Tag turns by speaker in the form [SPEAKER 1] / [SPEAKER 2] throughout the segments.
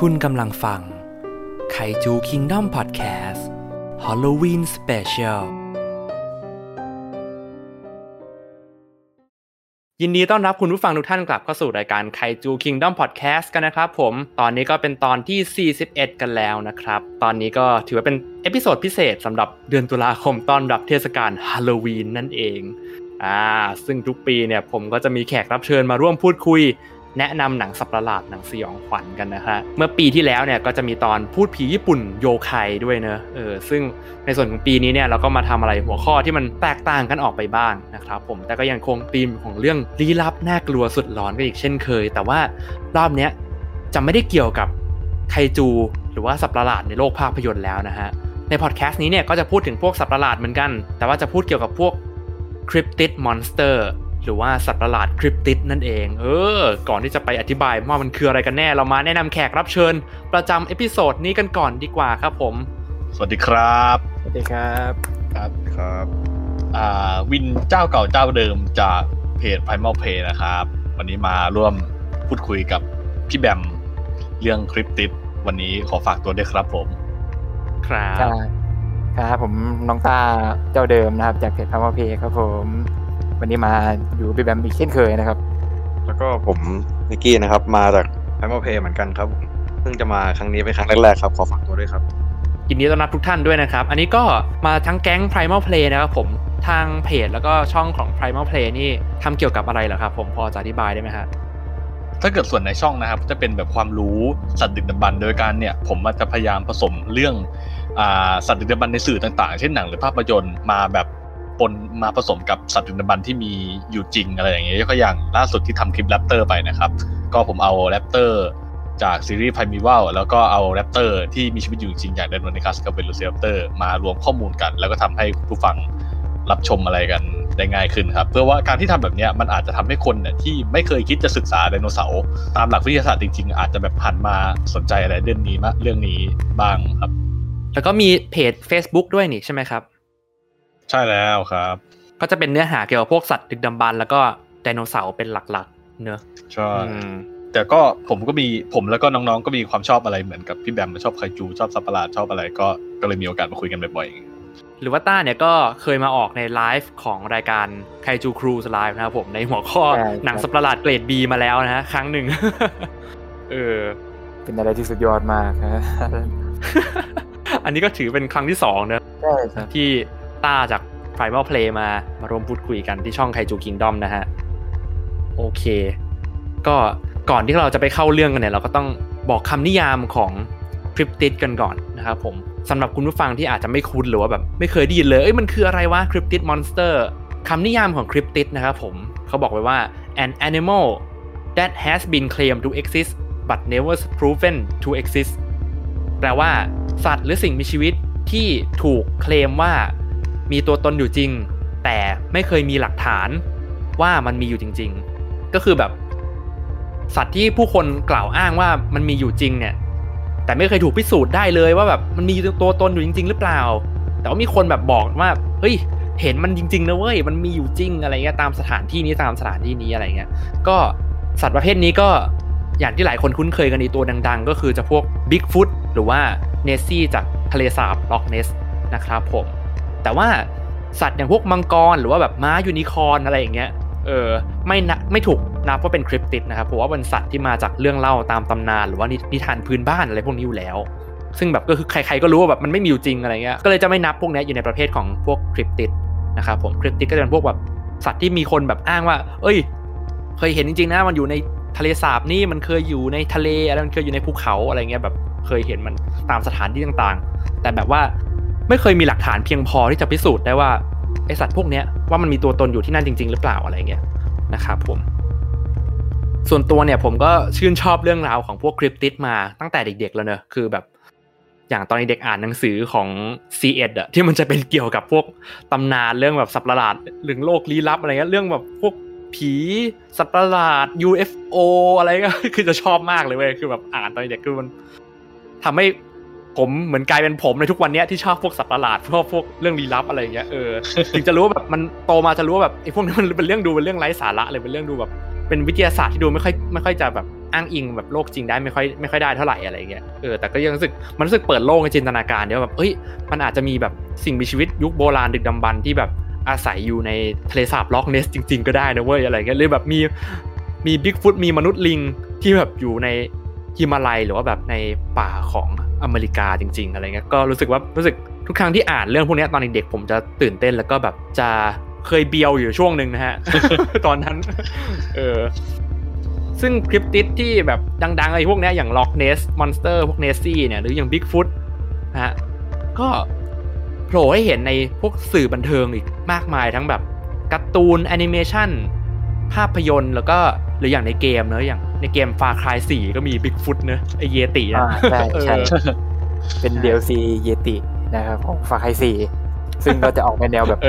[SPEAKER 1] คุณกำลังฟังไคจูคิงดอมพอดแคสต์ฮอลโลวีนสเปเชียลยินดีต้อนรับคุณผู้ฟังทุกท่านกลับเข้าสู่รายการไคจูคิงดอมพอดแคสต์กันนะครับผมตอนนี้ก็เป็นตอนที่41กันแล้วนะครับตอนนี้ก็ถือว่าเป็นเอพิโซดพิเศษสำหรับเดือนตุลาคมต้อนรับเทศกาลฮาโลวีนนั่นเองซึ่งทุกปีเนี่ยผมก็จะมีแขกรับเชิญมาร่วมพูดคุยแนะนำหนังสัตว์ประหลาดหนังสยองขวัญกันนะฮะเมื่อปีที่แล้วเนี่ยก็จะมีตอนพูดผีญี่ปุ่นโยไคด้วยเนอะซึ่งในส่วนของปีนี้เนี่ยเราก็มาทำอะไรหัวข้อที่มันแตกต่างกันออกไปบ้างนะครับผมแต่ก็ยังคงธีมของเรื่องลี้ลับน่ากลัวสุดหลอนกันอีกเช่นเคยแต่ว่ารอบเนี้ยจะไม่ได้เกี่ยวกับไคจูหรือว่าสัตว์ประหลาดในโลกภาพยนตร์แล้วนะฮะในพอดแคสต์นี้เนี่ยก็จะพูดถึงพวกสัตว์ประหลาดเหมือนกันแต่ว่าจะพูดเกี่ยวกับพวก Cryptid Monster หรือว่าสัตว์ประหลาดคริปติดนั่นเองก่อนที่จะไปอธิบายว่ามันคืออะไรกันแน่เรามาแนะนำแขกรับเชิญประจำเอพิโซดนี้กันก่อนดีกว่าครับผม
[SPEAKER 2] สวัสดีครับ
[SPEAKER 3] สวัสดีครับ
[SPEAKER 2] ครับวินเจ้าเก่าเจ้าเดิมจากเพจ Primal Play นะครับวันนี้มาร่วมพูดคุยกับพี่แบมเรื่องคริปติดวันนี้ขอฝากตัวด้วยครับผม
[SPEAKER 3] ครับผมน้องตาเจ้าเดิมนะครับจากเพจ Primal Play ครับผมวันนี้มาอยู่พี่แบมอีกเช่นเคยนะครับ
[SPEAKER 4] แล้วก็ผมนิกกี้นะครับมาจาก Primal Play เหมือนกันครับเพิ่งจะมาครั้งนี้เป็นครั้งแรกๆครับขอฝากตัวด้วยครับ
[SPEAKER 1] ยินดีต้อนรับทุกท่านด้วยนะครับอันนี้ก็มาทั้งแก๊ง Primal Play นะครับผมทางเพจแล้วก็ช่องของ Primal Play นี่ทำเกี่ยวกับอะไรเหรอครับผมพอจะอธิบายได้ไหมฮะ
[SPEAKER 2] ถ้าเกิดส่วนในช่องนะครับจะเป็นแบบความรู้สัตว์ดึกดำบรรพ์โดยการเนี่ยผมจะพยายามผสมเรื่องสัตว์ดึกดำบรรพ์ในสื่อต่างๆเช่นหนังหรือภาพยนตร์มาแบบปนมาผสมกับสัตว์ดึกดำบรรพ์ที่มีอยู่จริงอะไรอย่างเงี้ยยกตัวอย่างล่าสุดที่ทำคลิปแรปเตอร์ไปนะครับก็ผมเอาแรปเตอร์จากซีรีส์ Primeval แล้วก็เอาแรปเตอร์ที่มีชีวิตอยู่จริงอย่างไดโนนิคัสกับเวโลซิรัปเตอร์มารวมข้อมูลกันแล้วก็ทำให้ผู้ฟังรับชมอะไรกันได้ง่ายขึ้นครับเพื่อว่าการที่ทำแบบนี้มันอาจจะทำให้คนเนี่ยที่ไม่เคยคิดจะศึกษาไดโนเสาร์ตามหลักวิทยาศาสตร์จริงๆอาจจะแบบหันมาสนใจอะไรเรื่องนี้บ้างครับ
[SPEAKER 1] แล้วก็มีเพจ Facebook ด้วยนี่ใช่ไหมครับ
[SPEAKER 2] ใช่แล้วครับ
[SPEAKER 1] ก็จะเป็นเนื้อหาเกี่ยวกับพวกสัตว์ดึกดำบรรพ์แล้วก็ไดโนเสาร์เป็นหลักๆเนอะ
[SPEAKER 2] ใช่แต่ก็ผมแล้วก็น้องๆก็มีความชอบอะไรเหมือนกับพี่แบมชอบไคจูชอบสัตว์ประหลาดชอบอะไรก็เลยมีโอกาสมาคุยกันบ่อย
[SPEAKER 1] ๆหรือว่าต้าเนี่ยก็เคยมาออกในไลฟ์ของรายการไคจูครูสไลฟ์นะครับผมในหัวข้อหนังสัตว์ประหลาดเกรด B มาแล้วนะฮะครั้งหนึ่ง
[SPEAKER 3] เป็นอะไรที่สุดยอดมากฮะ
[SPEAKER 1] อันนี้ก็ถือเป็นครั้งที่2นะที่ต้าจาก Primal Play มาร่วมพูดคุยกันที่ช่องไคจูคิงดอมนะฮะโอเคก็ก่อนที่เราจะไปเข้าเรื่องกันเนี่ยเราก็ต้องบอกคำนิยามของคริปติดกันก่อนนะครับผมสำหรับคุณผู้ฟังที่อาจจะไม่คุ้นหรือว่าแบบไม่เคยได้ยินเลยมันคืออะไรวะคริปติดมอนสเตอร์คำนิยามของคริปติดนะครับผมเขาบอกไว้ว่า an animal that has been claimed to exist but never proven to exist แปลว่าสัตว์หรือสิ่งมีชีวิตที่ถูกเคลมว่ามีตัวตนอยู่จริงแต่ไม่เคยมีหลักฐานว่ามันมีอยู่จริงๆก็คือแบบสัตว์ที่ผู้คนกล่าวอ้างว่ามันมีอยู่จริงเนี่ยแต่ไม่เคยถูกพิสูจน์ได้เลยว่าแบบมันมีตัวตนอยู่จริงๆหรือเปล่าแต่ว่ามีคนแบบบอกว่าเฮ้ยเห็นมันจริงๆนะเว้ยมันมีอยู่จริงอะไรเงี้ยตามสถานที่นี้อะไรเงี้ยก็สัตว์ประเภทนี้ก็อย่างที่หลายคนคุ้นเคยกันในตัวดังๆก็คือจะพวก Bigfoot หรือว่า Nessie จากทะเลสาบล็อกเนสนะครับผมแต่ว่าสัตว์อย่างพวกมังกรหรือว่าแบบม้ายูนิคอร์นอะไรอย่างเงี้ยไม่ถูกนับว่าเป็นคริปติดนะครับเพราะว่าเป็นสัตว์ที่มาจากเรื่องเล่าตามตำนานหรือว่านิทานพื้นบ้านอะไรพวกนี้อยู่แล้วซึ่งแบบก็คือใครๆก็รู้ว่าแบบมันไม่มีอยู่จริงอะไรเงี้ยก็เลยจะไม่นับพวกนี้อยู่ในประเภทของพวกคริปติดนะครับผมคริปติดก็จะเป็นพวกแบบสัตว์ที่มีคนแบบอ้างว่าเคยเห็นจริงๆนะมันอยู่ในทะเลสาบนี่มันเคยอยู่ในทะเลอะไรมันเคยอยู่ในภูเขาอะไรเงี้ยแบบเคยเห็นมันตามสถานที่ต่างๆแต่แบบว่าไม่เคยมีหลักฐานเพียงพอที่จะพิสูจน์ได้ว่าไอสัตว์พวกเนี้ยว่ามันมีตัวตนอยู่ที่นั่นจริงๆหรือเปล่าอะไรเงี้ยนะครับผมส่วนตัวเนี่ยผมก็ชื่นชอบเรื่องราวของพวกคริปติดมาตั้งแต่เด็กๆแล้วเนอะคือแบบอย่างตอนเด็กอ่านหนังสือของ C.S. อ่ะที่มันจะเป็นเกี่ยวกับพวกตำนานเรื่องแบบสัตว์ประหลาดเรื่องโลกลี้ลับอะไรเงี้ยเรื่องแบบพวกผีสัตว์ประหลาด UFO อะไรก็คือจะชอบมากเลยเว้ยคือแบบอ่านตอนเด็กคือมันทำให้ผมเหมือนกลายเป็นผมในทุกวันนี้ที่ชอบพวกสัตว์ประหลาดพวกเรื่องลี้ลับอะไรอย่างเงี้ยถึงจะรู้ว่าแบบมันโตมาจะรู้ว่าแบบไอ้พวกนี้มันเป็นเรื่องไร้สาระเลยเป็นเรื่องดูแบบเเป็นวิทยาศาสตร์ที่ดูไม่ค่อยจะแบบอ้างอิงแบบโลกจริงได้ไม่ค่อยได้เท่าไหร่อะไรเงี้ยแต่ก็ยังรู้สึกเปิดโลกในจินตนาการเนี่ยแบบมันอาจจะมีแบบสิ่งมีชีวิตยุคโบราณดึกดำบรรพ์ที่แบบอาศัยอยู่ในทะเลสาบล็อกเนสจริงๆก็ได้นะเว้ยอะไรเงี้ยหรือแบบมีบิ๊กฟุตมีมนุษย์ลิงที่แบบอยู่ในฮิมาลัยหรือว่าแบบในป่าของอเมริกาจริงๆอะไรเงี้ยก็รู้สึกทุกครั้งที่อ่านเรื่องพวกนี้ตอนเด็กๆผมจะตื่นเต้นแล้วก็แบบจะเคยเบียวอยู่ช่วงนึงนะฮะ ตอนนั้นซึ่งคริปติดที่แบบดังๆไอ้พวกนี้อย่างล็อกเนสมอนสเตอร์พวกเนสซี่เนี่ยหรืออย่างบิ๊กฟุตนะฮะก็โผล่ให้เห็นในพวกสื่อบันเทิงอีกมากมายทั้งแบบการ์ตูนแอนิเมชันภาพยนตร์แล้วก็หรืออย่างในเกมเนอะอย่างในเกม Far Cry 4 ก็มีบิ๊กฟุตเนอะไอเยตินะ
[SPEAKER 3] ใช่เป็น DLC เยตินะครับของ Far Cry 4 ซึ่งก็จะออกในแนวแบบ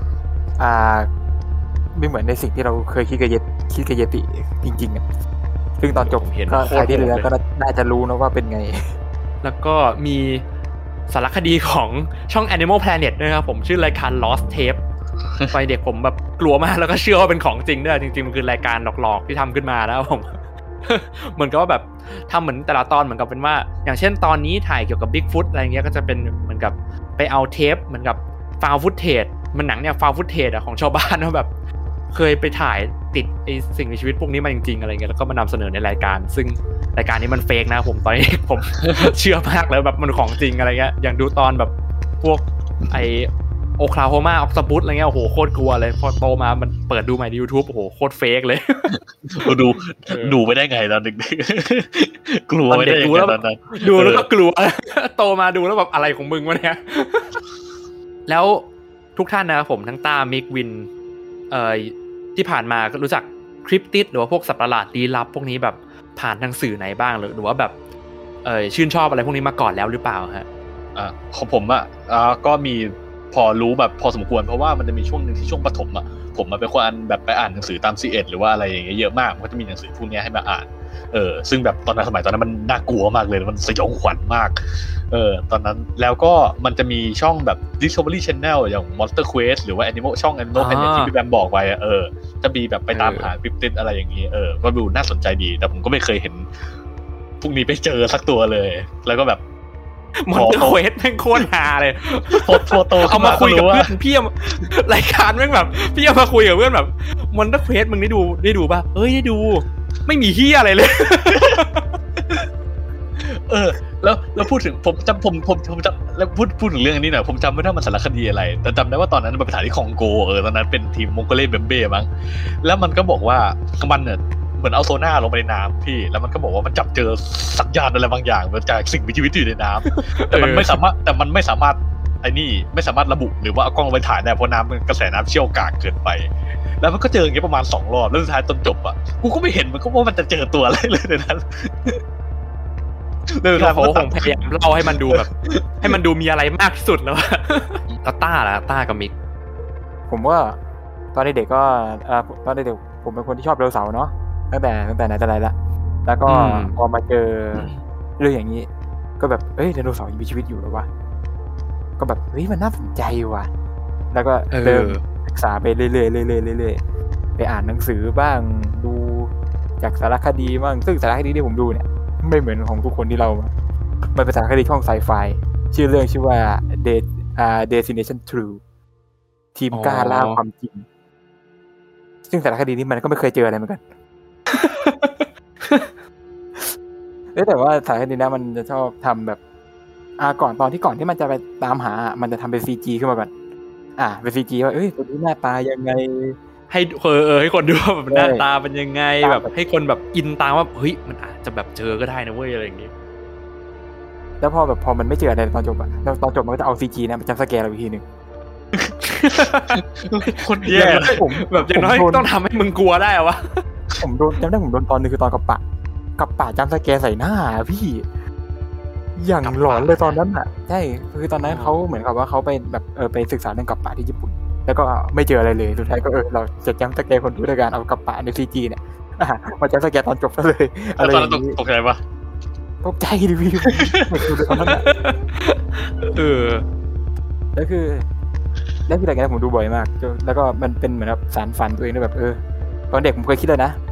[SPEAKER 3] ไม่เหมือนในสิ่งที่เราเคยคิดกับเยติจริงๆอ่ะซึ่งตอนจบก็ใครที่ดูแล้วก็น่าจะรู้นะว่าเป็นไง
[SPEAKER 1] แล้วก็มีสารคดีของช่อง Animal Planet ด้วยครับผมชื่อรายการ Lost Tape ไปเด็กผมแบบกลัวมากแล้วก็เชื่อว่าเป็นของจริงด้วยจริงๆมันคือรายการหลอกๆที่ทำขึ้นมาแล้วผมเหมือนกับว่าแบบทำเหมือนแต่ละตอนเหมือนกับเป็นว่าอย่างเช่นตอนนี้ถ่ายเกี่ยวกับ Bigfoot อะไรเงี้ยก็จะเป็นเหมือนกับไปเอาเทปเหมือนกับ found footage มันหนังเนี่ย found footage ของชาวบ้านว่าแบบเคยไปถ่ายติดไอสิ่งมีชีวิตพวกนี้มาจริงๆอะไรเงี้ยแล้วก็มานำเสนอในรายการซึ่งรายการนี้มันเฟกนะผมตอนนี้ผมเชื่อมากแล้วแบบมันของจริงอะไรเงี้ยอย่างดูตอนแบบพวกไอโอคลาโฮมาออกซาบุสอะไรเงี้ยโอ้โหโคตรกลัวเลยพอโตมามันเปิดดูใหม่ใน YouTube โอ้โหโคตรเฟกเลย
[SPEAKER 2] ดูไม่ได้ไงตอนเด็กๆกลัวไม่ได้ตอนนั้น
[SPEAKER 1] ดูแล้วก็กลัวโตมาดูแล้วแบบอะไรของมึงวะเนี่ยแล้วทุกท่านนะครับผมทั้งต้ามิกวินที่ผ่านมาก็รู้จักคริปติดหรือว่าพวกสัตว์ประหลาดลี้ลับพวกนี้แบบผ่านทางสื่อไหนบ้างหรือว่าแบบชื่นชอบอะไรพวกนี้มาก่อนแล้วหรือเปล่าฮะ
[SPEAKER 2] ของผมก็มีพอรู้แบบพอสมควรเพราะว่ามันจะมีช่วงนึงที่ช่วงประถมผมเป็นคนแบบไปอ่านหนังสือตาม C1 หรือว่าอะไรอย่างเงี้ยเยอะมากมันก็จะมีหนังสือพวกนี้ให้มาอ่านซึ่งแบบตอนนั้นสมัยตอนนั้นมันน่ากลัวมากเลยมันสยองขวัญมากตอนนั้นแล้วก็มันจะมีช่องแบบ Discovery Channel อย่าง Monster Quest หรือว่า ช่อง Animal Planet ที่พี่แบมบอกไว้จะมีแบบไปตามหาคริปติดอะไรอย่างงี้ก็ดูน่าสนใจดีแต่ผมก็ไม่เคยเห็นพวกนี้ไปเจอสักตัวเลยแล้วก็แบบ
[SPEAKER 1] มอนเตอร์เควสแม่งโคตรฮาเลย
[SPEAKER 2] โต
[SPEAKER 1] เอามาคุยกับเพื่อนพี่รายการแม่งแบบพี่เอามาคุยกับเพื่อนแบบมอนเตอร์เควสมึงได้ดูป่ะได้ดูไม่มีเหี้ยอะไรเลย
[SPEAKER 2] แล้วพูดถึงผมจำแล้วพูดถึงเรื่องนี้หน่อยผมจำไม่ได้มันสารคดีอะไรแต่จำได้ว่าตอนนั้นมันไปถ่ายที่คองโกตอนนั้นเป็นทีมมงโกเล่เบมเบ้มั้งแล้วมันก็บอกว่ามันเนี่ยเหมือนเอาโซน่าลงไปในน้ำพี่แล้วมันก็บอกว่ามันจับเจอสัญญาณอะไรบางอย่างมาจากสิ่งมีชีวิตอยู่ในน้ำแต่มันไม่สามารถไอ้นี่ไม่สามารถระบุหรือว่าเอากล้องไปถ่ายได้เพราะน้ำมันกระแสน้ำเชี่ยวกรากเกินไปแล้วมันก็เจออย่างเงี้ยประมาณ2 รอบแล้วสุดท้ายตอนจบกูก็ไม่เห็นมันก็ว่ามันจะเจอตัวอะไรเลยในนั้น
[SPEAKER 1] เขาคงพยายามเล่าให้มันดูแบบให้มันดูมีอะไรมากที่สุดแล้วต้ากับมิก
[SPEAKER 3] ผมว่าตอนเด็กก็ตอนเด็กผมเป็นคนที่ชอบไดโนเสาร์เนาะตั้งแต่ไหนแต่ไรละแล้วก็พอมาเจอเรื่องอย่างนี้ก็แบบไดโนเสาร์ยังมีชีวิตอยู่หรอวะก็แบบมันน่าสนใจว่ะแล้วก็เริ่มศึกษาไปเรื่อยๆไปอ่านหนังสือบ้างดูจากสารคดีบ้างซึ่งสารคดีที่ผมดูเนี่ยไม่เหมือนของทุกคนที่เรามันเป็นสารคดีช่องไซไฟชื่อเรื่องชื่อว่า Destination True ทีมกล้าล่าความจริงซึ่งสารคดีนี้มันก็ไม่เคยเจออะไรเหมือนกัน แต่ว่าสารคดีนี้มันจะชอบทำแบบก่อนที่มันจะไปตามหามันจะทำเป็น CG ขึ้นมาก่อนเป็น CG ว่าตัวนี้หน้าตายังไง
[SPEAKER 1] ให้ให้คนดูว่าแบบหน้าตาเป็นยังไงแบบให้คนแบบอินตามว่าเฮ้ยมันอาจจะแบบเจอก็ได้นะเว้ยอะไรอย่างงี้
[SPEAKER 3] แล้วพอมันไม่เจออะไรตอนจบแล้วตอนจบมันก็จะเอา CG นะมันจะสแกนเราอีกทีนึง
[SPEAKER 1] คนแย่ผมแบบอย่างน้อยต้องทำให้มึงกลัวได้วะ
[SPEAKER 3] ผมโดนตอนนึงคือตอนกับปะจำสแกนใส่หน้าพี่อย่างหลอนเลยตอนนั้นใช่คือตอนนั้นเขาเหมือนกับว่าเขาไปแบบไปศึกษาเรื่องกับปะที่ญี่ปุ่นแล้วก็ไม่เจออะไรเลยสุดท้ายก็เราจะจำสแกนคนดูด้วยการเอากับปะใน CG เนี่ยมาจำสแกนตอนจบซะเลย
[SPEAKER 2] อะไรอย่างนี้ตกใจปะ
[SPEAKER 3] ตกใจดิพี่ตอนนั้นแล้วคือรายการผมดูบ่อยมากแล้วก็มันเป็นเหมือนแบบสารฝันตัวเองด้วยแบบตอนเด็กผมเคยคิดเลยนะ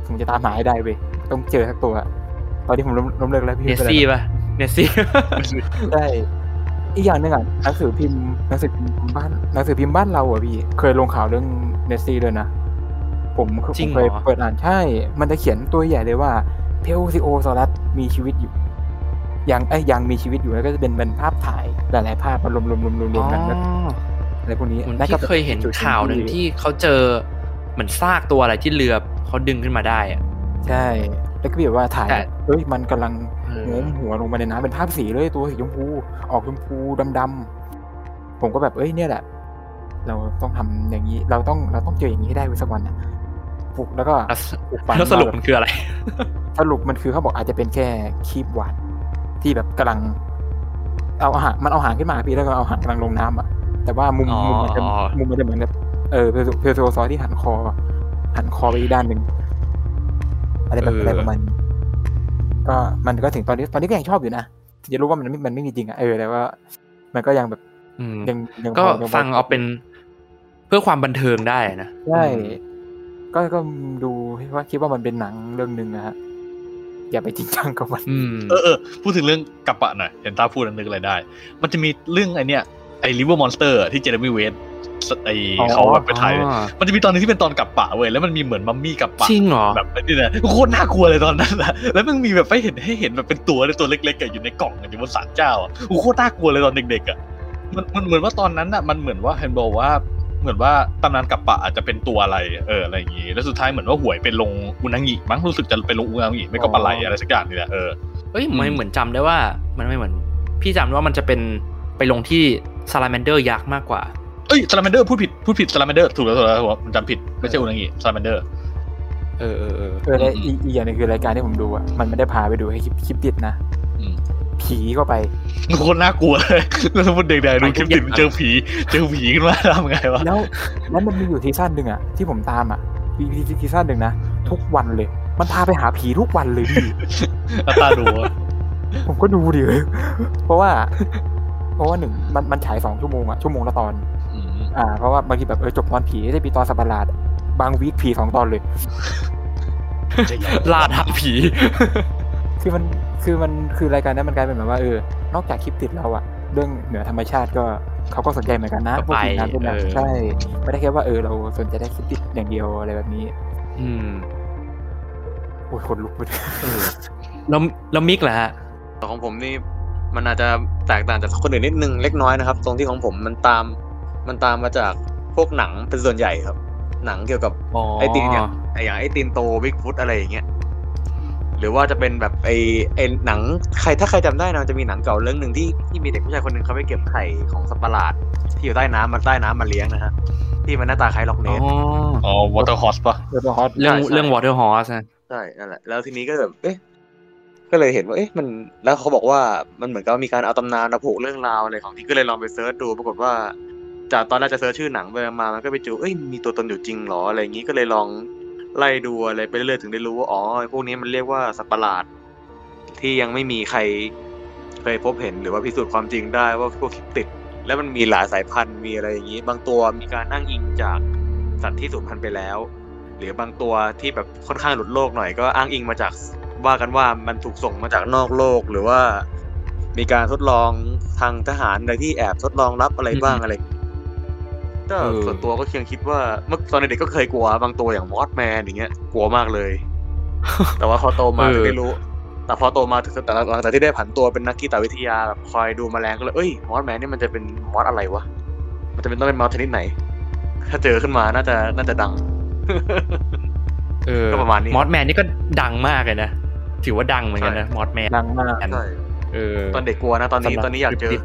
[SPEAKER 3] ผมจะตามหาให้ได้เว้ยต้องเจอสักตัวตอนนี้ผมล้มเลิกแล้วพี่
[SPEAKER 1] เนสซี่ป่ะเนสซี่
[SPEAKER 3] ใช่อีกอย่างนึงอ่ะหนังสือพิมพ์บ้านเราอ่ะพี่เคยลงข่าวเรื่องเนสซี่ด้วยนะผมเคยเปิดอ่านใช่มันจะเขียนตัวใหญ่เลยว่าเพลซิโอซอรัสมีชีวิตอยู่ยังมีชีวิตอยู่แล้วก็จะเป็นภาพถ่ายหลายๆภาพมารวมกันอะไรพวกนี้
[SPEAKER 1] นั่นก็เคยเห็นข่าวนึงที่เขาเจอเหมือนซากตัวอะไรที่เรือเขาดึงขึ้นมาได้อ่ะ
[SPEAKER 3] ใช่แล้วก็แบบว่าถ่ายเฮ้ยมันกำลังโน้มหัวลงมาในน้ำเป็นภาพสีเลยตัวสีชมพูออกชมพูดำๆผมก็แบบเนี่ยแหละเราต้องทำอย่างนี้เราต้องเจออย่างนี้ให้ได้สักวันนะปลุกแล้วก็
[SPEAKER 1] แล้วสรุปมันคืออะไร
[SPEAKER 3] สรุปมันคือเขาบอกอาจจะเป็นแค่คีบหวานที่แบบกำลังเอาอาหารขึ้นมาพี่แล้วก็เอาอาหารกำลังลงน้ำอ่ะแต่ว่ามุมมันจะเหมือนแบบเพลโซซอยที่หันคอไปอีกด้านหนึ่งอะไรประมาณก็มันก็ถึงตอนนี้ก็ยังชอบอยู่นะจะรู้ว่ามันไม่มีจริงอ่ะแต่ว่ามันก็ยังแบบ
[SPEAKER 1] ยังก็ฟังเอาเป็นเพื่อความบันเทิงได้นะ
[SPEAKER 3] ใช่ก็ดูว่าคิดว่ามันเป็นหนังเรื่องนึงนะฮะอย่าไปจริงจังกับมัน
[SPEAKER 2] พูดถึงเรื่องกัปปะหน่อยเห็นตาพูดนึกอะไรได้มันจะมีเรื่องไอ้ริเวอร์มอนสเตอร์ที่เจเรมี่เวสเขาแบบไปถ่ายมันจะมีตอนนึงที่เป็นตอนกัปปะเว้ยแล้วมันมีเหมือนมัมมี่กัปปะ
[SPEAKER 1] จริงเหรอ
[SPEAKER 2] แบบนี่นะโคตรน่ากลัวเลยตอนนั้นนะแล้วมันมีแบบให้เห็นแบบเป็นตัวเล็กๆอยู่ในกล่องอยู่บนศาลเจ้าโคตรน่ากลัวเลยตอนเด็กๆอ่ะมันเหมือนว่าตอนนั้นอ่ะมันเหมือนว่าเฮนบอกว่าเหมือนว่าตำนานกัปปะอาจจะเป็นตัวอะไรอะไรอย่างงี้แล้วสุดท้ายเหมือนว่าหวยเป็นลงอุนางิมั้งรู้สึกจะเป็นลงอุนางิไม่ก็ปลาไหลอะไรสักอย่างนี่แหละ
[SPEAKER 1] ไม่เหมือนจำได้ว่ามันไม่เหมือนพี่จำว่ามันจะเป็นไปลงที่ซาลาแมนเดอร์ยักษ์มากกว่า
[SPEAKER 2] ซาลาแมนเดอร์พูดผิดซาลาแมนเดอร์ถูกแล้วผมจำผิดไม่ใช่อุนางิซาลาแมนเดอร์
[SPEAKER 3] และอีกอย่างนึงคือรายการที่ผมดูอ่ะมันไม่ได้พาไปดูให้คลิปติดนะผีก็ไป
[SPEAKER 2] โคตรน่ากลัวเลยแล้วสมมติเด็กๆดูคลิปติดเจอผีขึ้นมาทำไงวะ
[SPEAKER 3] แล้วมันมีอยู่ซีซั่นนึงอ่ะที่ผมตามอ่ะซีซั่นนึงนะทุกวันเลยมันพาไปหาผีทุกวันเลยพี่
[SPEAKER 2] ตาดู
[SPEAKER 3] ผมก็ดูดิเพราะว่าหนึ่งมันฉาย2 ชั่วโมงอ่ะชั่วโมงละตอนเพราะว่าบางทีแบบจบตอนผีได้ปีตอนสัปดาห์บางวีคผี2 ตอนเลย
[SPEAKER 1] ล่าท้าผี
[SPEAKER 3] คือรายการนั้นมันกลายเป็นแบบว่านอกจากคลิปติดเราอะเรื่องเหนือธรรมชาติก็เขาก็สนใจเหมือนกันนะพวกทีมงานพวกนั้นใช่ไม่ได้แค่ว่าเราสนใจได้คลิปติดอย่างเดียวอะไรแบบนี้โอ้ยคนลุกไป
[SPEAKER 1] แล้วมิกเหรอฮะ
[SPEAKER 4] ของผมนี่มันอาจจะแตกต่างจากคนอื่นนิดนึงเล็กน้อยนะครับตรงที่ของผมมันตามมาจากพวกหนังเป็นส่วนใหญ่ครับหนังเกี่ยวกับไอตีนอย่างไอตีนโตบิ๊กฟุตอะไรอย่างเงี้ยหรือว่าจะเป็นแบบไอหนังถ้าใครจำได้นะจะมีหนังเก่าเรื่องนึงที่มีเด็กผู้ชายคนนึงเขาไปเก็บไข่ของสัตว์ประหลาดที่อยู่ใต้น้ำมาเลี้ยงนะฮะที่มันหน้าตาคล้ายล็อกเนส
[SPEAKER 2] วอเตอร์ฮอร์สป่ะ
[SPEAKER 1] เรื่องวอเตอร์ฮอร์สนะ
[SPEAKER 4] ใช่นั่นแหละแล้วทีนี้ก็แบบก็เลยเห็นว่ามันแล้วเขาบอกว่ามันเหมือนกับมีการเอาตำนานมาผูกเรื่องราวอะไรของที่ก็เลยลองไปเซิร์ชดูปรากฏว่าจากตอนแรกจะเซิร์ชชื่อหนังไปมามันก็ไปจูมีตัวตนอยู่จริงหรออะไรอย่างงี้ก็เลยลองไล่ดูอะไรไปเรื่อยๆถึงได้รู้ว่าพวกนี้มันเรียกว่าสัตว์ประหลาดที่ยังไม่มีใครเคยพบเห็นหรือว่าพิสูจน์ความจริงได้ว่าพวกคลิปติดแล้วมันมีหลายสายพันธุ์มีอะไรอย่างงี้บางตัวมีการอ้างอิงจากสัตว์ที่สูญพันธุ์ไปแล้วหรือบางตัวที่แบบค่อนข้างหลุดโลกหน่อยก็อ้างอิงมาจากว่ากันว่ามันถูกส่งมาจากนอกโลกหรือว่ามีการทดลองทางทหารอะไรที่แอบทดลองรับอะไรบ้างอะไรก็ส่วนตัวก็ยังคิดว่าเมื่อตอนเด็กก็เคยกลัวบางตัวอย่างมอสแมนอย่างเงี้ยกลัวมากเลยแต่ว่าพอโตมาถึงได้รู้แต่พอโตมาถึงแต่หลังจากที่ได้ผันตัวเป็นนักกีฬาวิทยาแบบคอยดูแมลงก็เลยมอสแมนนี่มันจะเป็นมอสอะไรวะมันจะเป็นต้องเป็นมอสชนิดไหนถ้าเจอขึ้นมาน่าจะดังก็ประมาณนี้
[SPEAKER 1] มอสแมนนี่ก็ดังมากเลยนะถือว่าดังเหมือนกันนะมอสแมน
[SPEAKER 3] ดังมาก
[SPEAKER 4] ตอนเด็กกลัวนะตอนนี้อยากเจอ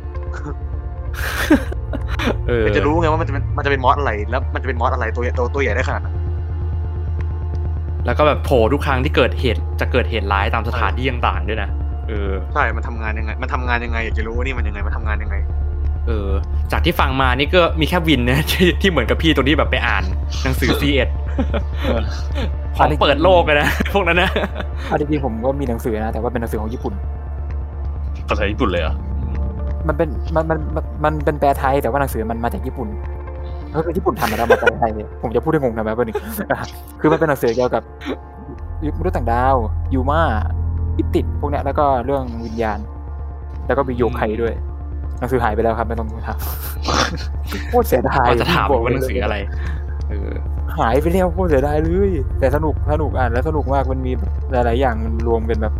[SPEAKER 4] จะรู้ไงว่ามันจะเป็นมอสอะไรแล้วมันจะเป็นมอสอะไรตัวใหญ่ได้ขนาดนั้น
[SPEAKER 1] แล้วก็แบบโผล่ทุกครั้งที่เกิดเหตุร้ายตามสถานที่ต่างๆด้วยนะ
[SPEAKER 4] ใช่มันทำงานยังไงอยากจะรู้ว่านี่มันยังไงมันทำงานยังไง
[SPEAKER 1] จากที่ฟังมานี่ก็มีแค่วินนะที่เหมือนกับพี่ตรงที่แบบไปอ่านหนังสือ C1 ของเปิดโลกเลยนะพวกนั้นนะ
[SPEAKER 3] จริงๆผมก็มีหนังสือนะแต่ว่าเป็นหนังสือของญี่ปุ่น
[SPEAKER 2] ภาษาญี่ปุ่นเลยเหรอ
[SPEAKER 3] มันเป็นแปลไทยแต่ว่าหนังสือมันมาจากญี่ปุ่นคือญี่ปุ่นทำมาแล้วมาแปลไทยผมจะพูดให้งงทำไมบ้างนี่คือมันเป็นหนังสือเกี่ยวกับมนุษย์ต่างดาวยูมาอิติดพวกเนี้ยแล้วก็เรื่องวิญญาณแล้วก็มีโยไคด้วยหนังสือหายไปแล้วครับไม่ต้องถามโคตรเสียดาย
[SPEAKER 1] จะถามว่าหนังสืออะไร
[SPEAKER 3] หายไปแล้วโคตรเสียดายเลยแต่สนุกอ่านแล้วสนุกมากมันมีหลายๆอย่างมันรวมกันแบบ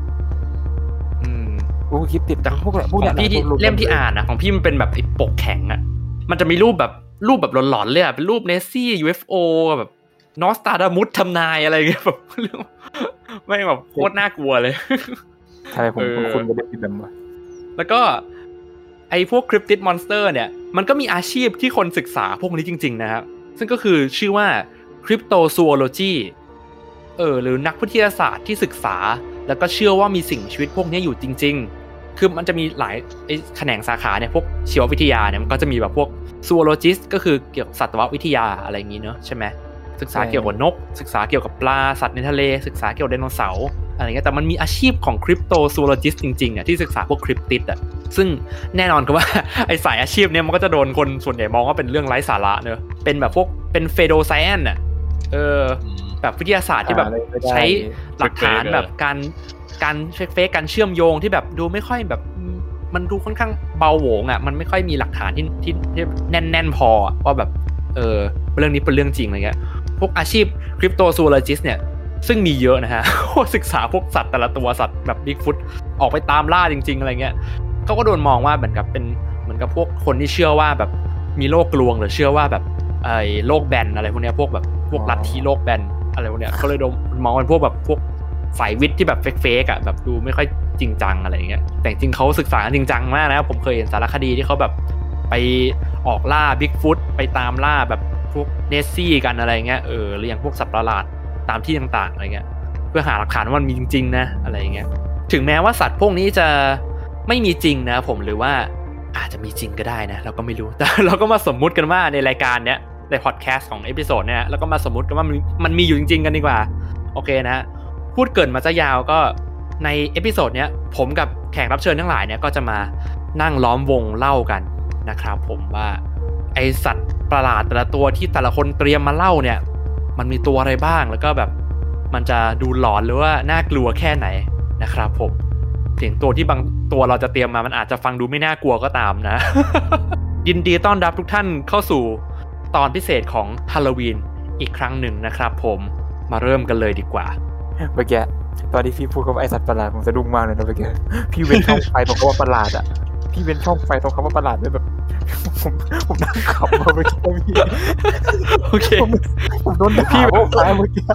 [SPEAKER 3] คลิปติด
[SPEAKER 1] แต่พวกพี่ที่เล่มที่อ่านนะของพี่มันเป็นแบบไอ้ปกแข็งอ่ะมันจะมีรูปแบบหลอนๆเลยอ่ะเป็นรูปเนสซี่ UFO แบบนอสตาดามุสทำนายอะไรเงี้ยแบบเรื่องไม่แบบโคตรน่ากลัวเลย
[SPEAKER 3] ใช่ผมคุณก็ได้ยินแบบว่า
[SPEAKER 1] แล้วก็ไอ้พวกคริปติดมอนสเตอร์เนี่ยมันก็มีอาชีพที่คนศึกษาพวกนี้จริงๆนะครับซึ่งก็คือชื่อว่าคริปโตซูโอโลจีหรือนักวิทยาศาสตร์ที่ศึกษาแล้วก็เชื่อว่ามีสิ่งมีชีวิตพวกนี้อยู่จริงๆคือมันจะมีหลายแขนงสาขาเนี่ยพวกชีววิทยาเนี่ยมันก็จะมีแบบพวกซูโอโลจิสต์ก็คือเกี่ยวกับสัตววิทยาอะไรอย่างงี้เนอะใช่ไหมศึกษาเกี่ยวกับนกศึกษาเกี่ยวกับปลาสัตว์ในทะเลศึกษาเกี่ยวกับไดโนเสาร์อะไรเงี้ยแต่มันมีอาชีพของคริปโตซูโอโลจิสต์จริงๆอ่ะที่ศึกษาพวกคริปติดอ่ะซึ่งแน่นอนก็ว่าไอ้สายอาชีพเนี้ยมันก็จะโดนคนส่วนใหญ่มองว่าเป็นเรื่องไร้สาระเนอะเป็นแบบพวกเป็นเฟโดไซแอนน่ะแบบวิทยาศาสตร์ที่แบบใช้หลักฐานแบบการเฟกการเชื่อมโยงที่แบบดูไม่ค่อยแบบมันดูค่อนข้างเบาโหวงอ่ะมันไม่ค่อยมีหลักฐานที่แน่นๆพอว่าแบบเรื่องนี้เป็นเรื่องจริงอะไรเงี้ยพวกอาชีพคริปโตซูโอโลจิสต์เนี่ยซึ่งมีเยอะนะฮะศึกษาพวกสัตว์แต่ละตัวสัตว์แบบบิ๊กฟุตออกไปตามล่าจริงๆอะไรเงี้ยเขาก็โดนมองว่าเหมือนกับพวกคนที่เชื่อว่าแบบมีโลกลวงหรือเชื่อว่าแบบไอ้โลกแบนอะไรพวกเนี้ยพวกลัทธิโลกแบนอะไรพวกเนี้ยเขาเลยโดนมองเป็นพวกแบบพวกสายวิทย์ที่แบบเฟกอ่ะแบบดูไม่ค่อยจริงจังอะไรเงี้ยแต่จริงเขาศึกษาจริงจังมากนะผมเคยเห็นสารคดีที่เขาแบบไปออกล่าบิ๊กฟุตไปตามล่าแบบพวกเนสซี่กันอะไรเงี้ยหรืออย่างพวกสัตว์ประหลาดตามที่ต่างๆอะไรเงี้ยเพื่อหาหลักฐานว่ามันมีจริงๆนะอะไรเงี้ยถึงแม้ว่าสัตว์พวกนี้จะไม่มีจริงนะผมหรือว่าอาจจะมีจริงก็ได้นะเราก็ไม่รู้แต่เราก็มาสมมุติกันว่าในรายการเนี้ยในพอดแคสต์ของเอพิโซดเนี้ยแล้วก็มาสมมุติกันว่ามันมีอยู่จริงๆกันดีกว่าโอเคนะพูดเกินมาจะยาวก็ในเอพิโซดเนี้ยผมกับแขกรับเชิญทั้งหลายเนี่ยก็จะมานั่งล้อมวงเล่ากันนะครับผมว่าไอสัตว์ประหลาดแต่ละตัวที่แต่ละคนเตรียมมาเล่าเนี่ยมันมีตัวอะไรบ้างแล้วก็แบบมันจะดูหลอนหรือว่าน่ากลัวแค่ไหนนะครับผมถึงตัวที่บางตัวเราจะเตรียมมามันอาจจะฟังดูไม่น่ากลัวก็ตามนะ ยินดีต้อนรับทุกท่านเข้าสู่ตอนพิเศษของฮาโลวีนอีกครั้งหนึ่งนะครับผมมาเริ่มกันเลยดีกว่า
[SPEAKER 3] เมื่อกี้ตอนที่พี่พูดคำว่าไอสัตว์ประหลาดผมสะดุ้งมากเลยนะเมื่อกี้พี่เว้นช่องไฟตรงคำว่าประหลาดอ่ะพี่เว้นช่องไฟตรงคำว่าประหลาดด้วยแบบผมนั่งขำมาเมื่อกี้พี่
[SPEAKER 1] โอเค
[SPEAKER 3] ผมโดนพี่แบบตายเมื่อกี้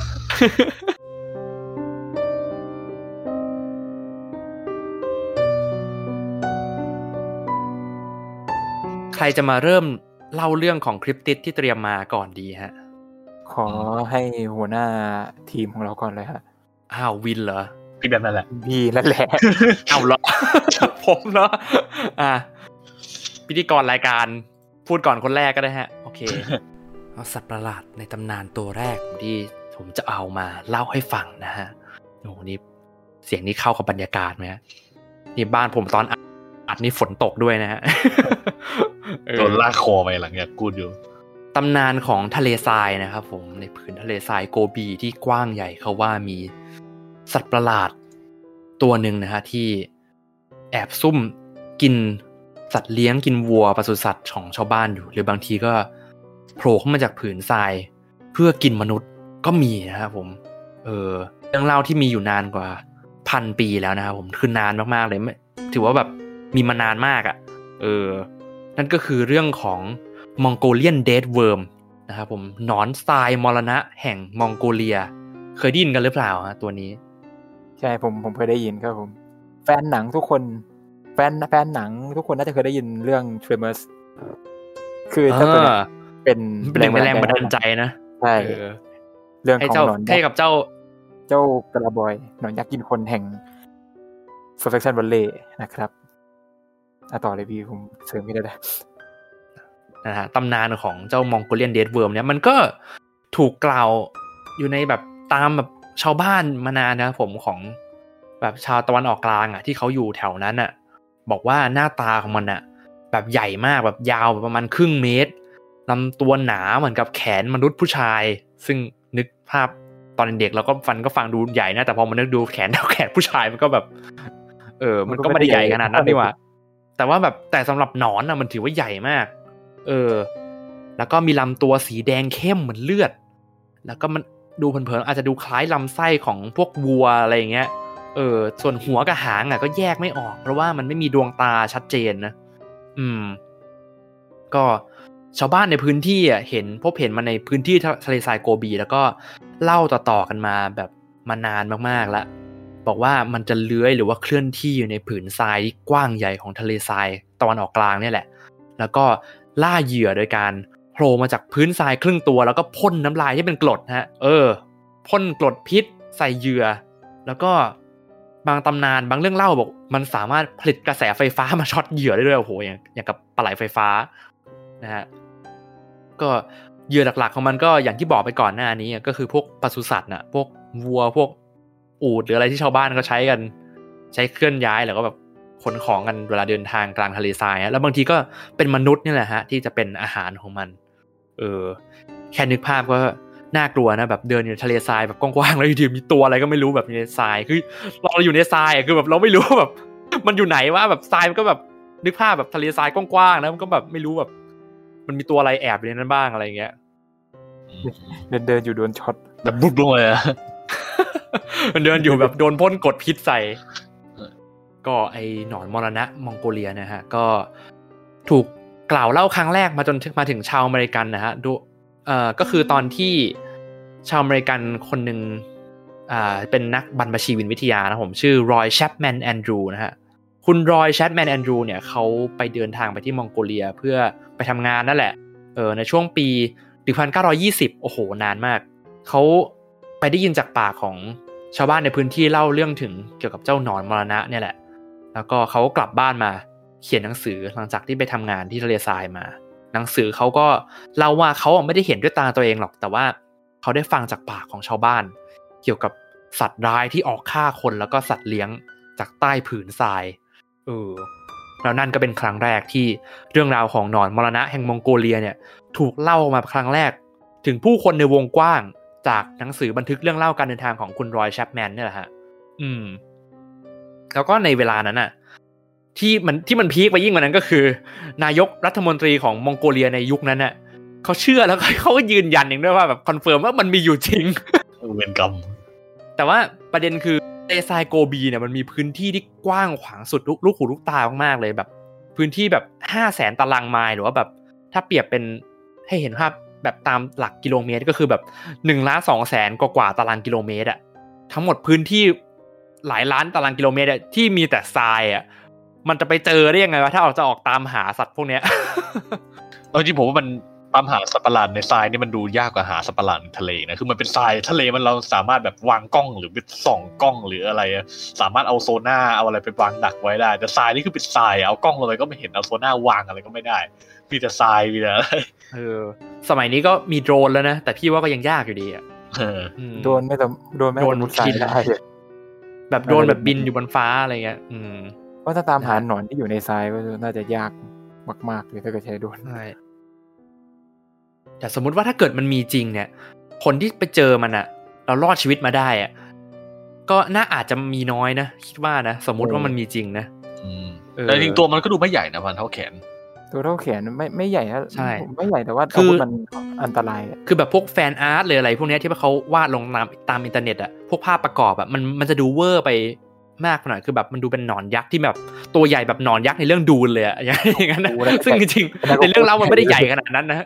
[SPEAKER 1] ใครจะมาเริ่มเล่าเรื่องของคริปติดที่เตรียมมาก่อนดีฮะ
[SPEAKER 3] ขอให้หัวหน้าทีมของเราก่อนเลยฮะ
[SPEAKER 1] วินเหรอ
[SPEAKER 2] พี่แบบนั่นแหละ
[SPEAKER 3] พี่นั่นแหละ
[SPEAKER 1] เอาเหรอผมเนาะพิธีกรรายการพูดก่อนคนแรกก็ได้ฮะโอเคเอาสัตว์ประหลาดในตำนานตัวแรกที่ผมจะเอามาเล่าให้ฟังนะฮะโอ้โหนี่เสียงนี้เข้ากับบรรยากาศไหมฮะนี่บ้านผมตอนอัดนี่ฝนตกด้วยนะฮะ
[SPEAKER 2] โดนลากคอไปหลังจากกูดอยู่
[SPEAKER 1] ตำนานของทะเลทรายนะครับผมในผืนทะเลทรายโกบีที่กว้างใหญ่เขาว่ามีสัตว์ประหลาดตัวหนึ่งนะฮะที่แอบซุ่มกินสัตว์เลี้ยงกินวัวปศุสัตว์ของชาวบ้านอยู่หรือบางทีก็โผล่ขึ้นมาจากผืนทรายเพื่อกินมนุษย์ก็มีนะครับผมเรื่องเล่าที่มีอยู่นานกว่า1,000 ปีแล้วนะครับผมคือนานมากๆเลยถือว่าแบบมีมานานมากอ่ะนั่นก็คือเรื่องของมองโกเลียนเดดเวิร์มนะครับผมหนอนทรายมรณะแห่งมองโกเลียเคยได้ยินกันหรือเปล่าฮะตัวนี้
[SPEAKER 3] ใช่ผมเคยได้ยินครับผมแฟนหนังทุกคนแฟนหนังทุกคนน่าจะเคยได้ยินเรื่อง Tremors คือถ้าเป็น
[SPEAKER 1] แรงบันดาลใจนะ
[SPEAKER 3] ใช่เรื่องของหนอน
[SPEAKER 1] ให้กับเจ้
[SPEAKER 3] ากระบอยหนอนยักษ์กินคนแห่ง Perfection Valley นะครับต่อเลยพี่ผมเสริมไม่ได้
[SPEAKER 1] นะฮะตำนานของเจ้ามองโกเลียนเดดเวิร์มเนี่ยมันก็ถูกกล่าวอยู่ในแบบตามแบบชาวบ้านมานานนะผมของแบบชาวตะวันออกกลางอ่ะที่เขาอยู่แถวนั้นอ่ะบอกว่าหน้าตาของมันอ่ะแบบใหญ่มากแบบยาวประมาณครึ่งเมตรลำตัวหนาเหมือนกับแขนมนุษย์ผู้ชายซึ่งนึกภาพตอนเด็กเราก็ฟังดูใหญ่นะแต่พอมานึกดูแขนผู้ชายมันก็แบบมันก็ไม่ได้ใหญ่ขนาดนั้นนี่หว่าแต่ว่าแบบแต่สำหรับหนอนน่ะมันถือว่าใหญ่มากแล้วก็มีลำตัวสีแดงเข้มเหมือนเลือดแล้วก็มันดูเผินๆอาจจะดูคล้ายลำไส้ของพวกวัวอะไรอย่างเงี้ยส่วนหัวกับหางอ่ะก็แยกไม่ออกเพราะว่ามันไม่มีดวงตาชัดเจนนะก็ชาวบ้านในพื้นที่อ่ะเห็นมันในพื้นที่ทะเลทรายโกบีแล้วก็เล่าต่อๆกันมาแบบมานานมากๆแล้วบอกว่ามันจะเลื้อยหรือว่าเคลื่อนที่อยู่ในผืนทรายที่กว้างใหญ่ของทะเลทรายตะวันออกกลางเนี่ยแหละแล้วก็ล่าเหยื่อโดยการโผล่มาจากพื้นทรายครึ่งตัวแล้วก็พ่นน้ำลายที่เป็นกรดฮะพ่นกรดพิษใส่เหยื่อแล้วก็บางตำนานบางเรื่องเล่าบอกมันสามารถผลิตกระแสไฟฟ้ามาช็อตเหยื่อได้ด้วยโอ้โหอย่างกับปลาไหลไฟฟ้านะฮะก็เหยื่อหลักๆของมันก็อย่างที่บอกไปก่อนหน้านี้ก็คือพวกปศุสัตว์น่ะพวกวัวพวกอูฐหรืออะไรที่ชาวบ้านเขาใช้เคลื่อนย้ายหรือก็แบบขนของกันเวลาเดินทางกลางทะเลทรายแล้วบางทีก็เป็นมนุษย์นี่แหละฮะที่จะเป็นอาหารของมันแค่นึกภาพก็น่ากลัวนะแบบเดินอยู่ในทะเลทรายแบบกว้างๆแล้วอยู่ดีมีตัวอะไรก็ไม่รู้แบบในทรายคือเราอยู่ในทรายคือแบบเราไม่รู้แบบมันอยู่ไหนว่าแบบทรายมันก็แบบนึกภาพแบบทะเลทรายกว้างๆนะมันก็แบบไม่รู้แบบมันมีตัวอะไรแอบอยู่ในนั้นบ้างอะไรอย่างเงี้ย
[SPEAKER 3] เดินอยู่โดนช็อต
[SPEAKER 2] แบบบุกลงเลยอะ
[SPEAKER 1] มันเดินอยู่แบบโดนพ่นกรดพิษใส่ก็ไอหนอนมรณะมองโกเลียนะฮะก็ถูกกล่าวเล่าครั้งแรกมาจนมาถึงชาวอเมริกันนะฮะก็คือตอนที่ชาวอเมริกันคนหนึ่งเป็นนักบรรพชีวินวิทยานะผมชื่อรอยแชปแมนแอนดรูนะฮะคุณรอยแชปแมนแอนดรูเนี่ยเขาไปเดินทางไปที่มองโกเลียเพื่อไปทำงานนั่นแหละในช่วงปี 1920 โอ้โหนานมากเขาไปได้ยินจากปากของชาวบ้านในพื้นที่เล่าเรื่องถึงเกี่ยวกับเจ้าหนอนมรณะเนี่ยแหละแล้วก็เขากลับบ้านมาเขียนหนังสือหลังจากที่ไปทำงานที่ทะเลทรายมาหนังสือเขาก็เล่าว่าเขาไม่ได้เห็นด้วยตาตัวเองหรอกแต่ว่าเขาได้ฟังจากปากของชาวบ้านเกี่ยวกับสัตว์ร้ายที่ออกฆ่าคนแล้วก็สัตว์เลี้ยงจากใต้ผืนทรายแล้วนั่นก็เป็นครั้งแรกที่เรื่องราวของหนอนมรณะแห่งมองโกเลียเนี่ยถูกเล่ามาครั้งแรกถึงผู้คนในวงกว้างจากหนังสือบันทึกเรื่องเล่าการเดินทางของคุณรอยแชปแมนเนี่ยแหละฮะแล้วก็ในเวลานั้นน่ะที่มันพีคไปยิ่งกว่านั้นก็คือนายกรัฐมนตรีของมองโกเลียในยุคนั้นน่ะเขาเชื่อแล้วเขาก็ยืนยันเองด้วยว่าแบบคอนเฟิร์มว่ามันมีอยู่จริง
[SPEAKER 2] เวรกรรม
[SPEAKER 1] แต่ว่าประเด็นคือทะเลทรายโกบีเนี่ยมันมีพื้นที่ที่กว้างขวางสุดลูกหูลูกตามากๆเลยแบบพื้นที่แบบ 500,000 ตารางไมล์หรือว่าแบบถ้าเปรียบเป็นให้เห็นภาพแบบตามหลักกิโลเมตรก็คือแบบ 1,200,000 กว่าตารางกิโลเมตรอะทั้งหมดพื้นที่หลายล้านตารางกิโลเมตรอะที่มีแต่ทรายอะมันจะไปเจอได้ยังไงวะถ้าเราจะออกตามหาสัตว์พวกเนี้ย
[SPEAKER 2] จริงผมว่ามันตามหาสัตว์ประหลาดในทรายนี่มันดูยากกว่าหาสัตว์ประหลาดในทะเลนะคือมันเป็นทรายทะเลมันเราสามารถแบบวางกล้องหรือส่องกล้องหรืออะไรสามารถเอาโซน่าเอาอะไรไปวางดักไว้ได้แต่ทรายนี่คือเป็นทรายเอากล้องอะไรก็ไม่เห็นเอาโซน่าวางอะไรก็ไม่ได้มีแต่ทรายมีแต่อะไร
[SPEAKER 1] สมัยนี้ก็มีโดรนแล้วนะแต่พี่ว่าก็ยังยากอยู่ดีอ่ะ
[SPEAKER 3] โดรนไม่
[SPEAKER 1] บินได้แบบโดรนแบบบินอยู่บนฟ้าอะไรเงี้ย
[SPEAKER 3] เพราะถ้าตามหาหนอนที่อยู่ในทรายก็น่าจะยากมากๆเลยถ้าเกิดใช้โดรน
[SPEAKER 1] ใช่แต่สมมุติว่าถ้าเกิดมันมีจริงเนี่ยคนที่ไปเจอมันอ่ะเรารอดชีวิตมาได้อ่ะก็น่าอาจจะมีน้อยนะคิดว่านะสมมุติว่ามันมีจริงนะ
[SPEAKER 2] แต่จริงตัวมันก็ดูไม่ใหญ่นะมันเท่าแขน
[SPEAKER 3] ตัวเท่าแขนไม่ใหญ่นะ
[SPEAKER 1] ใช่
[SPEAKER 3] ไม่ใหญ่แต่ว่าคือมันอันตราย
[SPEAKER 1] คือแบบพวกแฟนอาร์ตหรืออะไรพวกนี้ที่เขาวาดลงตามอินเทอร์เน็ตอ่ะพวกภาพประกอบอ่ะมันจะดูเวอร์ไปมากหน่อยคือแบบมันดูเป็นหนอนยักษ์ที่แบบตัวใหญ่แบบหนอนยักษ์ในเรื่องดูนเลยอ่ะอย่างนั้นนะซึ่งจริงๆในเรื่องเล่ามันไม่ได้ใหญ่ขนาดนั้นนะ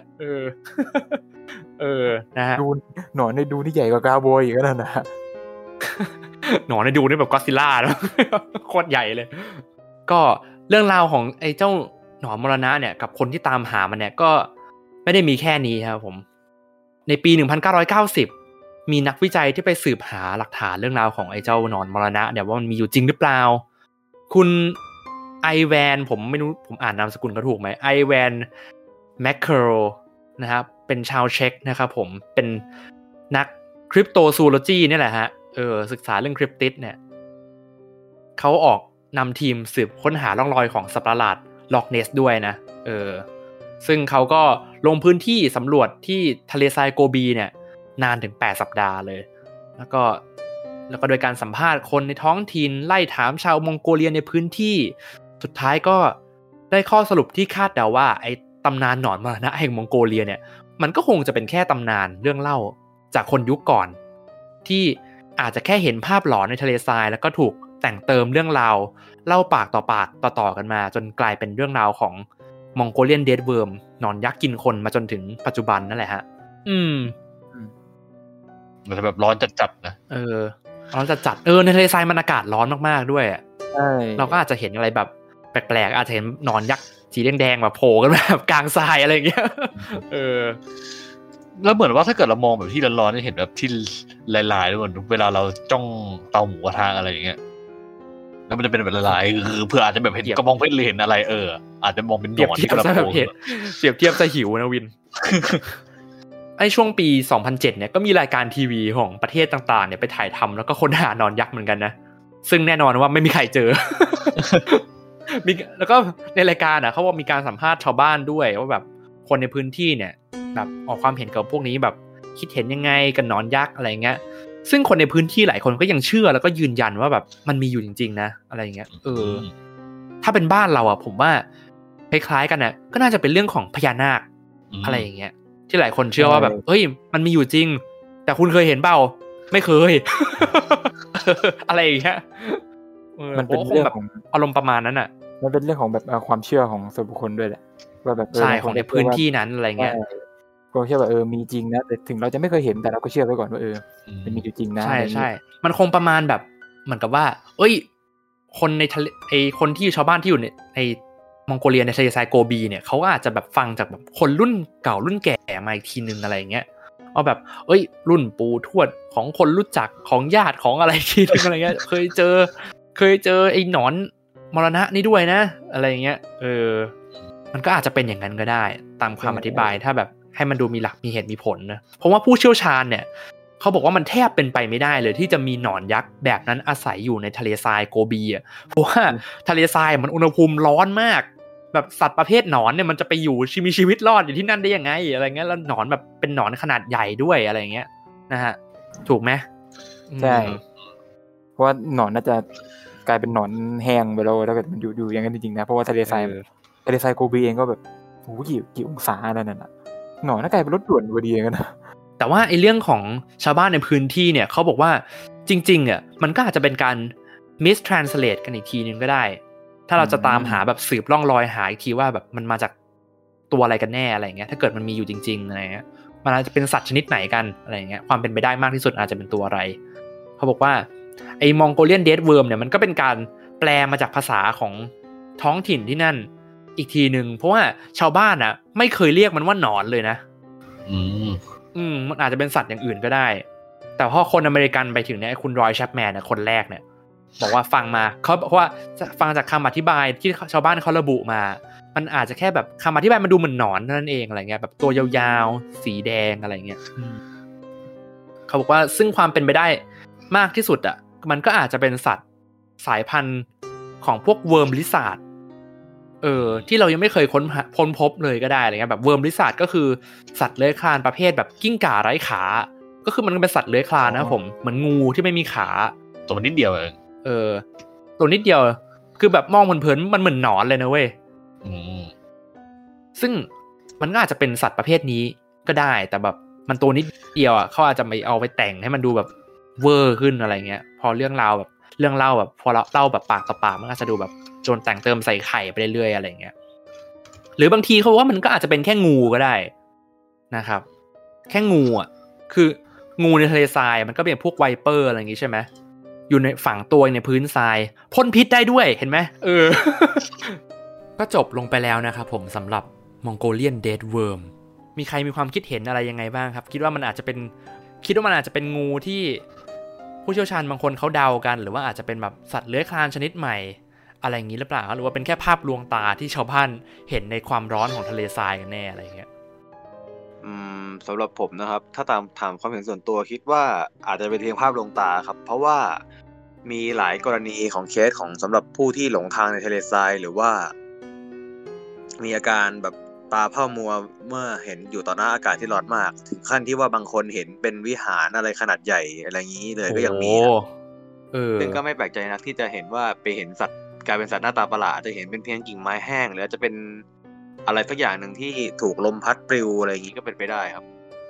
[SPEAKER 1] นะฮะ
[SPEAKER 3] หนอนในดูที่ใหญ่กว่ากาโบยอีกแล้วนะ
[SPEAKER 1] หนอนในดูนี่แบบก็อดซิลล่าแล้วโคตรใหญ่เลยก็เรื่องราวของไอ้เจ้าหนอนมรณะเนี่ยกับคนที่ตามหามันเนี่ยก็ไม่ได้มีแค่นี้ครับผมในปี 1990 มีนักวิจัยที่ไปสืบหาหลักฐานเรื่องราวของไอ้เจ้าหนอนมรณะเนี่ยว่ามันมีอยู่จริงหรือเปล่าคุณไอแวนผมไม่รู้ผมอ่านนามสกุลเขาถูกไหมไอแวนแมคเคอโรนะครับเป็นชาวเช็กนะครับผมเป็นนักคริปโตซูโลจีนี่แหละฮะศึกษาเรื่องคริปติดเนี่ยเขาออกนำทีมสืบค้นหาร่องรอยของสัตว์ประหลาดล็อกเนสด้วยนะซึ่งเขาก็ลงพื้นที่สำรวจที่ทะเลทรายโกบีเนี่ยนานถึง8 สัปดาห์เลยแล้วก็โดยการสัมภาษณ์คนในท้องถิ่นไล่ถามชาวมองโกเลียในพื้นที่สุดท้ายก็ได้ข้อสรุปที่คาดเดาว่าไอ้ตำนานหนอนมรณะแห่งมองโกเลียเนี่ยมันก็คงจะเป็นแค่ตำนานเรื่องเล่าจากคนยุคก่อนที่อาจจะแค่เห็นภาพหลอนในทะเลทรายแล้วก็ถูกแต่งเติมเรื่องราวเล่าปากต่อปากต่อกันมาจนกลายเป็นเรื่องราวของมองโกเลียนเดดเวิร์มหนอนยักษ์กินคนมาจนถึงปัจจุบันนั่นแหละฮะ
[SPEAKER 2] มันจะแบบร้อนจัดๆนะ
[SPEAKER 1] ร้อนจัดในทะเลทรายมันอากาศร้อนมากๆด้วย
[SPEAKER 3] ใช่
[SPEAKER 1] เราก็อาจจะเห็นอะไรแบบแปลกๆอาจจะเห็นหนอนยักษ์สีแดงๆแบบโผล่กันแบบกลางทรายอะไรอย่างเงี้ย
[SPEAKER 2] แล้วเหมือนว่าถ้าเกิดเรามองแบบที่ร้อนๆจะเห็นแบบที่ลายๆด้วยเหมือนเวลาเราจ้องเตาหมูกระทะอะไรอย่างเงี้ยแล้วมันจะเป็นแบบลายๆคือเพื่ออาจจะแบบเห็นกระบองเพชรเห็นอะไรอาจจะมองเป็นหนอนที่กระโปรง
[SPEAKER 1] เปรียบเทียบจะหิวนะวินไอ้ช่วงปี2007เนี่ยก็มีรายการทีวีของประเทศต่างๆเนี่ยไปถ่ายทำแล้วก็ค้นหานอนยักษ์เหมือนกันนะซึ่งแน่นอนว่าไม่มีใครเจอ แล้วก็ในรายการเขาบอกมีการสัมภาษณ์ชาวบ้านด้วยว่าแบบคนในพื้นที่เนี่ยแบบออกความเห็นกับพวกนี้แบบคิดเห็นยังไงกับนอนยักษ์อะไรเงี้ยซึ่งคนในพื้นที่หลายคนก็ยังเชื่อแล้วก็ยืนยันว่าแบบมันมีอยู่จริงๆนะอะไรเงี้ยถ้าเป็นบ้านเราผมว่าคล้ายๆกันนะก็น่าจะเป็นเรื่องของพญานาคอะไรอย่างเงี้ยที่หลายคนเชื่อว่าแบบเอ้ยมันมีอยู่จริงแต่คุณเคยเห็นเปล่าไม่เคย อะไรอย่างเงี้ย
[SPEAKER 3] มันเป็นเรื่องของ
[SPEAKER 1] อารมณ์ประมาณนั้นอ่ะ
[SPEAKER 3] มันเป็นเรื่องของแบบความเชื่อของส่วนบุคคลด้วยแหละว่าแบบ
[SPEAKER 1] ใช่ของในพื้นที่นั้นอะไรเงี้ย
[SPEAKER 3] ความเชื่อว่ามีจริงนะแต่ถึงเราจะไม่เคยเห็นแต่เราก็เชื่อไว้ก่อนว่ามันมีอยู่จริงนะ
[SPEAKER 1] ใช่มันคงประมาณแบบเหมือนกับว่าเอ้ยคนในทะเลคนที่ชาวบ้านที่อยู่ในมองโกเลียในทะเลทรายโกบีเนี่ยเขาอาจจะแบบฟังจากแบบคนรุ่นเก่ารุ่นแก่มาอีกทีนึงอะไรเงี้ยเอาแบบเอ้ยรุ่นปู่ทวดของคนรู้จักของญาติของอะไรทีนึงอะไรเงี้ยเคยเจอไอ้หนอนมรณะนี่ด้วยนะอะไรเงี้ยมันก็อาจจะเป็นอย่างนั้นก็ได้ตามคำอธิบายถ้าแบบให้มันดูมีหลักมีเหตุมีผลนะเพราะว่าผู้เชี่ยวชาญเนี่ยเขาบอกว่ามันแทบเป็นไปไม่ได้เลยที่จะมีหนอนยักษ์แบบนั้นอาศัยอยู่ในทะเลทรายโกบีเพราะว่าทะเลทรายมันอุณหภูมิร้อนมากแบบสัตว์ประเภทหนอนเนี่ยมันจะไปอยู่มีชีวิตรอดอยู่ที่นั่นได้ยังไงอะไรเงี้ยแล้วหนอนแบบเป็นหนอนขนาดใหญ่ด้วยอะไรเงี้ยนะฮะถูกไหม
[SPEAKER 3] ใช่เพราะว่าหนอนน่าจะกลายเป็นหนอนแห้งไปแล้วถ้าเกิดมันอยู่อย่างนั้นจริงๆนะเพราะว่าทะเลทรายโกบีเองก็แบบโอ้กี่องศานั่นน่ะหนอนน่ากลายเป็นรถด่วนพอดีกันนะ
[SPEAKER 1] แต่ว่าไอ้เรื่องของชาวบ้านในพื้นที่เนี่ยเขาบอกว่าจริงๆมันก็อาจจะเป็นการ mistranslate กันอีกทีนึงก็ได้ถ้าเราจะตามหาแบบสืบร่องรอยหาอีกทีว่าแบบมันมาจากตัวอะไรกันแน่อะไรเงี้ยถ้าเกิดมันมีอยู่จริงๆอะไรเงี้ยมันอาจจะเป็นสัตว์ชนิดไหนกันอะไรเงี้ยความเป็นไปได้มากที่สุดอาจจะเป็นตัวอะไรเขาบอกว่าไอ้มองโกเลียนเดดเวิร์มเนี่ยมันก็เป็นการแปลมาจากภาษาของท้องถิ่นที่นั่นอีกทีนึงเพราะว่าชาวบ้านไม่เคยเรียกมันว่าหนอนเลยนะมันอาจจะเป็นสัตว์อย่างอื่นก็ได้แต่พอคนอเมริกันไปถึงเนี่ยคุณรอยแชปแมนคนแรกเนี่ยบอกว่าฟังมาเขาบอกว่าฟังจากคำอธิบายที่ชาวบ้านเขาระบุมามันอาจจะแค่แบบคำอธิบายมันดูเหมือนหนอนนั่นเองอะไรเงี้ยแบบตัวยาวๆสีแดงอะไรเงี้ยเขาบอกว่าซึ่งความเป็นไปได้มากที่สุดมันก็อาจจะเป็นสัตว์สายพันธุ์ของพวกเวิร์มลิซาร์ดที่เรายังไม่เคยค้นพบเลยก็ได้อะไรเงี้ยแบบเวิร์มลิซาร์ดก็คือสัตว์เลื้อยคลานประเภทแบบกิ้งก่าไร้ขาก็คือมันเป็นสัตว์เลื้อยคลานนะผมเหมือนงูที่ไม่มีขา
[SPEAKER 2] ตัวนิดเดียว
[SPEAKER 1] ตัวนิดเดียวคือแบบมองเพลินๆมันเหมือนหนอนเลยนะเว้ยซึ่งมันก็อาจจะเป็นสัตว์ประเภทนี้ก็ได้แต่แบบมันตัวนิดเดียวเขาอาจจะไม่เอาไปแต่งให้มันดูแบบเวอร์ขึ้นอะไรเงี้ยพอเรื่องเล่าแบบพอเล่าแบบปากต่อปากมันอาจจะดูแบบโจนแต่งเติมใส่ไข่ไปเรื่อยๆอะไรเงี้ยหรือบางทีเขาว่ามันก็อาจจะเป็นแค่งูก็ได้นะครับแค่งูคืองูในทะเลทรายมันก็เป็นพวกไวเปอร์อะไรอย่างงี้ใช่ไหมอยู่ในฝังตัวในพื้นทรายพ่นพิษได้ด้วยเห็นไหมก็จบลงไปแล้วนะครับผมสำหรับ Mongolian Dead Worm มีใครมีความคิดเห็นอะไรยังไงบ้างครับคิดว่ามันอาจจะเป็นงูที่ผู้เชี่ยวชาญบางคนเขาเดากันหรือว่าอาจจะเป็นแบบสัตว์เลื้อยคลานชนิดใหม่อะไรอย่างนี้หรือเปล่าหรือว่าเป็นแค่ภาพลวงตาที่ชาวบ้านเห็นในความร้อนของทะเลทรายกันแน่อะไรอย่างเงี้ย
[SPEAKER 4] สำหรับผมนะครับถ้าถามความเห็นส่วนตัวคิดว่าอาจจะเป็นเพียงภาพลวงตาครับเพราะว่ามีหลายกรณีของเคสของสำหรับผู้ที่หลงทางในทะเลทรายหรือว่ามีอาการแบบตาเผ้ามัวเมื่อเห็นอยู่ต่อหน้าอากาศที่ร้อนมากถึงขั้นที่ว่าบางคนเห็นเป็นวิหารอะไรขนาดใหญ่อะไรอย่างนี้เลยก็ยังมีซึ่งก็ไม่แปลกใจนักที่จะเห็นว่าไปเห็นสัตว์กลายเป็นสัตว์หน้าตาประหลาดจะเห็นเป็นเพียงกิ่งไม้แห้งหรือจะเป็นอะไรสักอย่างหนึ่งที่ถูกลมพัดปลิวอะไรอย่างนี้ก็เป็นไปได้ครับ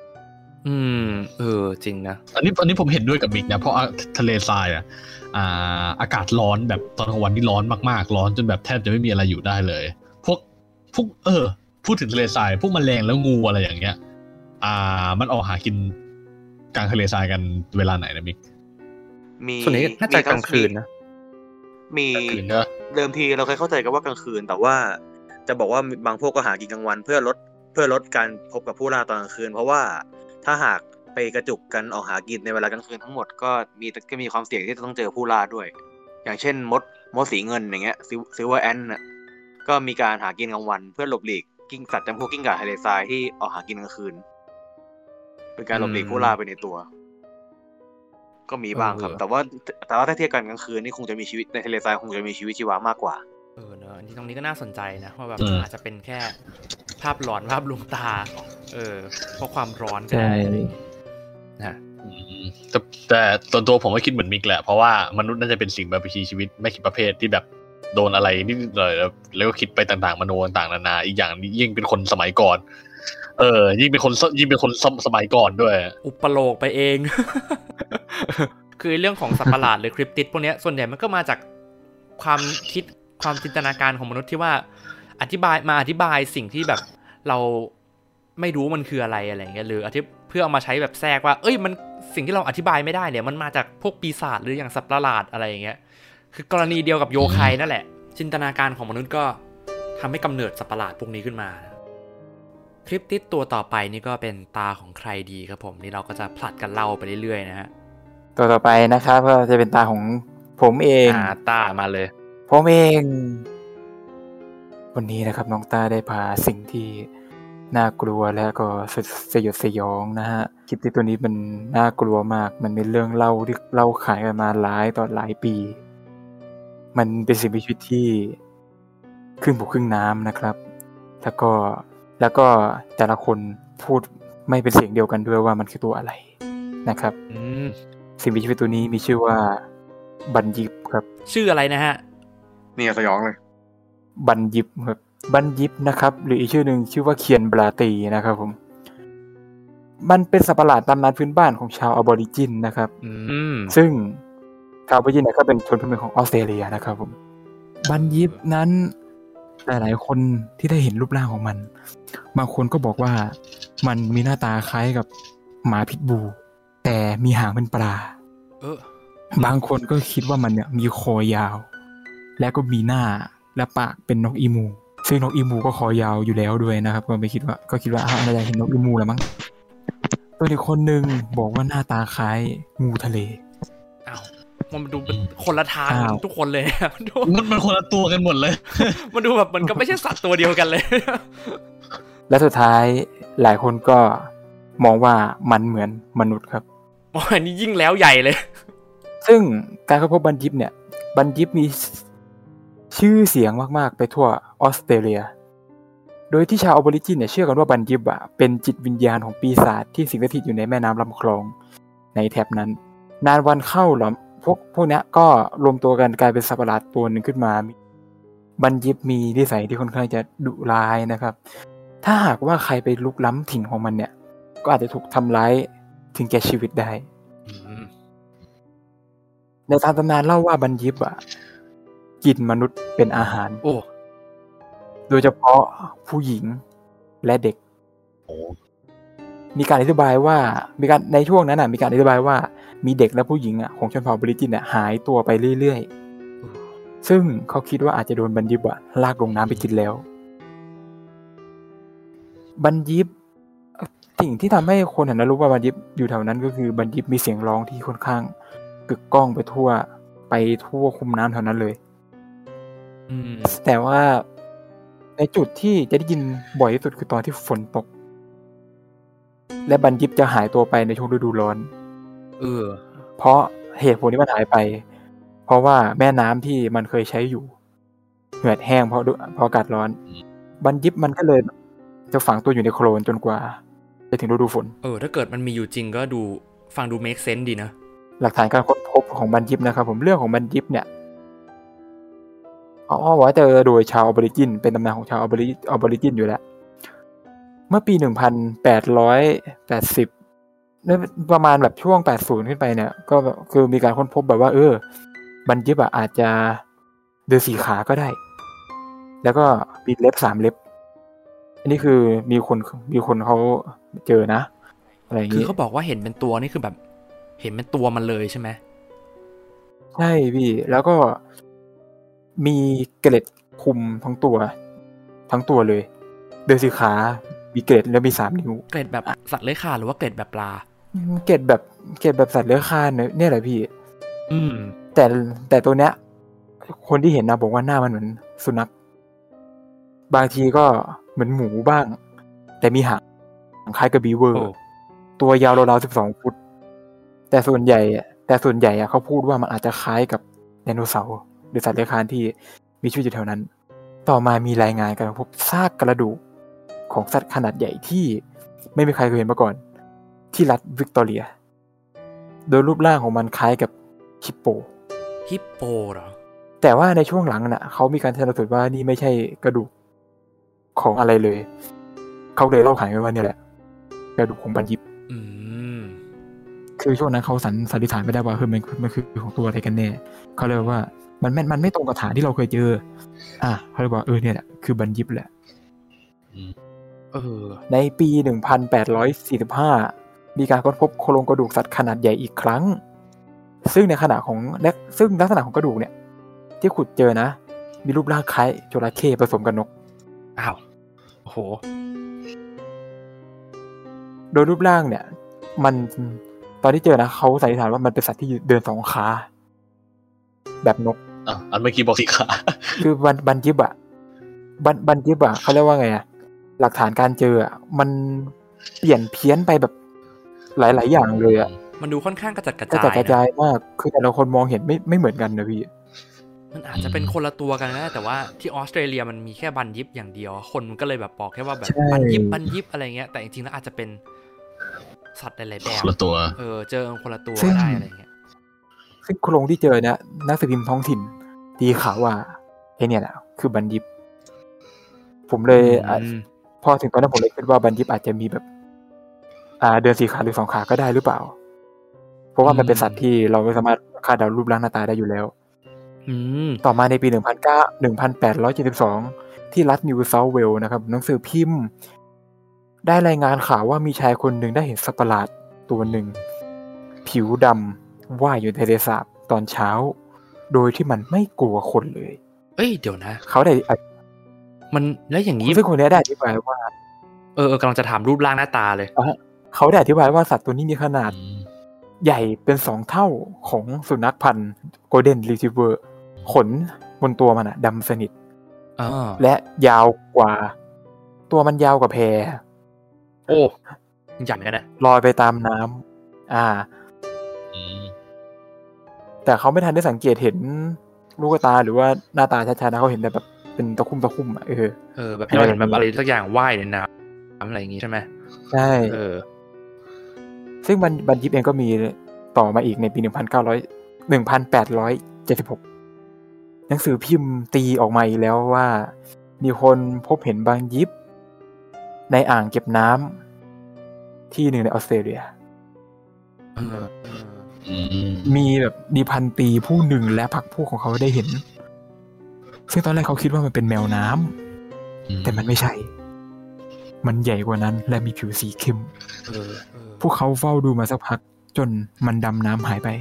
[SPEAKER 1] จริงนะ
[SPEAKER 2] อันนี้ผมเห็นด้วยกับมิกนะเพราะทะเลทรายอากาศร้อนแบบตอนกลางวันนี่ร้อนมากๆร้อนจนแบบแทบจะไม่มีอะไรอยู่ได้เลยพวกพูดถึงทะเลทรายพวกแมลงแล้วงูอะไรอย่างเงี้ยมันออกหากินกลางทะเลทรายกันเวลาไหนนะมิก
[SPEAKER 1] ส่วนนี้น่าจะกลางคืนนะ
[SPEAKER 4] มีเดิมทีเราเคยเข้าใจกันว่ากลางคืนแต่ว่าจะบอกว่าบางพวกก็หากินกลางวันเพื่อลดการพบกับผู้ล่าตอนกลางคืนเพราะว่าถ้าหากไปกระจุกกันออกหากินในเวลากลางคืนทั้งหมดก็มีความเสี่ยงที่จะต้องเจอผู้ล่าด้วยอย่างเช่นมดสีเงินอย่างเงี้ยซิลเวอร์แอนท์น่ะก็มีการหากินกลางวันเพื่อหลบหลีกสัตว์จำพวกกิ้งก่าทะเลทรายที่ออกหากินกลางคืนเป็นการหลบหลีกผู้ล่าไปในตัวก็มีบ้างครับแต่ว่าถ้าเทียบกันกลางคืนนี่คงจะมีชีวิตในทะเลทรายคงจะมีชีวิตชีวามากกว่า
[SPEAKER 1] เนอะอันนี้ตรงนี้ก็น่าสนใจนะว่าแบบอาจจะเป็นแค่ภาพหลอนภาพลวงตาเพราะความร้อนก็ได้นะ
[SPEAKER 2] แต่ตัวผมก็คิดเหมือนมิกแหละเพราะว่ามนุษย์น่าจะเป็นสิ่งมีชีวิตไม่กี่ประเภทที่แบบโดนอะไรนิดหน่อยแล้วก็คิดไปต่างๆมโนต่างๆนานาอีกอย่างยิ่งเป็นคนสมัยก่อนยิ่งเป็นคนสมัยก่อนด้วย
[SPEAKER 1] อุปโลกไปเอง คือเรื่องของสัตว์ประหลาดหรือคริปติดพวกนี้ส่วนใหญ่มันก็มาจากความคิดความจินตนาการของมนุษย์ที่ว่าอธิบายสิ่งที่แบบเราไม่รู้มันคืออะไรเงี้ยหรือเพื่อเอามาใช้แบบแทรกว่ามันสิ่งที่เราอธิบายไม่ได้เนี่ยมันมาจากพวกปีศาจหรืออย่างสัตว์ประหลาดอะไรอย่างเงี้ยคือกรณีเดียวกับโยไคนั่นแหละจินตนาการของมนุษย์ก็ทำให้กำเนิดสัตว์ประหลาดพวกนี้ขึ้นมาคริปติดตัวต่อไปนี่ก็เป็นตาของใครดีครับผมนี่เราก็จะผลัดกันเล่าไปเรื่อยๆนะฮะ
[SPEAKER 3] ตัวต่อไปนะครับก็จะเป็นตาของผมเอง
[SPEAKER 1] ตามาเลย
[SPEAKER 3] ผมเองวันนี้นะครับน้องตาได้พาสิ่งที่น่ากลัวและก็สยดสยองนะฮะคลิปที่ตัวนี้มันน่ากลัวมากมันเป็นเรื่องเล่าที่เล่าขายกันมาหลายปีมันเป็นสิ่งมีชีวิตที่ครึ่งบกครึ่งน้ำนะครับแล้วก็แต่ละคนพูดไม่เป็นเสียงเดียวกันด้วยว่ามันคือตัวอะไรนะครับสิ่งมีชีวิตตัวนี้มีชื่อว่าบันยิบครับ
[SPEAKER 1] ชื่ออะไรนะฮะ
[SPEAKER 4] นี่สยองเลย
[SPEAKER 3] บันยิบครับบันยิบนะครับหรืออีกชื่อหนึ่งชื่อว่าเคียนบราตีนะครับผมมันเป็นสัตว์ประหลาดตำนานพื้นบ้านของชาวอบอริจินนะครับซึ่งชาวอบอริจินเนี่ยก็เป็นชนพื้นเมืองของออสเตรเลียนะครับผมบันยิบนั้นหลายๆคนที่ได้เห็นรูปร่างของมันบางคนก็บอกว่ามันมีหน้าตาคล้ายกับหมาพิทบูแต่มีหางเป็นปลาบางคนก็คิดว่ามันเนี่ยมีคอยาวและก็มีหน้าและปากเป็นนกอีมูซึ่งนกอีมูก็คอยาวอยู่แล้วด้วยนะครับก็คิดว่าน่าจะเห็นนกอีมูแล้วมั้งตัวอีกคนนึงบอกว่าหน้าตาคล้ายงูทะเล
[SPEAKER 1] มันดูเป็นคนละทางทุกคนเลย
[SPEAKER 2] มันคนละตัวกันหมดเลย
[SPEAKER 1] มันดูแบบมันก็ไม่ใช่สัตว์ตัวเดียวกันเลย
[SPEAKER 3] และสุดท้ายหลายคนก็มองว่ามันเหมือนมนุษย์ครับ
[SPEAKER 1] อันนี้ยิ่งแล้วใหญ่เลย
[SPEAKER 3] ซึ่งการค้นพบบันยิบเนี่ยบันยิบมีชื่อเสียงมากๆไปทั่วออสเตรเลียโดยที่ชาวออบอริจินเนี่ยเชื่อกันว่าบันยิบเป็นจิตวิญญาณของปีศาจที่สิงสถิตอยู่ในแม่น้ำลำคลองในแถบนั้นนานวันเข้าหรอพวกนี้ก็รวมตัวกันกลายเป็นสัตว์ประหลาดตัวหนึ่งขึ้นมาบันยิบมีนิสัยที่ค่อนข้างจะดุร้ายนะครับถ้าหากว่าใครไปลุกล้ำถิ่นของมันเนี่ยก็อาจจะถูกทำร้ายถึงแก่ชีวิตได้ในตำนานเล่าว่าบันยิบกินมนุษย์เป็นอาหารโดยเฉพาะผู้หญิงและเด็กมีการอธิบายว่าในช่วงนั้นมีการอธิบายว่ามีเด็กและผู้หญิงของชนเผ่าออบอริจินหายตัวไปเรื่อยๆซึ่งเขาคิดว่าอาจจะโดนบันยิบลากลงน้ำไปกินแล้วบันยิบสิ่งที่ทำให้คนแถวนั้นรู้ว่าบันยิบอยู่แถวนั้นก็คือบันยิบมีเสียงร้องที่ค่อนข้างกึกก้องไปทั่วคุมน้ำแถวนั้นเลยแต่ว่าในจุดที่จะได้ยินบ่อยที่สุดคือตอนที่ฝนตกและบันยิบจะหายตัวไปในช่วงฤดูร้อนเพราะเหตุผลที่มันหายไปเพราะว่าแม่น้ำที่มันเคยใช้อยู่เหือดแห้งเพราะอากาศร้อนบันยิบมันก็เลยจะฝังตัวอยู่ในโคลนจนกว่าจะถึงฤดูฝน
[SPEAKER 1] ถ้าเกิดมันมีอยู่จริงก็ดูฟังดู make sense ดีนะ
[SPEAKER 3] หลักฐานการค้นพบของบันยิปนะครับผมเรื่องของบันยิปเนี่ยว่าเจอโดยชาวออบอริจินเป็นตำนานของชาวออบอริจินอยู่แล้วเมื่อปี 1880ประมาณแบบช่วง80ขึ้นไปเนี่ยก็คือมีการค้นพบแบบว่าบันยิปอาจจะเดิน4ขาก็ได้แล้วก็มีเล็บ3เล็บอันนี้คือมีคนเขาเจอนะอะไรอย่างงี้
[SPEAKER 1] คือเขาบอกว่าเห็นเป็นตัวนี่คือแบบเห็นเป็นตัวมันเลยใช่ไหม
[SPEAKER 3] ใช่พี่แล้วก็มีเกล็ดคุมทั้งตัวเลยเดิน4ขามีเกล็ดแล้วมี3นิ้ว
[SPEAKER 1] เกล็ดแบบสัตว์เลื้อยคลานหรือว่าเกล็ดแบบปลา
[SPEAKER 3] เกล็ดแบบสัตว์เลื้อยคลานเนี่ยแหละพี่แต่ตัวเนี้ยคนที่เห็นนะบอกว่าหน้ามันเหมือนสุนัขบางทีก็เหมือนหมูบ้างแต่มีหางคล้ายกับบีเวอร์ตัวยาวราวๆ12 ฟุตแต่ส่วนใหญ่เขาพูดว่ามันอาจจะคล้ายกับไดโนเสาร์หรือสัตว์เลื้อยคลานที่มีชีวิตอยู่แถวนั้นต่อมามีรายงานการพบซากกระดูกของสัตว์ขนาดใหญ่ที่ไม่มีใครเคยเห็นมาก่อนที่รัฐวิกตอเรียโดยรูปร่างของมันคล้ายกับฮิปโป
[SPEAKER 1] เหรอ
[SPEAKER 3] แต่ว่าในช่วงหลังน่ะเขามีการชันสูตรว่านี่ไม่ใช่กระดูกของอะไรเลยเขาเลยเล่าขานกันว่าเนี่ยแหละกระดูกของบันยิปคือช่วงนั้นเขาสันนิษฐานไม่ได้ว่ามันคือของตัวอะไรกันแน่เขาเลยว่ามันไม่ตรงกับฐานที่เราเคยเจอเขาเลยบอกเนี่ยแหละคือบันยิปแหละในปี 1845 มีการค้นพบโครงกระดูกสัตว์ขนาดใหญ่อีกครั้งซึ่งลักษณะของกระดูกเนี่ยที่ขุดเจอนะมีรูปร่างคล้ายจระเข้ผสมกับนก
[SPEAKER 1] โอ้โห
[SPEAKER 3] โดยรูปร่างเนี่ยมันตอนที่เจอนะเขาสันนิษฐานว่ามันเป็นสัตว์ที่เดิน2 ขาแบบนก
[SPEAKER 2] อันเมื่อกี้บอก4 ขา
[SPEAKER 3] คือบันยิปเขาเรียกว่าไงหลักฐานการเจอมันเปลี่ยนเพี้ยนไปแบบหลายๆอย่างเลย
[SPEAKER 1] มันดูค่อนข้างกระจัดกระ
[SPEAKER 3] จายมากคือแต่ละคนมองเห็นไม่เหมือนกันนะพี่
[SPEAKER 1] มันอาจจะเป็นคนละตัวกันนะแต่ว่าที่ออสเตรเลียมันมีแค่บันยิปอย่างเดียวคนก็เลยแบบบอกแค่ว่าแบบบันยิปอะไรเงี้ยแต่จริงๆแล้วอาจจะเป็นสัตว์หลายๆแบบ
[SPEAKER 2] คนละตัว
[SPEAKER 1] เจอคนละตัวได้อะไรเงี้ย
[SPEAKER 3] ซึ่งโครงที่เจอเนี่ยนักสืบพิมพ์ท้องถิ่นตีข่าวว่าเนี่ยแหละคือบันยิปผมเลยพอถึงตอนนั้นผมเลยคิดว่าบันยิปอาจจะมีแบบเดิน4 ขาหรือ2 ขาก็ได้หรือเปล่าเพราะว่ามันเป็นสัตว์ที่เราไม่สามารถคาดเดารูปร่างหน้าตาได้อยู่แล้วต่อมาในปี 1872 ที่รัฐนิวเซาท์เวลส์นะครับหนังสือพิมพ์ได้รายงานข่าวว่ามีชายคนหนึ่งได้เห็นสัตว์ประหลาดตัวหนึ่งผิวดำว่ายอยู่ในทะเลสาบตอนเช้าโดยที่มันไม่กลัวคนเลย
[SPEAKER 1] เดี๋ยวนะ
[SPEAKER 3] เขาได้
[SPEAKER 1] มันแล้วอย่างนี้
[SPEAKER 3] ซึ่งคนนี้ได้อธิบายว่าก
[SPEAKER 1] ำลังจะถามรูปร่างหน้าตาเลย
[SPEAKER 3] เขาได้อธิบายว่าสัตว์ตัวนี้มีขนาดใหญ่เป็น2 เท่าของสุนัขพันธุ์โกลเด้นรีทรีเวอร์ขนบนตัวมันดำสนิทและยาวกว่าตัวมันยาวกว่าแพ
[SPEAKER 1] ใหญ่กันนะ
[SPEAKER 3] ลอยไปตามน้ำแต่เขาไม่ทันได้สังเกตเห็นลูกตาหรือว่าหน้าตาชัดๆนะเขาเห็นแต่แบบเป็นตะคุ่ม
[SPEAKER 1] แบบเราเห็นแบบอะไรสักอย่างว่ายในน้ำอะไรอย่างงี้ใช่ไหม
[SPEAKER 3] ใช่ซึ่งบันยิปเองก็มีต่อมาอีกในปี 1876 หนังสือพิมพ์ตีออกมาอีกแล้วว่ามีคนพบเห็นบันยิปในอ่างเก็บน้ำที่หนึ่งในออสเตรเลียมีพันปีผู้หนึ่งและพรรคพวกของเขาได้เห็นซึ่งตอนแรกเขาคิดว่ามันเป็นแมวน้ำแต่มันไม่ใช่มันใหญ่กว่านั้นและมีผิวสีเข้มพวกเขาเฝ้าดูมาสักพักจนมันดำน้ำหายไป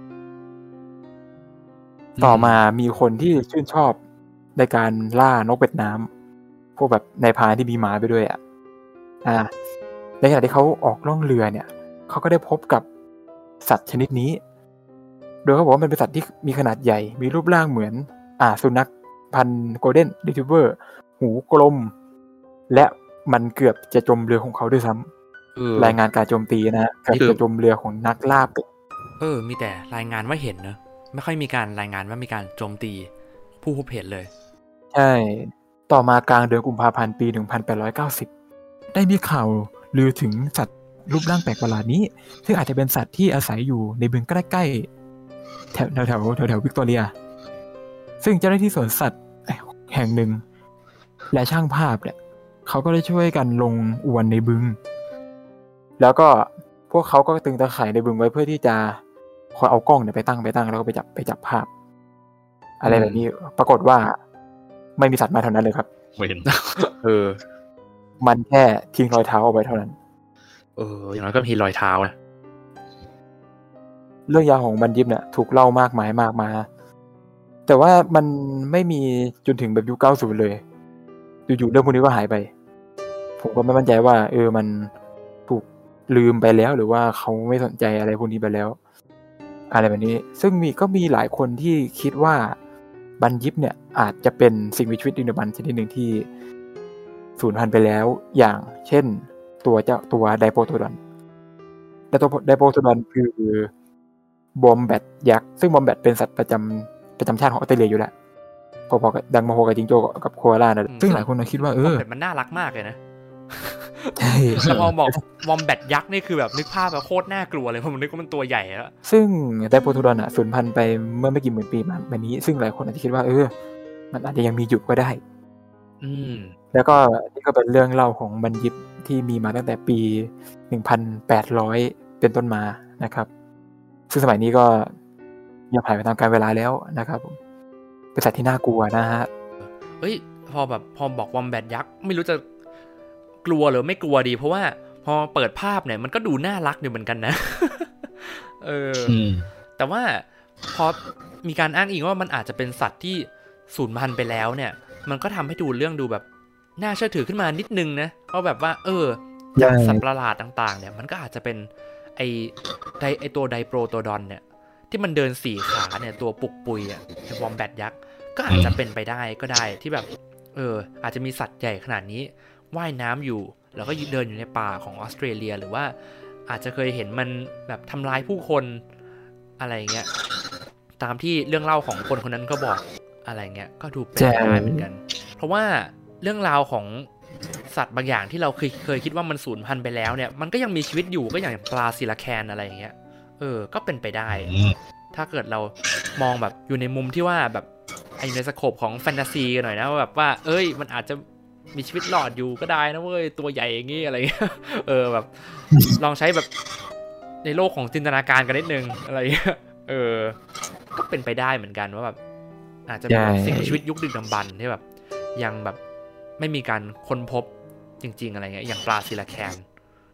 [SPEAKER 3] ต่อมามีคนที่ชื่นชอบในการล่านกเป็ดน้ำพวกแบบนายพรานที่มีหมาไปด้วยในขณะที่เขาออกล่องเรือเนี่ยเขาก็ได้พบกับสัตว์ชนิดนี้โดยเขาบอกว่ามันเป็นสัตว์ที่มีขนาดใหญ่มีรูปร่างเหมือนสุนัขพันธุ์โกลเด้นรีทรีเวอร์หูกลมและมันเกือบจะจมเรือของเขาด้วยซ้ำรายงานการโจมตีนะการจะจมเรือของนักล่าเป็ด
[SPEAKER 1] มีแต่รายงานว่าเห็นนะไม่ค่อยมีการรายงานว่ามีการโจมตีผู้พบเห็นเลย
[SPEAKER 3] ใช่ต่อมากลางเดือนกุมภาพันธ์ปี 1890 ได้มีข่าวลือถึงสัตว์รูปร่างแปลกประหลาดนี้ซึ่งอาจจะเป็นสัตว์ที่อาศัยอยู่ในบึงใกล้ๆแถววิกตอเรียซึ่งเจ้าหน้าที่สวนสัตว์แห่งหนึ่งและช่างภาพเนี่ยเขาก็ได้ช่วยกันลงอวนในบึงแล้วก็พวกเขาก็ตึงตะข่ายในบึงไว้เพื่อที่จะคอยเอากล้องเนี่ยไปตั้งแล้วก็ไปจับภาพอะไรแบบนี้ปรากฏว่าไม่มีสัตว์มาเท่านั้นเลยครับ
[SPEAKER 2] ไม่เห็น
[SPEAKER 3] มันแค่ทิ้งรอยเท้าเอาไว้เท่านั้น
[SPEAKER 1] อย่างน้อยก็มีรอยเท้านะ
[SPEAKER 3] เรื่องยาวของบันยิบเนี่ยถูกเล่ามากมายมาแต่ว่ามันไม่มีจนถึงแบบยุค90เลยอยู่ๆเรื่องพวกนี้ก็หายไปผมก็ไม่มั่นใจว่ามันถูกลืมไปแล้วหรือว่าเขาไม่สนใจอะไรพวกนี้ไปแล้วอะไรแบบนี้ซึ่งก็มีหลายคนที่คิดว่าบันยิบเนี่ยอาจจะเป็นสิ่งมีชีวิตดึกดำบรรพ์ชนิดหนึ่งที่สูญพันธุ์ไปแล้วอย่างเช่นตัวไดโปโทดอนไดโปโทดอนคือบอมแบทยักษ์ซึ่งบอมแบทเป็นสัตว์ประจำชาติของออสเตรเลียอยู่แล้วพอๆดังมาพอกับจิงโจ้กับโคอาล่านะซึ่งหลายคนคิดว่า
[SPEAKER 1] มันน่ารักมากเลยนะ
[SPEAKER 3] ใช่
[SPEAKER 1] แต่พอบอกวอมแบทยักษ์นี่คือแบบนึกภาพแบบโคตรน่ากลัวเลยเพราะมันนึกว่ามันตัวใหญ่แล้ว
[SPEAKER 3] ซึ่งไดโปโทดอนสูญพันธุ์ไปเมื่อไม่กี่หมื่นปีมานี้ซึ่งหลายคนอาจจะคิดว่ามันอาจจะยังมีอยู่ก็ได้แล้วก็นี่ก็เป็นเรื่องเล่าของบันยิบที่มีมาตั้งแต่ปี 1800 เป็นต้นมานะครับซึ่งสมัยนี้ก็ยังผ่านไปตามกาลเวลาแล้วนะครับผมเป็นสัตว์ที่น่ากลัวนะฮะ
[SPEAKER 1] พอบอกวอมแบทยักษ์ไม่รู้จะกลัวหรือไม่กลัวดีเพราะว่าพอเปิดภาพเนี่ยมันก็ดูน่ารักอยู่เหมือนกันนะแต่ว่าพอมีการอ้างอิงว่ามันอาจจะเป็นสัตว์ที่สูญพันธุ์ไปแล้วเนี่ยมันก็ทำให้ดูเรื่องดูแบบน่าเชื่อถือขึ้นมานิดนึงนะเพราะแบบว่าจากสัตว์ประหลาดต่างๆเนี่ยมันก็อาจจะเป็นไอตัวไดโปรโตดอนเนี่ยที่มันเดิน4ขาเนี่ยตัวปุกปุยไอ้วอมแบทยักษ์ก็อาจจะเป็นไปได้ก็ได้ที่แบบอาจจะมีสัตว์ใหญ่ขนาดนี้ว่ายน้ำอยู่แล้วก็เดินอยู่ในป่าของออสเตรเลียหรือว่าอาจจะเคยเห็นมันแบบทำร้ายผู้คนอะไรเงี้ยตามที่เรื่องเล่าของคนคนนั้นก็บอกอะไรเงี้ยก็ดูเป็นไปได้เหมือนกันเพราะว่าเรื่องราวของสัตว์บางอย่างที่เราเคยคิดว่ามันสูญพันธุ์ไปแล้วเนี่ยมันก็ยังมีชีวิตอยู่ก็อย่างปลาซิลาแคนอะไรอย่างเงี้ยก็เป็นไปได้ถ้าเกิดเรามองแบบอยู่ในมุมที่ว่าแบบในสโคปของแฟนตาซีกันหน่อยนะแบบว่ามันอาจจะมีชีวิตรอดอยู่ก็ได้นะเว้ยตัวใหญ่อย่างงี้อะไรเงี้ยแบบลองใช้แบบในโลกของจินตนาการกันนิดนึงอะไรเงี้ยก็เป็นไปได้เหมือนกันว่าแบบอาจจะเป็นสิ่งมีชีวิตยุคดึกดำบรรพ์ที่แบบยังแบบไม่มีการค้นพบจริงๆอะไรเงี้ยอย่างปลาซิลาแคน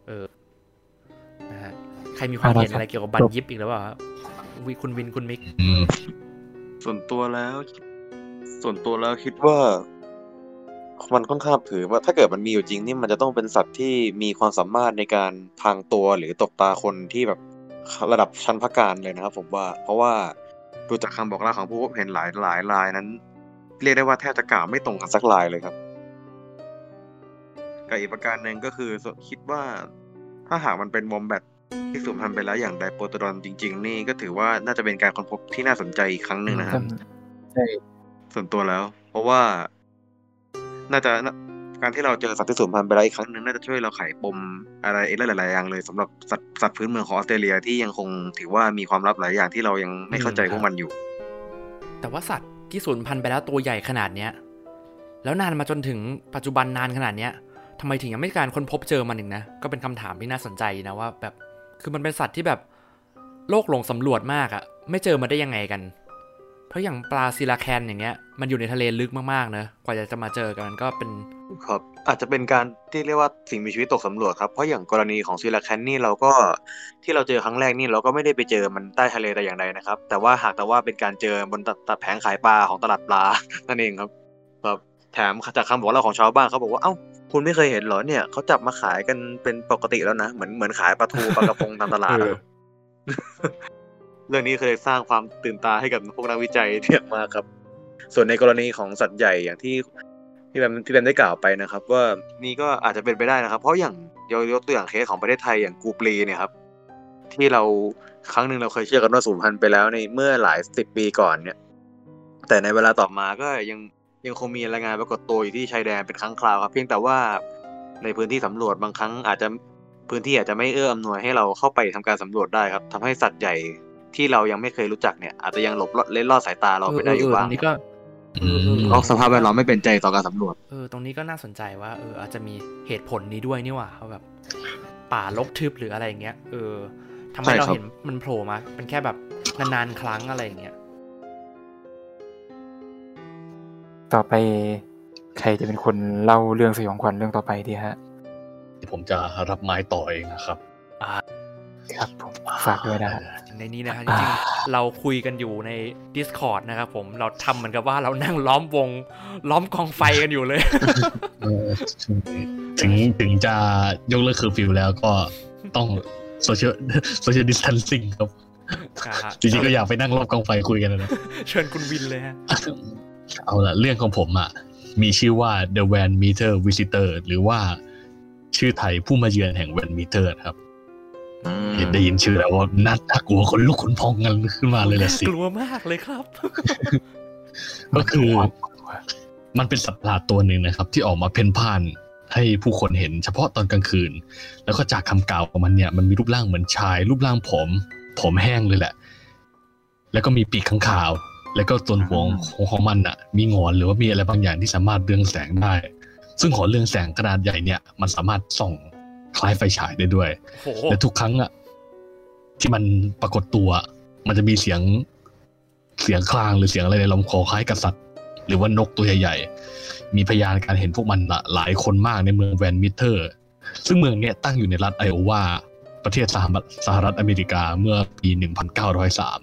[SPEAKER 1] นะฮะใครมีความเห็นอะไรเกี่ยวกับบันยิปอีกหรือเปล่าครับคุณวินคุณมิก
[SPEAKER 4] ส่วนตัวแล้วคิดว่ามันค่อนข้างถือว่าถ้าเกิดมันมีอยู่จริงนี่มันจะต้องเป็นสัตว์ที่มีความสามารถในการพรางตัวหรือตบตาคนที่แบบระดับชั้นพักการเลยนะครับผมว่าเพราะว่าดูจากคำบอกเล่าของผู้พบเห็นหลายรายนั้นเรียกได้ว่าแทบจะกล่าวไม่ตรงกันสักรายเลยครับกับอีกประการหนึ่งก็คือคิดว่าถ้าหากมันเป็นวอมแบทที่สูญพันธุ์ไปแล้วอย่างไดโปโตดอนจริงๆนี่ก็ถือว่าน่าจะเป็นการค้นพบที่น่าสนใจอีกครั้งหนึ่งนะครับ
[SPEAKER 3] ใช่
[SPEAKER 4] ส่วนตัวแล้วเพราะว่าน่าจะการที่เราเจอสัตว์ที่สูญพันธุ์ไปแล้วอีกครั้งหนึ่งน่าจะช่วยเราไขปมอะไรอีกหลายๆอย่างเลยสำหรับสัตว์พื้นเมืองของออสเตรเลียที่ยังคงถือว่ามีความลับหลายอย่างที่เรายังไม่เข้าใจพวกมันอยู่
[SPEAKER 1] แต่ว่าสัตว์ที่สูญพันธุ์ไปแล้วตัวใหญ่ขนาดเนี้ยแล้วนานมาจนถึงปัจจุบันนานขนาดเนี้ยทำไมถึงยังไม่การค้นพบเจอมันอีกนะก็เป็นคำถามที่น่าสนใจนะว่าแบบคือมันเป็นสัตว์ที่แบบโลกหลงสำรวจมากอะไม่เจอมาได้ยังไงกันเพราะอย่างปลาซิลาแคนอย่างเงี้ยมันอยู่ในทะเลลึกมากๆนะกว่าจะมาเจอกันมันก็เป็น
[SPEAKER 4] ครับอาจจะเป็นการที่เรียกว่าสิ่งมีชีวิตตกสำรวจครับเพราะอย่างกรณีของซิลาแคนนี่เราก็ที่เราเจอครั้งแรกนี่เราก็ไม่ได้ไปเจอมันใต้ทะเลแต่อย่างใดนะครับแต่ว่าแต่ว่าเป็นการเจอบนแผงขายปลาของตลาดปลานั่นเองครับแถมจากคำบอกเล่าของชาวบ้านเขาบอกว่าเอ้าคุณไม่เคยเห็นเหรอเนี่ยเขาจับมาขายกันเป็นปกติแล้วนะเหมือนขายปลาทูปลากระพงตามตลาดเรื่องนี้เคยสร้างความตื่นตาให้กับพวกนักวิจัยเยอะมากครับส่วนในกรณีของสัตว์ใหญ่อย่างที่แบมได้กล่าวไปนะครับว่านี่ก็อาจจะเป็นไปได้นะครับเพราะอย่างยกตัวอย่างเคสของประเทศไทยอย่างกูปลีเนี่ยครับที่เราครั้งนึงเราเคยเชื่อกันว่าสูญพันธุ์ไปแล้วในเมื่อหลาย10 ปีก่อนเนี่ยแต่ในเวลาต่อมาก็ยังคงมีรายงานปรากฏตัวอยู่ที่ชายแดนเป็นครั้งคราวครับเพียงแต่ว่าในพื้นที่สำรวจบางครั้งอาจจะพื้นที่อาจจะไม่เอื้ออำนวยให้เราเข้าไปทำการสำรวจได้ครับทำให้สัตว์ใหญ่ที่เรายังไม่เคยรู้จักเนี่ยอาจจะยังหลบเล่นลอดสายตาเราไปได้อยู่บ้าง
[SPEAKER 1] ตรงนี้ก็
[SPEAKER 4] เพราะสภาพแวดล้อมไม่เป็นใจต่อการสำรวจ
[SPEAKER 1] ตรงนี้ก็น่าสนใจว่าอาจจะมีเหตุผลนี้ด้วยนี่หว่าเขาแบบป่ารกทึบหรืออะไรอย่างเงี้ยทำให้เราเห็นมันโผล่มาเป็นแค่แบบนานๆครั้งอะไรอย่างเงี้ย
[SPEAKER 3] ต่อไปใครจะเป็นคนเล่าเรื่องสยองขวัญเรื่องต่อไปดีฮะ
[SPEAKER 2] ผมจะรับไม้ต่อเองนะครับ
[SPEAKER 3] ครับผมฝากด้วยนะฮะ
[SPEAKER 1] ในนี้นะฮะจริงๆเราคุยกันอยู่ใน Discord นะครับผมเราทำเหมือนกับว่าเรานั่งล้อมวงล้อมกองไฟกันอยู่เลย
[SPEAKER 2] ถึงจะยกเลิกเคอร์ฟิวแล้วก็ต้องโซเชียลดิสทันซิ่งครับจริงๆก็อยากไปนั่งรอบกองไฟคุยกันนะ
[SPEAKER 1] เชิญคุณวินเลยฮะ
[SPEAKER 2] เอาล่ะเรื่องของผมอ่ะมีชื่อว่า The Van Meter Visitor หรือว่าชื่อไทยผู้มาเยือนแห่ง Van Meter ครับเห็นได้ยินชื่อแล้วว่าน่ากลัวคนลุกขนพองกันขึ้นมาเลยละสิ
[SPEAKER 1] กลัวมากเลยครับ
[SPEAKER 2] ก็คือมันเป็นสัตว์ประหลาดตัวหนึ่งนะครับที่ออกมาเพ่นพ่านให้ผู้คนเห็นเฉพาะตอนกลางคืนแล้วก็จากคำกล่าวของมันเนี่ยมันมีรูปร่างเหมือนชายรูปร่างผอมแห้งเลยแหละแล้วก็มีปีกข้างคาวแล้วก็ส่วนหัวของมันอ่ะมีงอนหรือว่ามีอะไรบางอย่างที่สามารถเรืองแสงได้ซึ่งหอเรืองแสงขนาดใหญ่เนี่ยมันสามารถส่องคล้ายไฟฉายได้ด้วยและทุกครั้งอ่ะที่มันปรากฏตัวมันจะมีเสียงคลางหรือเสียงอะไรในลำคอคล้ายกับสัตว์หรือว่านกตัวใหญ่ๆมีพยานการเห็นพวกมันหลายคนมากในเมืองแวนมิเทอร์ซึ่งเมืองเนี้ยตั้งอยู่ในรัฐไอโอวาประเทศสหรัฐอเมริกาเมื่อปี1903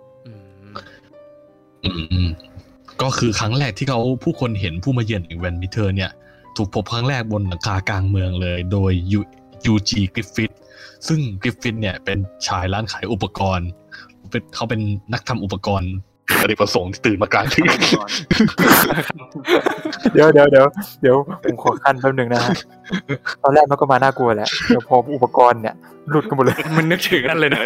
[SPEAKER 2] ก็คือครั้งแรกที่ผู้คนเห็นผู้มาเยือนแห่งแวนมิเทอร์เนี่ยถูกพบครั้งแรกบนหลังคากลางเมืองเลยโดยยูจีกริฟฟิธซึ่งกริฟฟิธเนี่ยเป็นชายร้านขายอุปกรณ์เขาเป็นนักทำอุปกรณ์อเนกประสงค์ที่ตื่นมากลางคืน
[SPEAKER 3] เดี๋ยวผมขอขั้นแป๊บนึงนะฮะตอนแรกมันก็มาน่ากลัวแหละเดี๋ยวพออุปกรณ์เนี่ยหลุดกันหมดเลย
[SPEAKER 1] มันนึกถึงนั่นเลยนะ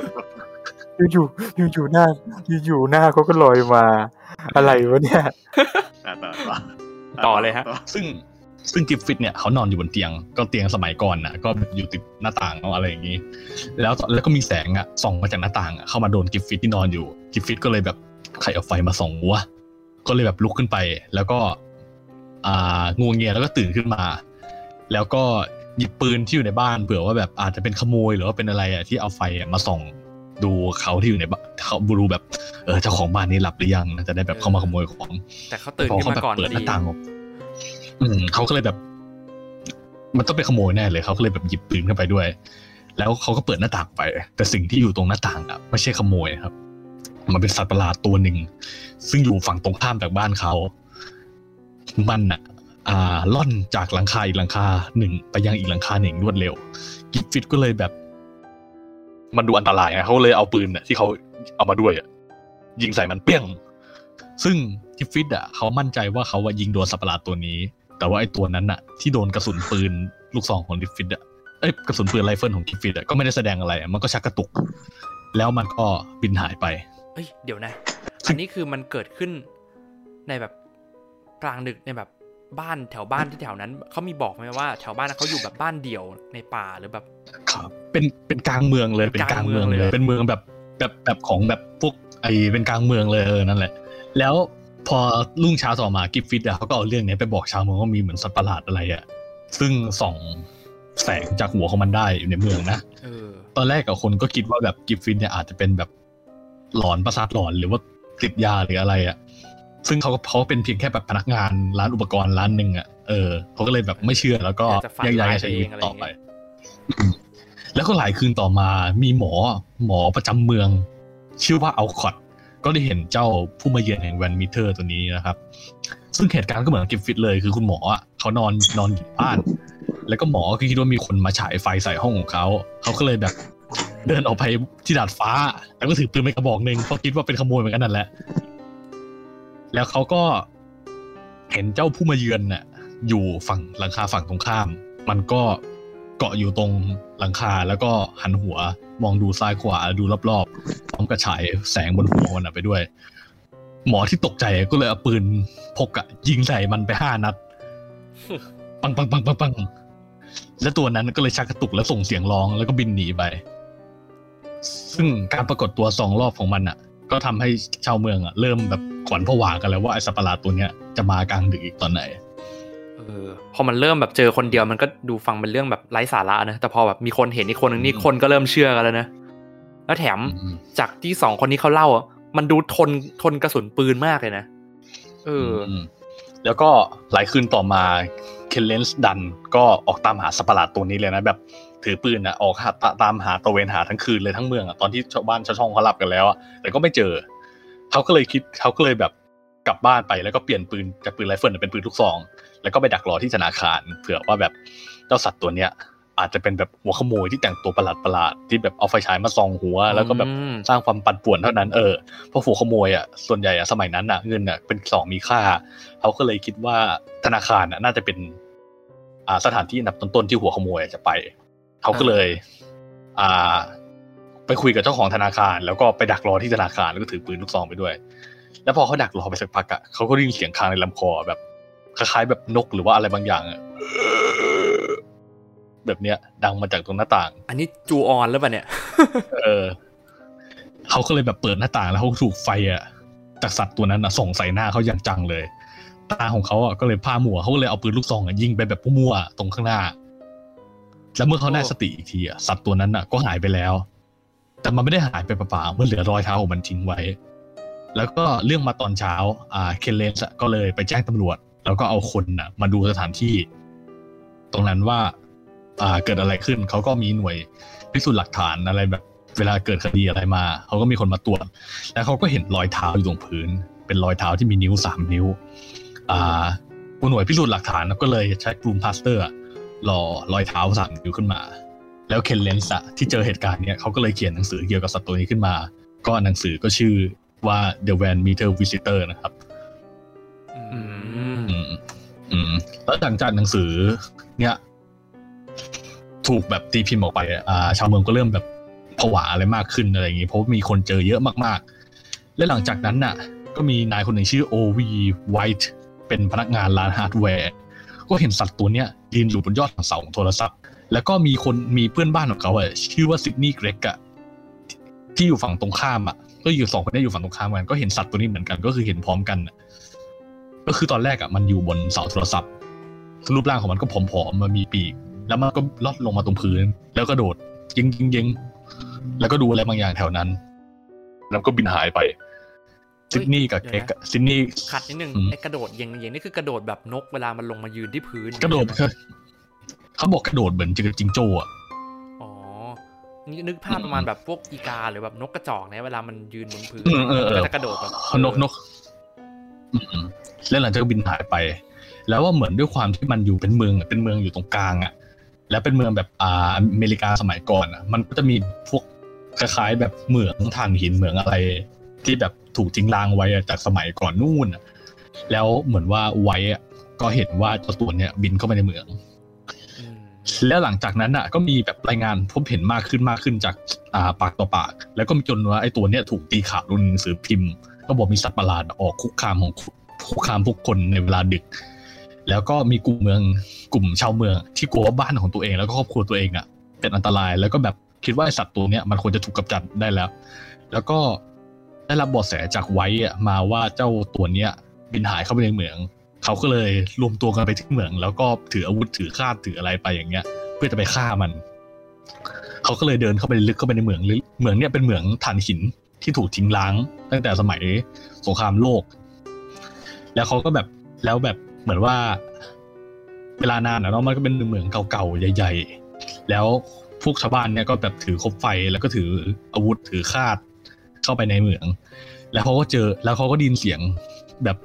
[SPEAKER 3] อยู่หน้าเขาก็ลอยมาอะไรวะเนี่ย
[SPEAKER 1] ต่อเลยฮะ
[SPEAKER 2] ซึ่งกิฟฟิตเนี่ยเขานอนอยู่บนเตียงก็เตียงสมัยก่อนน่ะก็อยู่ติดหน้าต่างอะไรอย่างงี้แล้วก็มีแสงอ่ะส่องมาจากหน้าต่างเข้ามาโดนกิฟฟิตที่นอนอยู่กิฟฟิตก็เลยแบบใครเอาไฟมาส่องวะก็เลยแบบลุกขึ้นไปแล้วก็งวงเงียแล้วก็ตื่นขึ้นมาแล้วก็หยิบปืนที่อยู่ในบ้านเผื่อว่าแบบอาจจะเป็นขโมยหรือว่าเป็นอะไรอ่ะที่เอาไฟมาส่องดูเขาที่อยู่ในบ้านเขาดูแบบเจ้าของบ้านนี้หลับหรือยังจะได้แบบเข้ามาขโมยของ
[SPEAKER 1] แต่เขาตื่นขึ้นมาก่อน
[SPEAKER 2] เปิดหน้าต่างเขาก็เลยแบบมันต้องไปขโมยแน่เลยเขาก็เลยแบบหยิบปืนเข้าไปด้วยแล้วเขาก็เปิดหน้าต่างไปแต่สิ่งที่อยู่ตรงหน้าต่างอ่ะไม่ใช่ขโมยครับมันเป็นสัตว์ประหลาดตัวหนึ่งซึ่งอยู่ฝั่งตรงข้ามจากบ้านเขามันอ่ะล่อนจากหลังคาอีกหลังคาหนึ่งไปยังอีกหลังคาหนึ่งรวดเร็วกิฟฟิตก็เลยแบบมันดูอันตรายไงเขาเลยเอาปืนน่ะที่เขาเอามาด้วยยิงใส่มันเปี้ยงซึ่งกิฟฟิตเขามั่นใจว่าเขายิงโดนสัตว์ประหลาดตัวนี้แต่ว่าไอ้ตัวนั้นน่ะที่โดนกระสุนปืนลูกซองของกิฟฟิตกระสุนปืนไรเฟิลของกิฟฟิตก็ไม่ได้แสดงอะไรมันก็ชักกระตุกแล้วมันก็บินหายไป
[SPEAKER 1] เดี๋ยวนะอันนี้คือมันเกิดขึ้นในแบบกลางดึกในแบบบ้านแถวบ้านที่แถวนั้นเขามีบอกไหมว่าแถวบ้านเขาอยู่แบบบ้านเดี่ยวในป่าหรือแบบ
[SPEAKER 2] ครับเป็นกลางเมืองเลยเป็นกลางเมืองเลยเป็นเมืองแบบของแบบพวกเป็นกลางเมืองเลยนั่นแหละแล้วพอรุ่งเช้าต่อมากิฟฟิตเขาก็เอาเรื่องนี้ไปบอกชาวเมืองว่ามีเหมือนสัตว์ประหลาดอะไรซึ่งส่องแสงจากหัวของมันได้อยู่ในเมืองนะตอนแรกกับคนก็คิดว่าแบบกิฟฟิตเนี่ยอาจจะเป็นแบบหลอนประสาทหลอนหรือว่าติดยาหรืออะไรซึ่งเขาเป็นเพียงแค่แบบพนักงานร้านอุปกรณ์ร้านนึงเขาก็เลยแบบไม่เชื่อแล้วก็แยกย้ายใช้ชีวิตต่อไปแล้วก็หลายคืนต่อมามีหมอประจำเมืองชื่อว่าอัลคอตก็ได้เห็นเจ้าผู้มาเยือนแห่งแวนมิเทอร์ตัวนี้นะครับซึ่งเหตุการณ์ก็เหมือนกิฟฟิตเลยคือคุณหมอเขานอนอยู่บ้านแล้วก็หมอคิดว่ามีคนมาฉายไฟใส่ห้องของเขาก็เลยแบบเดินออกไปที่ดาดฟ้าแล้วก็ถือปืนไปกระบอกนึงเพราะคิดว่าเป็นขโมยเหมือนกันนั่นแหละแล้วเขาก็เห็นเจ้าผู้มาเยือนน่ะอยู่ฝั่งหลังคาฝั่งตรงข้ามมันก็เกาะอยู่ตรงหลังคาแล้วก็หันหัวมองดูซ้ายขวาดูรอบๆพร้อมกับฉายแสงบนหัวมันไปด้วยหมอที่ตกใจก็เลยเอาปืนพกยิงใส่มันไป5 นัดปังและตัวนั้นก็เลยชักกระตุกและส่งเสียงร้องแล้วก็บินหนีไปซึ่งการปรากฏตัว2 รอบของมันอ่ะก็ทำให้ชาวเมืองอ่ะเริ่มแบบขวัญผวากันแล้วว่าไอ้สัตว์ประหลาดตัวเนี้ยจะมากลางดึกอีกตอนไหน
[SPEAKER 1] พอมันเริ่มแบบเจอคนเดียวมันก็ดูฟังเป็นเรื่องแบบไร้สาระนะแต่พอแบบมีคนเห็นอีกคนนึงนี่คนก็เริ่มเชื่อกันแล้วนะแล้วแถมจากที่2คนนี้เขาเล่าอ่ะมันดูทนกระสุนปืนมากเลยนะ
[SPEAKER 2] แล้วก็หลายคืนต่อมาเคนเลนส์ดันก็ออกตามหาสัตว์ประหลาดตัวนี้เลยนะแบบถือปืนออกตามหาตะเวนหาทั้งคืนเลยทั้งเมืองตอนที่ชาวบ้านชาวช่องเขาหลับกันแล้วแต่ก็ไม่เจอเขาก็เลยแบบกลับบ้านไปแล้วก็เปลี่ยนปืนจากปืนไรเฟิลเป็นปืนลูกซองแล้วก็ไปดักรอที่ธนาคารเผื่อว่าแบบเจ้าสัตว์ตัวเนี้ยอาจจะเป็นแบบหัวขโมยที่แต่งตัวประหลาดที่แบบเอาไฟฉายมาส่องหัวแล้วก็แบบสร้างความปั่นป่วนเท่านั้นเพราะหัวขโมยส่วนใหญ่สมัยนั้นเงินเป็นของมีค่าเขาก็เลยคิดว่าธนาคารน่าจะเป็นสถานที่อันดับต้นๆที่หัวขโมยจะไปเขาก็เลยไปคุยกับเจ้าของธนาคารแล้วก็ไปดักรอที่ธนาคารแล้วก็ถือปืนลูกซองไปด้วยแล้วพอเขาดักรอไปสักพักเขาก็ได้ยินเสียงคางในลำคอแบบคล้ายๆแบบนกหรือว่าอะไรบางอย่างแบบเนี้ยดังมาจากตรงหน้าต่าง
[SPEAKER 1] อันนี้จูออนหรือเปล่าเนี่ย
[SPEAKER 2] เขาก็เลยแบบเปิดหน้าต่างแล้วเขาถูกไฟจากสัตว์ตัวนั้นส่องใส่หน้าเขาอย่างจังเลยตาของเขาก็เลยพามัวเขาก็เลยเอาปืนลูกซองยิงไปแบบมั่วๆตรงข้างหน้าแล้วเมื่อเขาได้สติอีกทีสัตว์ตัวนั้นก็หายไปแล้วแต่มันไม่ได้หายไปเปล่าๆมันเหลือรอยเท้าของมันทิ้งไว้แล้วก็เรื่องมาตอนเช้าเคนเลนส์ก็เลยไปแจ้งตำรวจแล้วก็เอาคนมาดูสถานที่ตรงนั้นว่าเกิดอะไรขึ้นเขาก็มีหน่วยพิสูจน์หลักฐานอะไรแบบเวลาเกิดคดีอะไรมาเขาก็มีคนมาตรวจแล้วเขาก็เห็นรอยเท้าอยู่ตรงพื้นเป็นรอยเท้าที่มีนิ้ว3 นิ้วหน่วยพิสูจน์หลักฐานก็เลยใช้กลุ่มพลาสเตอร์หล่อรอยเท้า3 นิ้วขึ้นมาแล้วเคนเลนส์ที่เจอเหตุการณ์เนี้ยเขาก็เลยเขียนหนังสือเกี่ยวกับสัตว์ตัวนี้ขึ้นมาก็หนังสือก็ชื่อว่า The Van Meter Visitor นะครับแล้วหลังจากหนังสือเนี้ยถูกแบบตีพิมพ์ออกไปชาวเมืองก็เริ่มแบบผวาอะไรมากขึ้นอะไรอย่างงี้เพราะมีคนเจอเยอะมากๆและหลังจากนั้นก็มีนายคนหนึ่งชื่อ O.V. White เป็นพนักงานร้านฮาร์ดแวร์ก็เห็นสัตว์ตัวเนี้ยยืนอยู่บนยอดเสาของโทรศัพท์แล้วก็มีเพื่อนบ้านของเขาชื่อว่าซิดนีย์เกรกที่อยู่ฝั่งตรงข้ามก็อยู่2 คนนี้อยู่ฝั่งตรงข้ามกันก็เห็นสัตว์ตัวนี้เหมือนกันก็คือเห็นพร้อมกันก็คือตอนแรกมันอยู่บนเสาโทรศัพท์รูปร่างของมันก็ผอมๆมันมีปีกแล้วมันก็ลอดลงมาตรงพื้นแล้วก็โดดยิงแล้วก็ดูอะไรบางอย่างแถวนั้นแล้วก็บินหายไปซิดนีย์กับเกรกซิดนีย์
[SPEAKER 1] ขัดนิดนึงไอ้กระโดดอย่างนี่คือกระโดดแบบนกเวลามันลงมายืนที่พื้น
[SPEAKER 2] กระโดดเขาบอกกระโดดเหมือนจิงโจ้
[SPEAKER 1] อ๋อนี่นึกภาพประมาณแบบพวกอีกาหรือแบบนกกระจอกเนี่ยเวลามันยืนบนพื้นก็จะกระโดดแบบ
[SPEAKER 2] นกแล้วหลังจากบินหายไปแล้วว่าเหมือนด้วยความที่มันอยู่เป็นเมืองอยู่ตรงกลางแล้วเป็นเมืองแบบอเมริกาสมัยก่อนมันก็จะมีพวกคล้ายๆแบบเหมืองถ่านหินเหมืองอะไรที่แบบถูกทิ้งร้างไว้จากสมัยก่อนนู่นแล้วเหมือนว่าไว้ก็เห็นว่าเจ้าตัวเนี้ยบินเข้าไปในเมืองแล้วหลังจากนั้นก็มีแบบรายงานพบเห็นมากขึ้นจากปากต่อปากแล้วก็มีจนว่าไอ้ตัวเนี้ยถูกตีข่าวลงหนังสือพิมพ์ก็บอกมีสัตว์ประหลาดออกคุกคามพวกคนในเวลาดึกแล้วก็มีกลุ่มชาวเมืองที่กลัวว่าบ้านของตัวเองแล้วก็ครอบครัวตัวเองเป็นอันตรายแล้วก็แบบคิดว่าไอ้สัตว์ตัวเนี้ยมันควรจะถูกกำจัดได้แล้วก็ได้รับเบาะแสจากไว้มาว่าเจ้าตัวเนี้ยบินหายเข้าไปในเมืองเขาก็เลยรวมตัวกันไปที่เมืองแล้วก็ถืออาวุธถือคาดถืออะไรไปอย่างเงี้ยเพื่อจะไปฆ่ามันเขาก็เลยเดินเข้าไปลึกเข้าไปในเมืองเนี่ยเป็นเมืองถ่านหินที่ถูกทิ้งร้างตั้งแต่สมัยสงครามโลกแล้วเขาก็แบบเหมือนว่าเวลานานเนาะมันก็เป็นเมืองเก่าๆใหญ่ๆแล้วพวกชาวบ้านเนี่ยก็แบบถือคบไฟแล้วก็ถืออาวุธถือคาดเข้าไปในเมืองแล้วเขาก็เจอแล้วเขาก็ได้ยินเสียงแบบ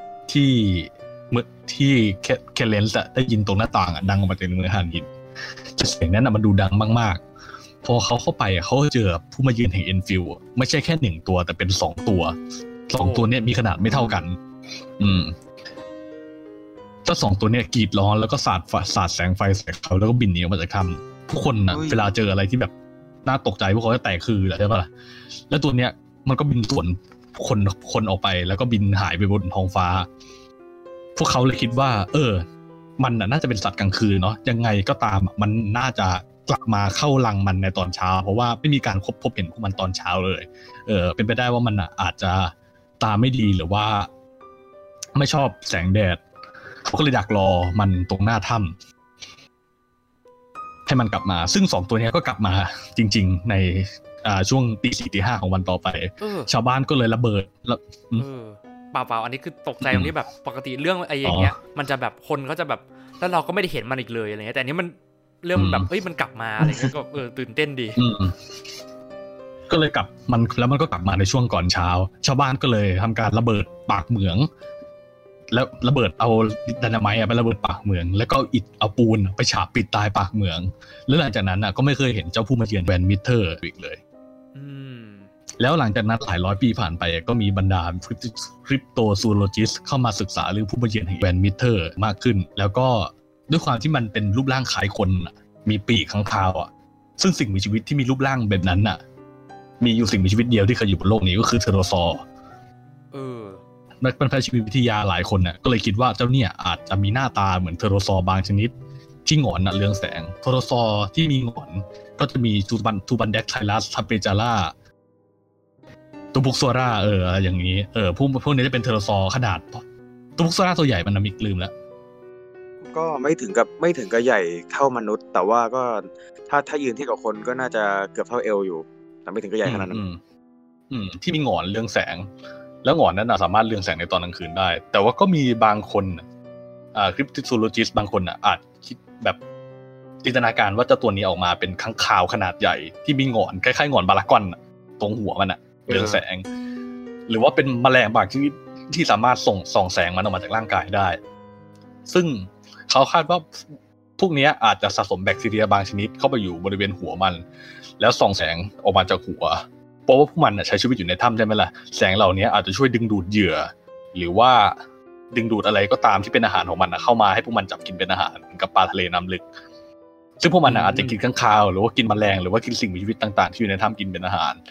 [SPEAKER 2] ที่แคเลนส์ได้ยินตรงหน้าต่างดังออกมาจากเมืองถ่านหินเสียงนั้นมันดูดังมากๆพอเขาเข้าไปเขาเจอผู้มายืนแห่งเอ็นฟิลไม่ใช่แค่1 ตัวแต่เป็น2 ตัว2 ตัวเนี่ยมีขนาดไม่เท่ากันเจ้า2 ตัวเนี่ยกรีดร้อนแล้วก็สาดแสงไฟใส่เขาแล้วก็บินหนีออกมาจากถ้ำผู้คนเวลาเจออะไรที่แบบน่าตกใจพวกเขาจะแตกคือใช่ป่ะล่ะแล้วตัวเนี้ยมันก็บินสวนคนออกไปแล้วก็บินหายไปบนท้องฟ้าพวกเขาเลยคิดว่ามันน่าจะเป็นสัตว์กลางคืนเนาะยังไงก็ตามมันน่าจะกลับมาเข้ารังมันในตอนเช้าเพราะว่าไม่มีการพบเห็นพวกมันตอนเช้าเลยเป็นไปได้ว่ามันอาจจะตาไม่ดีหรือว่าไม่ชอบแสงแดดเขาก็เลยดักรอมันตรงหน้าถ้ำให้มันกลับมาซึ่ง2ตัวนี้ก็กลับมาจริงๆในช่วงตี 4 ตี 5ของวันต่อไปชาวบ้านก็เลยระเบิดแล้ว
[SPEAKER 1] เปล่าอันนี้คือตกใจตรงที่แบบปกติเรื่องไอ้อย่างเงี้ยมันจะแบบคนเขาจะแบบแล้วเราก็ไม่ได้เห็นมันอีกเลยอะไรเงี้ยแต่อันนี้มันเรื่องแบบมันกลับมาอะไรเงี้ยก็ตื่นเต้นดี
[SPEAKER 2] ก็เลยกลับมันแล้วมันก็กลับมาในช่วงก่อนเช้าชาวบ้านก็เลยทำการระเบิดปากเหมืองแล้วระเบิดเอาไดนาไมต์ไประเบิดปากเหมืองแล้วก็อิฐเอาปูนไปฉาบปิดตายปากเหมืองแล้วหลังจากนั้นก็ไม่เคยเห็นเจ้าผู้มาเยือนแวนมิเตอร์อีกเลยแล้วหลังจากนั้นหลายร้อยปีผ่านไปก็มีบรรดาคริปโตซูโลจิสต์เข้ามาศึกษาเรื่องผู้มาเยือนแห่งแวนมิเตอร์มากขึ้นแล้วก็ด้วยความที่มันเป็นรูปร่างคล้ายคนมีปีกข้างคาวซึ่งสิ่งมีชีวิตที่มีรูปร่างแบบนั้นมีอยู่สิ่งมีชีวิตเดียวที่เคยอยู่บนโลกนี้ก็คือเทโรซอร์นักชีววิทยาหลายคนก็เลยคิดว่าเจ้าเนี่ยอาจจะมีหน้าตาเหมือนเทโรซอร์บางชนิดที่หงอนเรืองแสงเทโรซอร์ที่มีหงอนก็จะมีทูบันแดกไทลัสทัปเปจาร่าตูบุกโซราอย่างนี้พวกนี้จะเป็นเทโรซอร์ขนาดตูบุกโซราตัวใหญ่มันมิกลืมแล้ว
[SPEAKER 4] ก็ไม่ถึงกับใหญ่เท่ามนุษย์แต่ว่าก็ถ้ายืนเทียบกับคนก็น่าจะเกือบเท่าเอวอยู่แต่ไม่ถึงกับใหญ่ขนาดนั้น
[SPEAKER 2] ที่มีหงอนเรืองแสงแล้วหงอนนั้นสามารถเรืองแสงในตอนกลางคืนได้แต่ว่าก็มีบางคนคริปโซโลจิสต์บางคนอาจคิดแบบจินตนาการว่าเจ้าตัวนี้ออกมาเป็นค้างคาวขนาดใหญ่ที่มีหงอนคล้ายๆหงอนบารากอนตรงหัวมันเรืองแสงหรือว่าเป็นแมลงบางชนิดที่สามารถส่องแสงมันออกมาจากร่างกายได้ซึ่งเขาคาดว่าพวกนี้อาจจะสะสมแบคทีเรียบางชนิดเข้าไปอยู่บริเวณหัวมันแล้วส่องแสงออกมาจากหัวเพราะว่าพวกมันใช้ชีวิตอยู่ในถ้ำใช่ไหมล่ะแสงเหล่านี้อาจจะช่วยดึงดูดเหยื่อหรือว่าดึงดูดอะไรก็ตามที่เป็นอาหารของมันเข้ามาให้พวกมันจับกินเป็นอาหารกับปลาทะเลน้ำลึกซึ่งพวกมันอาจจะกินข้างคาวหรือว่ากินแมลงหรือว่ากินสิ่งมีชีวิตต่างๆที่อยู่ในถ้ำกินเป็นอาหาร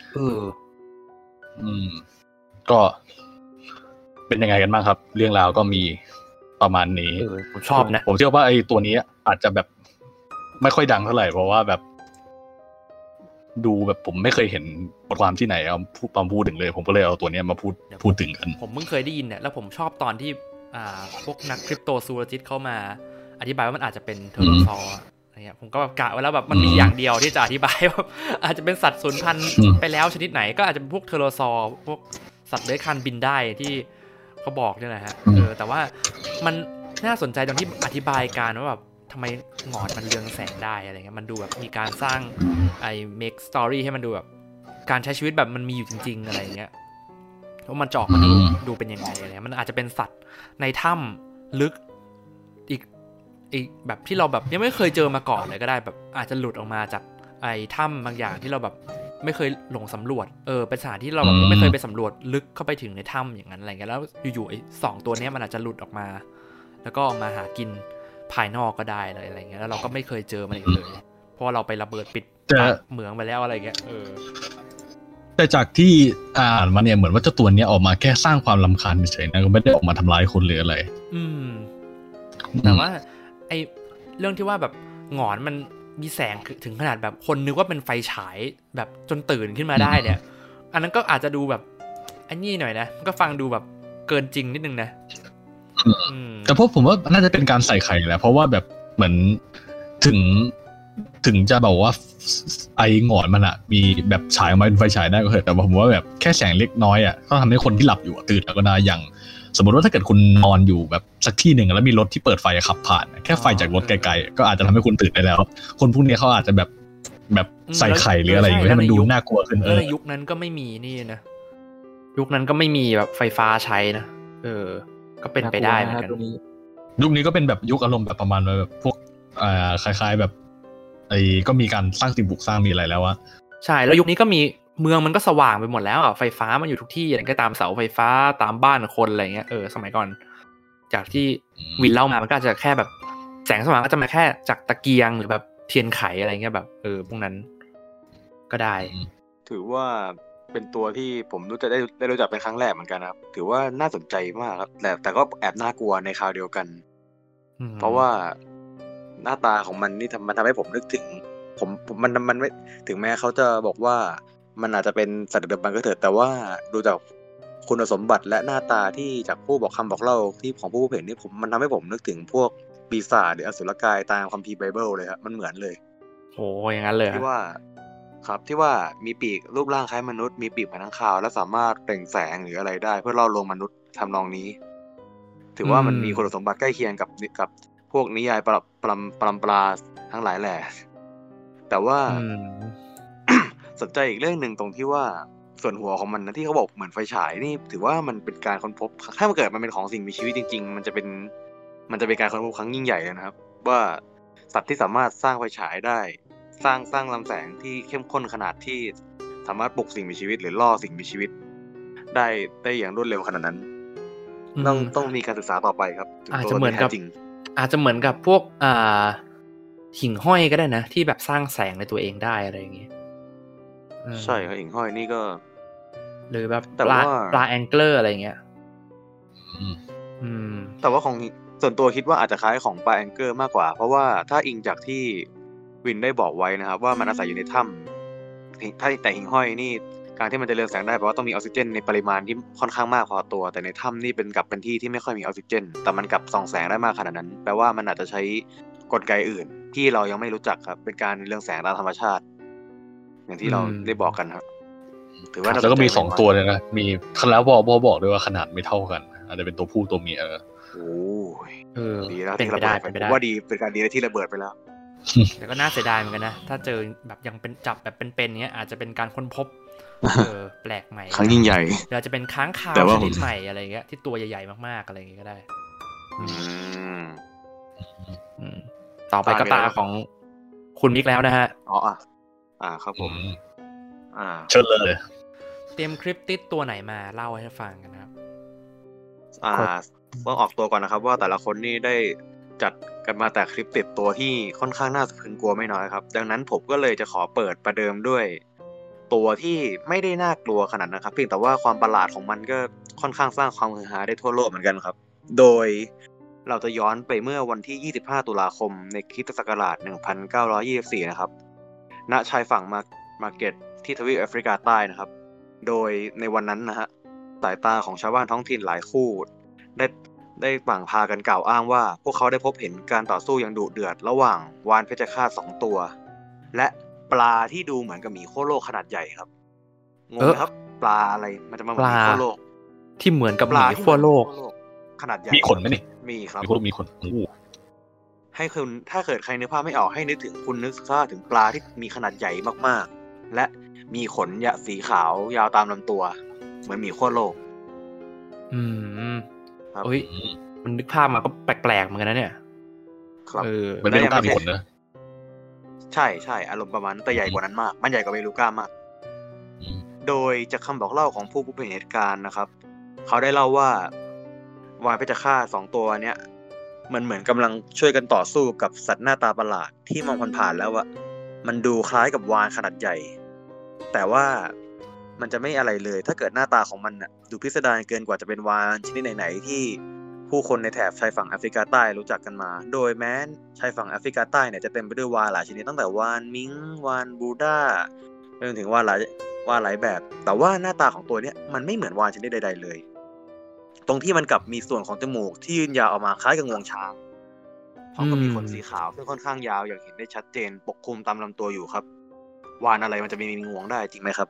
[SPEAKER 2] ก็เป็นยังไงกันบ้างครับเรื่องราวก็มีประมาณนี้
[SPEAKER 1] ผมชอบนะ
[SPEAKER 2] ผมเชื่อว่าไอ้ตัวนี้อาจจะแบบไม่ค่อยดังเท่าไหร่เพราะว่าแบบดูแบบผมไม่เคยเห็นบทความที่ไหนพูดถึงเลยผมก็เลยเอาตัวนี้มาพูดถึงกัน
[SPEAKER 1] ผมเพิ่งเคยได้ยินเนี่ยแล้วผมชอบตอนที่พวกนักคริปโตซูโลจิสต์เข้ามาอธิบายว่ามันอาจจะเป็นเทอร์โรซอร์อะไรเงี้ยผมก็แบบกะไว้แล้วแบบมันมีอย่างเดียวที่จะอธิบายว่าอาจจะเป็นสัตว์สูญพันธุ์ไปแล้วชนิดไหนก็อาจจะเป็นพวกเทอร์โรซอร์พวกสัตว์เลื้อยคลานบินได้ที่เขาบอกเนี่ยนะฮะแต่ว่ามันน่าสนใจตรงที่อธิบายการว่าแบบทำไมหงอนมันเรืองแสงได้อะไรเงี้ยมันดูแบบมีการสร้างmake story ให้มันดูแบบการใช้ชีวิตแบบมันมีอยู่จริงๆอะไรเงี้ยว่ามันจอกมันดูเป็นยังไงอะไรมันอาจจะเป็นสัตว์ในถ้ำลึกอีกแบบที่เราแบบยังไม่เคยเจอมาก่อนเลยก็ได้แบบอาจจะหลุดออกมาจากถ้ำบางอย่างที่เราแบบไม่เคยลงสำรวจเป็นสถานที่เราแบบไม่เคยไปสำรวจลึกเข้าไปถึงในถ้ำอย่างนั้นอะไรเงี้ยแล้วอยู่ๆ2ตัวนี้มันอาจจะหลุดออกมาแล้วก็มาหากินภายนอกก็ได้อะไรเงี้ยแล้วเราก็ไม่เคยเจอมันอีกเลยเพราะเราไประเบิดปิดเหมืองไปแล้วอะไรเงี้ย
[SPEAKER 2] แต่จากที่อ่านมาเนี่ยเหมือนว่าเจ้าตัวนี้ออกมาแค่สร้างความรำคาญเฉยๆนะก็ไม่ได้ออกมาทำร้ายคนหรืออะไร
[SPEAKER 1] แต่ว่าไอเรื่องที่ว่าแบบหงอนมันมีแสงถึงขนาดแบบคนนึกว่าเป็นไฟฉายแบบจนตื่นขึ้นมาได้เนี่ยอันนั้นก็อาจจะดูแบบอันนี้หน่อยนะก็ฟังดูแบบเกินจริงนิดนึงนะ
[SPEAKER 2] แต่พวกผมว่าน่าจะเป็นการใส่ไข่แหละเพราะว่าแบบเหมือนถึงจะบอกว่าไอหงอนมันมีแบบฉายออกมาเป็นไฟฉายได้ก็เถอะแต่ผมว่าแบบแค่แสงเล็กน้อยก็ทำให้คนที่หลับอยู่ตื่นแล้วก็ได้อย่างสมมติว่าถ้าเกิดคุณนอนอยู่แบบสักที่หนึ่งแล้วมีรถที่เปิดไฟขับผ่านแค่ไฟจากรถไกลๆก็อาจจะทำให้คุณตื่นได้แล้วคนพวกนี้เขาอาจจะแบบใส่ไข่หรืออะไรอย่างเงี้ยให้มันดูน่ากลัวขึ้น
[SPEAKER 1] ในยุคนั้นก็ไม่มีนี่นะยุคนั้นก็ไม่มีแบบไฟฟ้าใช้นะก็เป็นไปได้เหมือนกัน
[SPEAKER 2] ยุคนี้ก็เป็นแบบยุคอารมณ์แบบประมาณแบบพวกคล้ายๆแบบก็มีการสร้างสิ่งปลูกสร้างมีอะไรแล้ว
[SPEAKER 1] ใช่แล้วยุคนี้ก็มีเมืองมันก็สว่างไปหมดแล้วไฟฟ้ามันอยู่ทุกที่อย่างก็ตามเสาไฟฟ้าตามบ้านคนอะไรเงี้ยสมัยก่อนจากที่วินเล่ามามันก็จะแค่แบบแสงสว่างก็จะมาแค่จากตะเกียงหรือแบบเทียนไขอะไรเงี้ยแบบพวกนั้นก็ได้
[SPEAKER 4] ถือว่าเป็นตัวที่ผมได้รู้จักเป็นครั้งแรกเหมือนกันครับถือว่าน่าสนใจมากครับแต่ก็แอบน่ากลัวในคราวเดียวกันเพราะว่าหน้าตาของมันนี่มันทำให้ผมนึกถึงมันไม่ถึงแม้เขาจะบอกว่ามันอาจจะเป็นสัตว์ดึกดำบรรพ์ก็เถิดแต่ว่าดูจากคุณสมบัติและหน้าตาที่จากผู้บอกคำบอกเล่าที่ของผู้เห็นนี่มันทำให้ผมนึกถึงพวกปีศาจหรืออสุรกายตามคัมภีร์ไบเบิลเลยครับมันเหมือนเลย
[SPEAKER 1] โอ้อย่างนั้นเลย
[SPEAKER 4] ที่ว่ามีปีกรูปร่างคล้ายมนุษย์มีปีกเหมือนค้างคาวและสามารถเปล่งแสงหรืออะไรได้เพื่อล่อลวงมนุษย์ทำนองนี้ถือว่ามันมีคุณสมบัติใกล้เคียงกับพวกนิยายปรำปราทั้งหลายแหละแต่ว่า สนใจอีกเรื่องหนึ่งตรงที่ว่าส่วนหัวของมันนะที่เขาบอกเหมือนไฟฉายนี่ถือว่ามันเป็นการค้นพบถ้ามันเกิดมันเป็นของสิ่งมีชีวิตจริงๆมันจะเป็นการค้นพบครั้งยิ่งใหญ่เลยนะครับว่าสัตว์ที่สามารถสร้างไฟฉายได้สร้างลำแสงที่เข้มข้นขนาดที่สามารถปลุกสิ่งมีชีวิตหรือล่อสิ่งมีชีวิตได้อย่างรวดเร็วขนาดนั้นต้องมีการศึกษาต่อไปครับ
[SPEAKER 1] อาจจะเหมือนกับพวกหิ่งห้อยก็ได้นะที่แบบสร้างแสงในตัวเองได้อะไรอย่างเงี้ย
[SPEAKER 4] ใช่ครับหิ่งห้อยนี่ก็
[SPEAKER 1] หรือแบบปลาแองเกิลอะไรเงี้ย
[SPEAKER 4] แต่ว่าของส่วนตัวคิดว่าอาจจะคล้ายของปลาแองเกิลมากกว่าเพราะว่าถ้าอิงจากที่วินได้บอกไว้นะครับว่ามันอาศัยอยู่ในถ้ำแต่หิ่งห้อยนี่การที่มันจะเรืองแสงได้เพราะว่าต้องมีออกซิเจนในปริมาณที่ค่อนข้างมากพอตัวแต่ในถ้ำนี่เป็นที่ที่ไม่ค่อยมีออกซิเจนแต่มันกลับส่องแสงได้มากขนาดนั้นแปลว่ามันอาจจะใช้กลไกอื่นที่เรายังไม่รู้จักครับเป็นการเรืองแสงตามธรรมชาติอย่างที่เราได้บอกกันครับ
[SPEAKER 2] ถือว่าแล้วก็มี2ตัวเลยนะมีแล้วบอกด้วยว่าขนาดไม่เท่ากันอาจจะเป็นตัวผู้ตัวเมีย
[SPEAKER 4] โอ้ยดีแล้วที่ระเบิดไปว่าดีเป็นการดีที่ระเบิดไปแล้ว
[SPEAKER 1] แต่ก็น่าเสียดายเหมือนกันนะถ้าเจอแบบยังเป็นจับแบบเป็นๆเงี้ยอาจจะเป็นการค้นพบแปลกใหม่
[SPEAKER 4] ครั้งยิ่งใหญ่
[SPEAKER 1] หรืออาจจะเป็นค้างคาวชนิดใหม่อะไรเงี้ยที่ตัวใหญ่ๆมากๆอะไรอย่างเงี้ยก็ได้ต่อไปก็ตาของคุณมิกแล้วนะฮะ
[SPEAKER 4] ครับผม
[SPEAKER 2] เชิญเลย
[SPEAKER 1] เตรียมคลิปติดตัวไหนมาเล่าให้ฟังกันครับ
[SPEAKER 4] ต้องออกตัวก่อนนะครับว่าแต่ละคนนี่ได้จัดกันมาแต่คลิปติดตัวที่ค่อนข้างน่าสะพรึงกลัวไม่น้อยครับดังนั้นผมก็เลยจะขอเปิดประเดิมด้วยตัวที่ไม่ได้น่ากลัวขนาดนั้นครับเพียงแต่ว่าความประหลาดของมันก็ค่อนข้างสร้างความฮือฮาได้ทั่วโลกเหมือนกันครับโดยเราจะย้อนไปเมื่อวันที่25ตุลาคมในคริสตศักราช1924นะครับณชายฝั่งมาร์เก็ตที่ทวีปแอฟริกาใต้นะครับโดยในวันนั้นนะฮะสายตาของชาวบ้านท้องถิ่นหลายคู่ได้ต่างพากันกล่าวอ้างว่าพวกเขาได้พบเห็นการต่อสู้อย่างดุเดือดระหว่างวาฬเพชฌฆาต2ตัวและปลาที่ดูเหมือนกับหมีโคโลกขนาดใหญ่ครับงงไหมครับปลาอะไรมันจะมาเหมือนหมีโคโลก
[SPEAKER 1] ที่เหมือนกับหมีโคโลก
[SPEAKER 4] ขนาดใหญ่
[SPEAKER 2] มีขนไหมนี่
[SPEAKER 4] มีครับ
[SPEAKER 2] มีขน
[SPEAKER 4] ให้คุณถ้าเกิดใครนึกภาพไม่ออกให้นึกถึงคุณนึกถึงปลาที่มีขนาดใหญ่มากๆและมีขนสีขาวยาวตามลำตัวเหมือนหมีโคโลก
[SPEAKER 1] เฮ้ยมันนึกภาพมาก็แปลกๆเหมือนกันนะเนี่ย
[SPEAKER 4] ครับ
[SPEAKER 2] มันไม่ต้องมีขนนะ
[SPEAKER 4] ใช่อารมณ์ประมาณแต่ใหญ่กว่านั้นมากมันใหญ่กว่าเบลูก้ามากโดยจากคำบอกเล่าของผู้เห็นเหตุการณ์นะครับเขาได้เล่าว่าวาฬเพชฌฆาต2ตัวเนี้ยมันเหมือนกำลังช่วยกันต่อสู้กับสัตว์หน้าตาประหลาดที่มองผ่านๆแล้วอะมันดูคล้ายกับวาฬขนาดใหญ่แต่ว่ามันจะไม่อะไรเลยถ้าเกิดหน้าตาของมันน่ะดูพิสดารเกินกว่าจะเป็นวาฬชนิดไหนๆที่ผู้คนในแถบชายฝั่งแอฟริกาใต้รู้จักกันมาโดยแม้ชายฝั่งแอฟริกาใต้เนี่ยจะเต็มไปด้วยวาฬหลายชนิดตั้งแต่วาฬมิงวาฬบูดาไปจนถึงวาฬหลายแบบแต่ว่าหน้าตาของตัวเนี้ยมันไม่เหมือนวาฬชนิดใดๆเลยตรงที่มันกลับมีส่วนของจมูกที่ยืนยาวออกมาคล้ายกับงวงช้างพร้อมกับมีขนสีขาวซึ่งค่อนข้างยาวอย่างเห็นได้ชัดเจนปกคลุมตามลำตัวอยู่ครับวาฬอะไรมันจะมีงวงได้จริงไหมครับ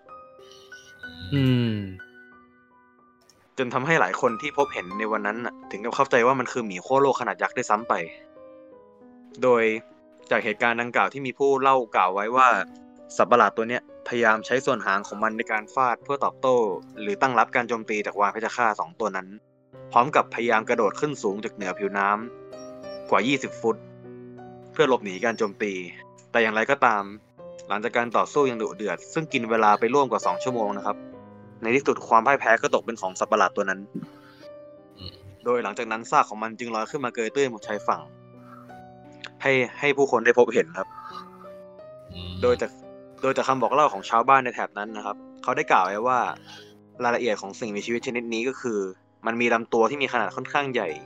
[SPEAKER 4] จนทำให้หลายคนที่พบเห็นในวันนั้นถึงกับเข้าใจว่ามันคือหมีโคโลขนาดยักษ์ได้ซ้ำไปโดยจากเหตุการณ์ดังกล่าวที่มีผู้เล่ากล่าวไว้ว่าสัตว์ประหลาดตัวเนี้ยพยายามใช้ส่วนหางของมันในการฟาดเพื่อตอบโต้หรือตั้งรับการโจมตีจากวาฬเพชฌฆาต2ตัวนั้นพร้อมกับพยายามกระโดดขึ้นสูงจากเหนือผิวน้ำกว่า20ฟุตเพื่อหลบหนีการโจมตีแต่อย่างไรก็ตามหลังจากการต่อสู้อย่างดุเดือดซึ่งกินเวลาไปร่วมกว่า2ชั่วโมงนะครับในที่สุดความพ่ายแพ้ก็ตกเป็นของสัตว์ประหลาดตัวนั้นโดยหลังจากนั้นซากของมันจึงลอยขึ้นมาเกยตื้นบนชายฝั่งให้ผู้คนได้พบเห็นครับโดยจากคำบอกเล่าของชาวบ้านในแถบนั้นนะครับเขาได้กล่าวไว้ว่ารายละเอียดของสิ่งมีชีวิตชนิดนี้ก็คือมันมีลำตัวที่มีขนาดค่อนข้างใหญ่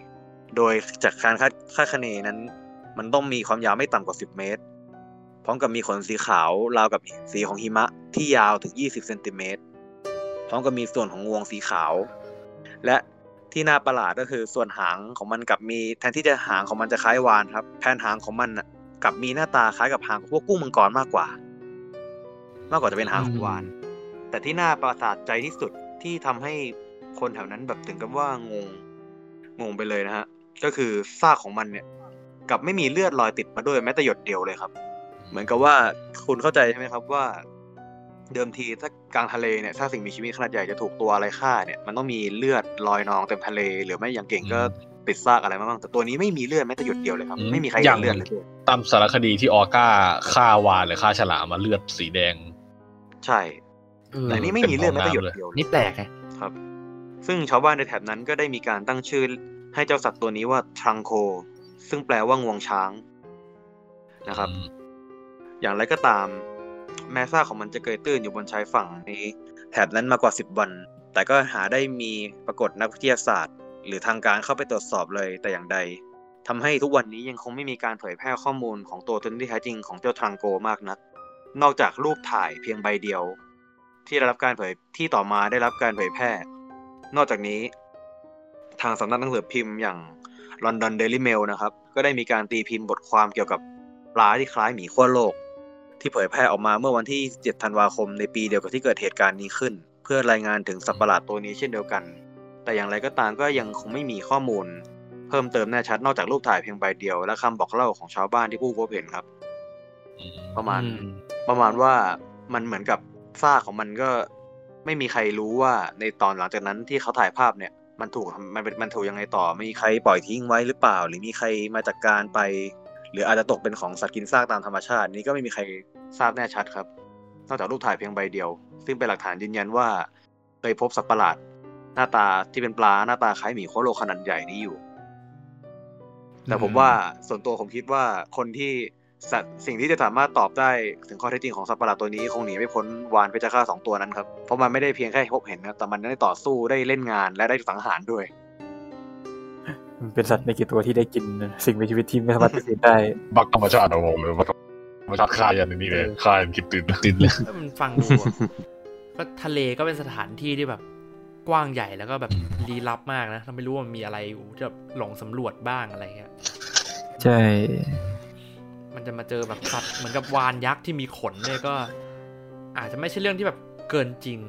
[SPEAKER 4] โดยจากการคาดคะเนนั้นมันต้องมีความยาวไม่ต่ำกว่า10 เมตรพร้อมกับมีขนสีขาวราวกับสีของหิมะที่ยาวถึง20 เซนติเมตรพร้อมกับมีส่วนของงวงสีขาวและที่น่าประหลาดก็คือส่วนหางของมันกับมีแทนที่จะหางของมันจะคล้ายวาฬครับแผ่นหางของมันกับมีหน้าตาคล้ายกับหางของพวกกุ้งมังกรมากกว่าจะเป็นหางของวาฬแต่ที่น่าประหลาดใจที่สุดที่ทำให้คนแถวนั้นแบบถึงกับว่างงไปเลยนะฮะก็คือซากของมันเนี่ยกับไม่มีเลือดลอยติดมาด้วยแม้แต่หยดเดียวเลยครับเหมือนกับว่าคุณเข้าใจใช่ไหมครับว่าเดิมทีถ้ากลางทะเลเนี่ยถ้าสิ่งมีชีวิตขนาดใหญ่จะถูกตัวอะไรฆ่าเนี่ยมันต้องมีเลือดลอยนองเต็มทะเลหรือไม่อย่างเก่งก็ติดซากอะไรมาบ้างแต่ตัวนี้ไม่มีเลือดแม้แต่หยดเดียวเลยครับไม่มีใครเห็นเลือดเลย
[SPEAKER 2] ตามสารคดีที่ออก้าฆ่าวาฬหรือฆ่าฉลามมาเลือดสีแดง
[SPEAKER 4] ใช่แต่นี่ไม่มีเลือดแม้แต่หยดเดียว
[SPEAKER 1] นี่แปลกไง
[SPEAKER 4] ครับซึ่งชาวบ้านในแถบนั้นก็ได้มีการตั้งชื่อให้เจ้าสัตว์ตัวนี้ว่าทรังโคซึ่งแปลว่างวงช้างนะครับอย่างไรก็ตามแม้ซากของมันจะเกยตื้นอยู่บนชายฝั่งในแถบนั้นมากว่า10 วันแต่ก็หาได้มีปรากฏนักวิทยาศาสตร์หรือทางการเข้าไปตรวจสอบเลยแต่อย่างใดทำให้ทุกวันนี้ยังคงไม่มีการเผยแพร่ข้อมูลของตัวตนที่แท้จริงของเจ้าทรังโกมากนักนอกจากรูปถ่ายเพียงใบเดียวที่ได้รับการที่ต่อมาได้รับการเผยแพร่นอกจากนี้ทางสำนักหนังสือพิมพ์อย่าง London Daily Mail นะครับก็ได้มีการตีพิมพ์บทความเกี่ยวกับปลาที่คล้ายหมีขั้วโลกที่เผยแพร่ออกมาเมื่อวันที่7 ธันวาคมในปีเดียวกับที่เกิดเหตุการณ์นี้ขึ้นเพื่อรายงานถึงสัตว์ประหลาดตัวนี้เช่นเดียวกันแต่อย่างไรก็ตามก็ยังคงไม่มีข้อมูลเพิ่มเติมแน่ชัดนอกจากรูปถ่ายเพียงใบเดียวและคำบอกเล่าของชาวบ้านที่ผู้พบเห็นครับประมาณว่ามันเหมือนกับซากของมันก็ไม่มีใครรู้ว่าในตอนหลังจากนั้นที่เขาถ่ายภาพเนี่ยมันถูกยังไงต่อมีใครปล่อยทิ้งไว้หรือเปล่าหรือมีใครมาจัดการไปหรืออาจจะตกเป็นของสัตว์กินซากตามธรรมชาตินี้ก็ไม่มีใครทราบแน่ชัดครับนอกจากรูปถ่ายเพียงใบเดียวซึ่งเป็นหลักฐานยืนยันว่าเคยพบสัตว์ประหลาดหน้าตาที่เป็นปลาหน้าตาคล้ายหมีขั้วโลกขนาดใหญ่นี้อยู่แต่ผมว่าส่วนตัวผมคิดว่าคนที่สิ่งที่จะสามารถตอบได้ถึงข้อเท็จจริงของสัตว์ประหลาดตัวนี้คงหนีไม่พ้นวาฬเพชฌฆาต2 ตัวนั้นครับเพราะมันไม่ได้เพียงแค่พบเห็นนะแต่มันได้ต่อสู้ได้เล่นงานและได้สังหารด้วย
[SPEAKER 3] มันเป็นสัตว์ในกี่ตัวที่ได้กินสิ่งมีชีวิตที่ไม่สามารถพิสูจน์ได้
[SPEAKER 2] บักธรรมชาติเอาเลยบักธรรมชาติฆ่าอย่างนี้เลยฆ่าอย่างกินตื่นเลย
[SPEAKER 1] มันฟังดูก็ทะเลก็เป็นสถานที่ที่แบบกว้างใหญ่แล้วก็แบบลี้ลับมากนะเราไม่รู้ว่ามันมีอะไรอยู่ที่แบบหลงสำรวจบ้างอะไรเงี้ย
[SPEAKER 3] ใช่
[SPEAKER 1] มันจะมาเจอแบบสัตว์เหมือนกับวาฬยักษ์ที่มีขนเนี่ยก็อาจจะไม่ใช่เรื่องที่แบบเกินจริง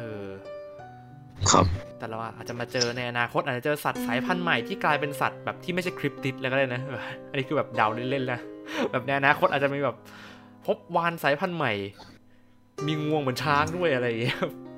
[SPEAKER 1] นะครับแต่เราอาจจะมาเจอในอนาคตอาจจะเจอสัตว์สายพันธุ์ใหม่ที่กลายเป็นสัตว์แบบที่ไม่ใช่คริปติดแล้วก็ได้นะอันนี้คือแบบเดาเล่นๆนะแบบในอนาคตอาจจะมีแบบพบวาฬสายพันธุ์ใหม่มีงวงเหมือนช้างด้วยอะไรอย่างเงี้ย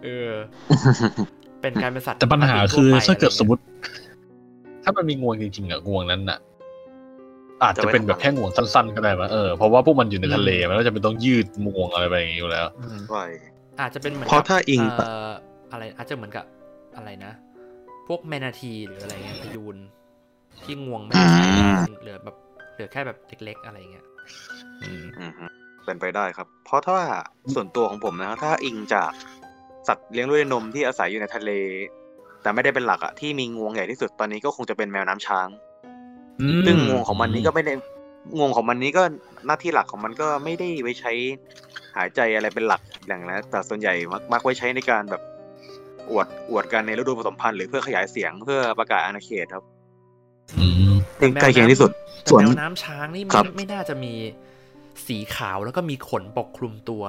[SPEAKER 1] เป็นการเป็นสัตว์
[SPEAKER 2] แต่ปัญหาคือถ้าเกิดสมมติถ้ามันมีงวงจริงๆอะงวงนั้นน่ะอาจจะเป็นแบบแค่งวงสั้นๆก็ได้ป่ะเพราะว่าพวกมันอยู่ในทะเลมันก็จะเป็นต้องยืดงวงอะไรไปอย่างงี้อยู่แล้ว
[SPEAKER 1] อาจจะเป็นเหมือน
[SPEAKER 4] เพราะถ้าอิง
[SPEAKER 1] อะไรอาจจะเหมือนกับอะไรนะพวกแมนาทีหรืออะไรเงี้ยพยูนที่งวงไม่เหลือแบบเหลือแค่แบบเล็กๆอะไรเงี้ย
[SPEAKER 4] เป็นไปได้ครับเพราะถ้าส่วนตัวของผมนะถ้าอิงจากสัตว์เลี้ยงด้วยนมที่อาศัยอยู่ในทะเลแต่ไม่ได้เป็นหลักที่มีงวงใหญ่ที่สุดตอนนี้ก็คงจะเป็นแมวน้ำช้างซึ่งงวงของมันนี้ก็ไม่ได้งวงของมันนี้ก็หน้าที่หลักของมันก็ไม่ได้ไว้ใช้หายใจอะไรเป็นหลักอย่างนั้นแต่ส่วนใหญ่มักไว้ใช้ในการแบบอวดกันในฤดูผสมพันธุ์หรือเพื่อขยายเสียงเพื่อประกาศอาณาเขตครับใกล้เคียงที่สุด
[SPEAKER 1] ส่วนแมวน้ำช้างนี่ไม่น่าจะมีสีขาวแล้วก็มีขนปกคลุมตัว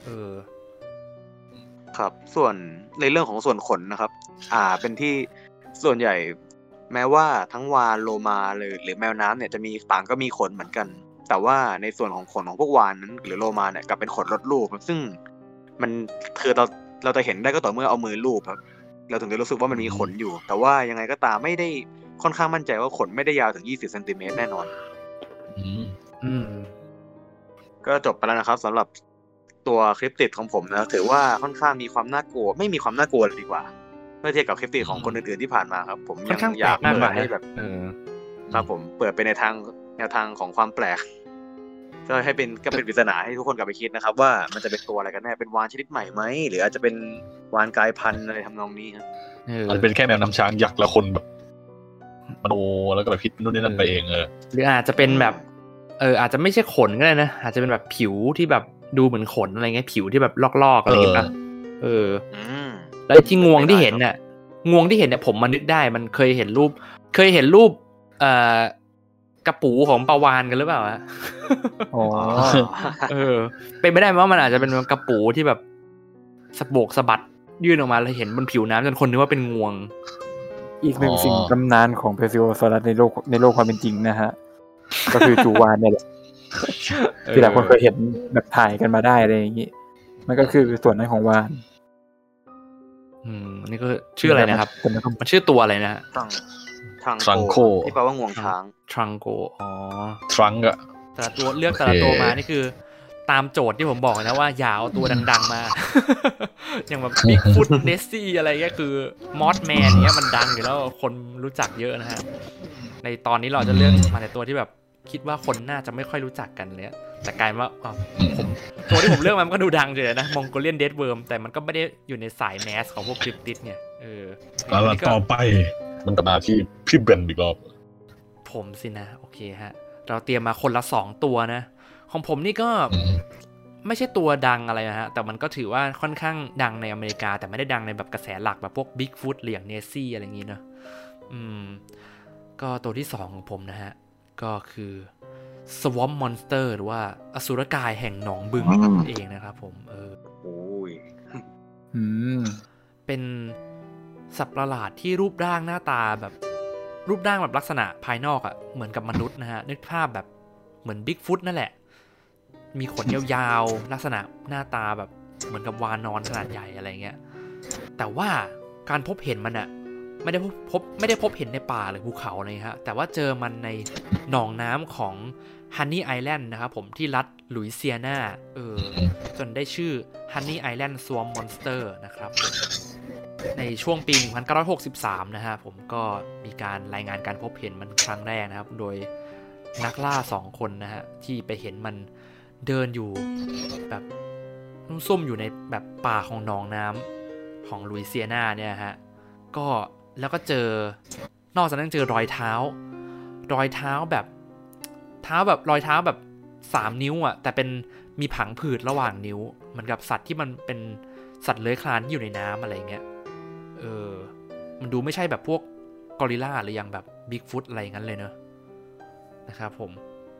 [SPEAKER 1] นะครับ
[SPEAKER 4] ส่วนในเรื่องของส่วนขนนะครับเป็นที่ส่วนใหญ่แม้ว่าทั้งวาฬโลมาหรือแมวน้ำเนี่ยจะมีต่างก็มีขนเหมือนกันแต่ว่าในส่วนของขนของพวกวาฬนั้นหรือโลมาเนี่ยกลับเป็นขนลดรูปซึ่งมันคือเราจะเห็นได้ก็ต่อเมื่อเอามือลูบครับเราถึงจะรู้สึกว่ามันมีขนอยู่แต่ว่ายังไงก็ตามไม่ได้ค่อนข้างมั่นใจว่าขนไม่ได้ยาวถึง20 เซนติเมตรแน่นอนก็จบไปแล้วนะครับสำหรับตัวคริปติดของผมนะถือว่าค่อนข้างมีความน่ากลัวไม่มีความน่ากลัวเลยดีกว่าเมื่อเทียบกับคริปติดของคนอื่นๆที่ผ่านมาครับผมยังอยากเปิดให้แบบครับผมเปิดไปในแนวทางของความแปลกก็ให้เป็นปริศนาให้ทุกคนกลับไปคิดนะครับว่ามันจะเป็นตัวอะไรกันแน่เป็นวาฬชนิดใหม่ไหมหรืออาจจะเป็นวาฬกลายพันธุ์อะไรทำนองนี้ครับ
[SPEAKER 2] มันเป็นแค่แมวน้ำช้างยักษ์ละคนแบบมโนแล้วก็แบบคิดนู่นนี่นั่นไปเอง
[SPEAKER 1] หรืออาจจะเป็นแบบอาจจะไม่ใช่ขนก็ได้นะอาจจะเป็นแบบผิวที่แบบดูเหมือนขนอะไรเงี้ยผิวที่แบบลอกๆอะไรอย่างเงี้ยแล้วที่งวงที่เห็นเนี่ยผมมานึกได้มันเคยเห็นรูปกระปูของปลาวาฬกันหรือเปล่าฮะ
[SPEAKER 3] อ๋อ
[SPEAKER 1] เป็นไม่ได้ไหมว่ามันอาจจะเป็นกระปูที่แบบสะบัดยื่นออกมาแล้วเห็นบนผิวน้ำจนคนนึกว่าเป็นงวง
[SPEAKER 3] อีกหนึ่งสิ่งตำนานของเพซิโอซอรัสในโลกความเป็นจริงนะฮะก็คือจูวานเนี่ยแหละที่หลายคนเคยเห็นแบบถ่ายกันมาได้อะไรอย่างงี้มันก็คือส่วนนั้นของวาน
[SPEAKER 1] นี่ก็ชื่ออะไรนะครับมันชื่อตัวอะไรนะ
[SPEAKER 4] ทรังโคที่แปลว่างวงช้าง
[SPEAKER 1] ทรังโก
[SPEAKER 2] ทรังก์อะ
[SPEAKER 1] แต่ละตัวเลือกแต่ละตัวมานี่คือตามโจทย์ที่ผมบอกนะว่าอย่าเอาตัวดังๆมาอย่างแบบบิ๊กฟุตเนสซี่อะไรเงี้ยคือมอสแมนเงี้ยมันดังอยู่แล้วคนรู้จักเยอะนะฮะในตอนนี้เราจะเลือกมาในตัวที่แบบคิดว่าคนน่าจะไม่ค่อยรู้จักกันเลยแต่กลายว่าตัวที่ผมเลือกมันก็ดูดังเลยนะมองโกเลียนเดดเวิร์มแต่มันก็ไม่ได้อยู่ในสายแมสของพวกคริปติดเนี่ย
[SPEAKER 2] แล้วต่อไปมันกลับมาที่พี่เบนอีกรอบ
[SPEAKER 1] ผมสินะโอเคฮะเราเตรียมมาคนละ2ตัวนะของผมนี่ก็ไม่ใช่ตัวดังอะไรนะฮะแต่มันก็ถือว่าค่อนข้างดังในอเมริกาแต่ไม่ได้ดังในแบบกระแสหลักแบบพวกบิ๊กฟุตหรืออย่างเนสซี่อะไรอย่างงี้เนาะก็ตัวที่2ของผมนะฮะก็คือ Swamp Monster หรือว่าอสุรกายแห่งหนองบึงเองนะครับผม
[SPEAKER 4] โอ้ย
[SPEAKER 1] เป็นสัตว์ประหลาดที่รูปร่างหน้าตาแบบลักษณะภายนอกอ่ะเหมือนกับมนุษย์นะฮะนึกภาพแบบเหมือนบิ๊กฟุตนั่นแหละมีขนยาวๆลักษณะหน้าตาแบบเหมือนกับวานอนขนาดใหญ่อะไรเงี้ยแต่ว่าการพบเห็นมันอ่ะไม่ได้พบเห็นในป่าหรือภูเขาเลยฮะแต่ว่าเจอมันในหนองน้ำของฮันนี่ไอแลนด์นะครับผมที่รัฐลุยเซียนาจนได้ชื่อฮันนี่ไอแลนด์สวอมมอนสเตอร์นะครับในช่วงปี 1963 นะฮะผมก็มีการรายงานการพบเห็นมันครั้งแรกนะครับโดยนักล่า2คนนะฮะที่ไปเห็นมันเดินอยู่แบบซุ่มอยู่ในแบบป่าของหนองน้ำของลุยเซียนาเนี่ยฮะก็แล้วก็เจอนอกจากนั้นเจอรอยเท้าแบบรอยเท้าแบบ3นิ้วอ่ะแต่เป็นมีผังผืดระหว่างนิ้วเหมือนกับสัตว์ที่มันเป็นสัตว์เลื้อยคลานที่อยู่ในน้ำอะไรเงี้ยมันดูไม่ใช่แบบพวกกอริลลาหรืออย่างแบบบิ๊กฟุตอะไรอย่างนั้นเลยเนอะนะครับผม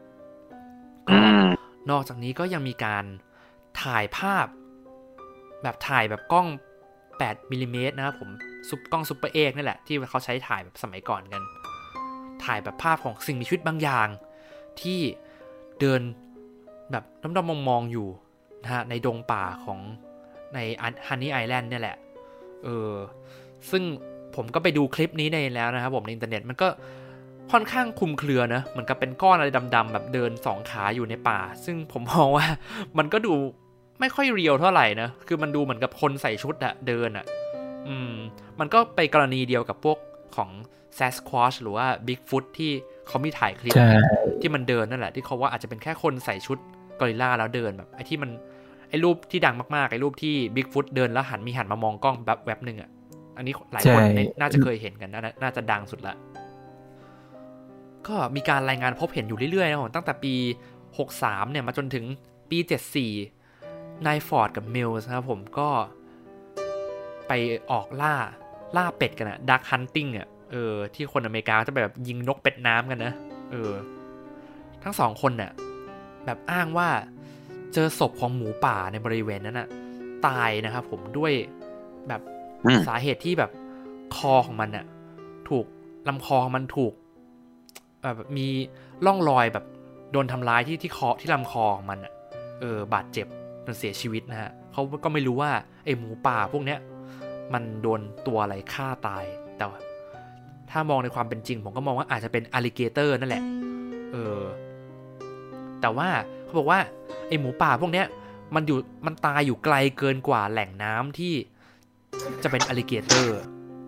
[SPEAKER 1] นอกจากนี้ก็ยังมีการถ่ายภาพแบบกล้อง8มิลลิเมตรนะครับผมกล้องซุปเปอร์เอ็กซ์นี่แหละที่เขาใช้ถ่ายแบบสมัยก่อนกันถ่ายแบบภาพของสิ่งมีชีวิตบางอย่างที่เดินแบบด้อมๆมองๆอยู่นะฮะในดงป่าของในฮันนี่ไอแลนด์เนี่ยแหละซึ่งผมก็ไปดูคลิปนี้ในแล้วนะครับผมในอินเทอร์เน็ตมันก็ค่อนข้างคลุมเครือนะเหมือนกับเป็นก้อนอะไรดำๆแบบเดิน2ขาอยู่ในป่าซึ่งผมมองว่ามันก็ดูไม่ค่อยเรียลเท่าไหร่นะคือมันดูเหมือนกับคนใส่ชุดอะเดินอะมันก็ไปกรณีเดียวกับพวกของ Sasquatch หรือว่า Bigfoot ที่เขามีถ่ายคลิปที่มันเดินนั่นแหละที่เขาว่าอาจจะเป็นแค่คนใส่ชุดกอริลลาแล้วเดินแบบไอ้รูปที่ดังมากๆไอ้รูปที่ Bigfoot เดินแล้วหันมามองกล้องแบบแวบนึงอะอันนี้หลายคนน่าจะเคยเห็นกันน่าจะดังสุดละก็มีการรายงานพบเห็นอยู่เรื่อยๆนะผมตั้งแต่ปี63เนี่ยมาจนถึงปี74นายฟอร์ดกับมิลส์นะครับผมก็ไปออกล่าเป็ดกันอะดักฮันติ้งอะที่คนอเมริกาจะแบบยิงนกเป็ดน้ำกันนะทั้ง2คนเนี่ยแบบอ้างว่าเจอศพของหมูป่าในบริเวณนั้นน่ะตายนะครับผมด้วยแบบสาเหตุที่แบบคอของมันน่ะถูกลำคอของมันถูกแบบมีร่องรอยแบบโดนทำร้ายที่คอที่ลำคอของมันน่ะบาดเจ็บจนเสียชีวิตนะฮะเขาก็ไม่รู้ว่าไอ้หมูป่าพวกเนี้ยมันโดนตัวอะไรฆ่าตายแต่ถ้ามองในความเป็นจริงผมก็มองว่าอาจจะเป็นอลลิเกเตอร์นั่นแหละแต่ว่าเขาบอกว่าไอ้หมูป่าพวกเนี้ยมันตายอยู่ไกลเกินกว่าแหล่งน้ำที่จะเป็นอลลิเกเตอร์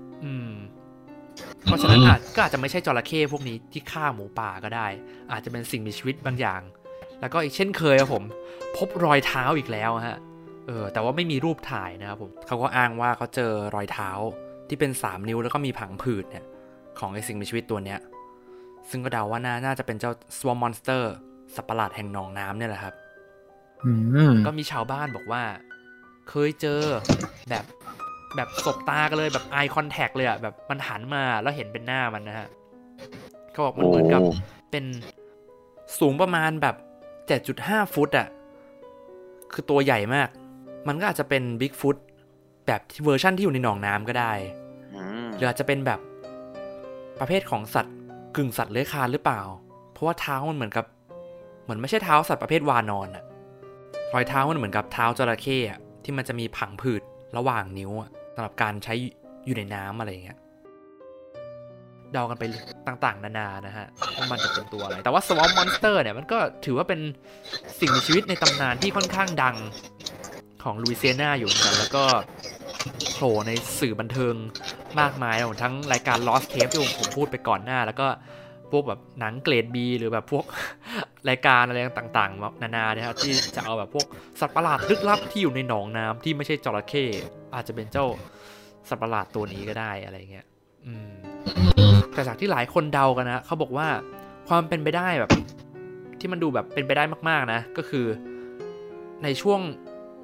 [SPEAKER 1] เพราะฉะนั้นก็อาจจะไม่ใช่จระเข้พวกนี้ที่ฆ่าหมูป่าก็ได้อาจจะเป็นสิ่งมีชีวิตบางอย่างแล้วก็อีกเช่นเคยครับผมพบรอยเท้าอีกแล้วฮะแต่ว่าไม่มีรูปถ่ายนะครับผมเขาก็อ้างว่าเขาเจอรอยเท้าที่เป็น3นิ้วแล้วก็มีผังผืดเนี่ยของไอสิ่งมีชีวิตตัวเนี้ยซึ่งก็เดาว่าน่าจะเป็นเจ้า Swamp Monster สัตว์ประหลาดแห่งหนองน้ำเนี่ยแหละครับก็มีชาวบ้านบอกว่าเคยเจอแบบสบตากันเลยแบบ eye contact เลยอ่ะแบบมันหันมาแล้วเห็นเป็นหน้ามันนะฮะเขาบอกมันเหมือนกับเป็นสูงประมาณแบบ 7.5 ฟุตอ่ะคือตัวใหญ่มากมันก็อาจจะเป็น Bigfoot แบบเวอร์ชั่นที่อยู่ในหนองน้ำก็ได้หรืออาจจะเป็นแบบประเภทของสัตว์กึ่งสัตว์เลื้อยคลานหรือเปล่าเพราะว่าเท้ามันเหมือนไม่ใช่เท้าสัตว์ประเภทวานอนอ่ะรอยเท้ามันเหมือนกับเท้าจระเข้อ่ะที่มันจะมีผังผืดระหว่างนิ้วสำหรับการใช้อยู่ในน้ำอะไรอย่างเงี้ยเดากันไปต่างๆนานานะฮะว่ามันจะเป็นตัวอะไรแต่ว่า Swamp Monster เนี่ยมันก็ถือว่าเป็นสิ่งมีชีวิตในตำนานที่ค่อนข้างดังของลุยเซียนาอยู่เหมือนกันแล้วก็โผล่ในสื่อบันเทิงมากมายทั้งรายการ Lost Tape ที่ผมพูดไปก่อนหน้าแล้วก็พวกแบบหนังเกรด B หรือแบบพวกรายการอะไรต่างๆนานาเนี่ยครับที่จะเอาแบบพวกสัตว์ประหลาดลึกลับที่อยู่ในหนองน้ำที่ไม่ใช่จระเข้อาจจะเป็นเจ้าสัตว์ประหลาดตัวนี้ก็ได้อะไรเงี้ยแต่จากที่หลายคนเดากันนะเขาบอกว่าความเป็นไปได้แบบที่มันดูแบบเป็นไปได้มากๆนะก็คือในช่วง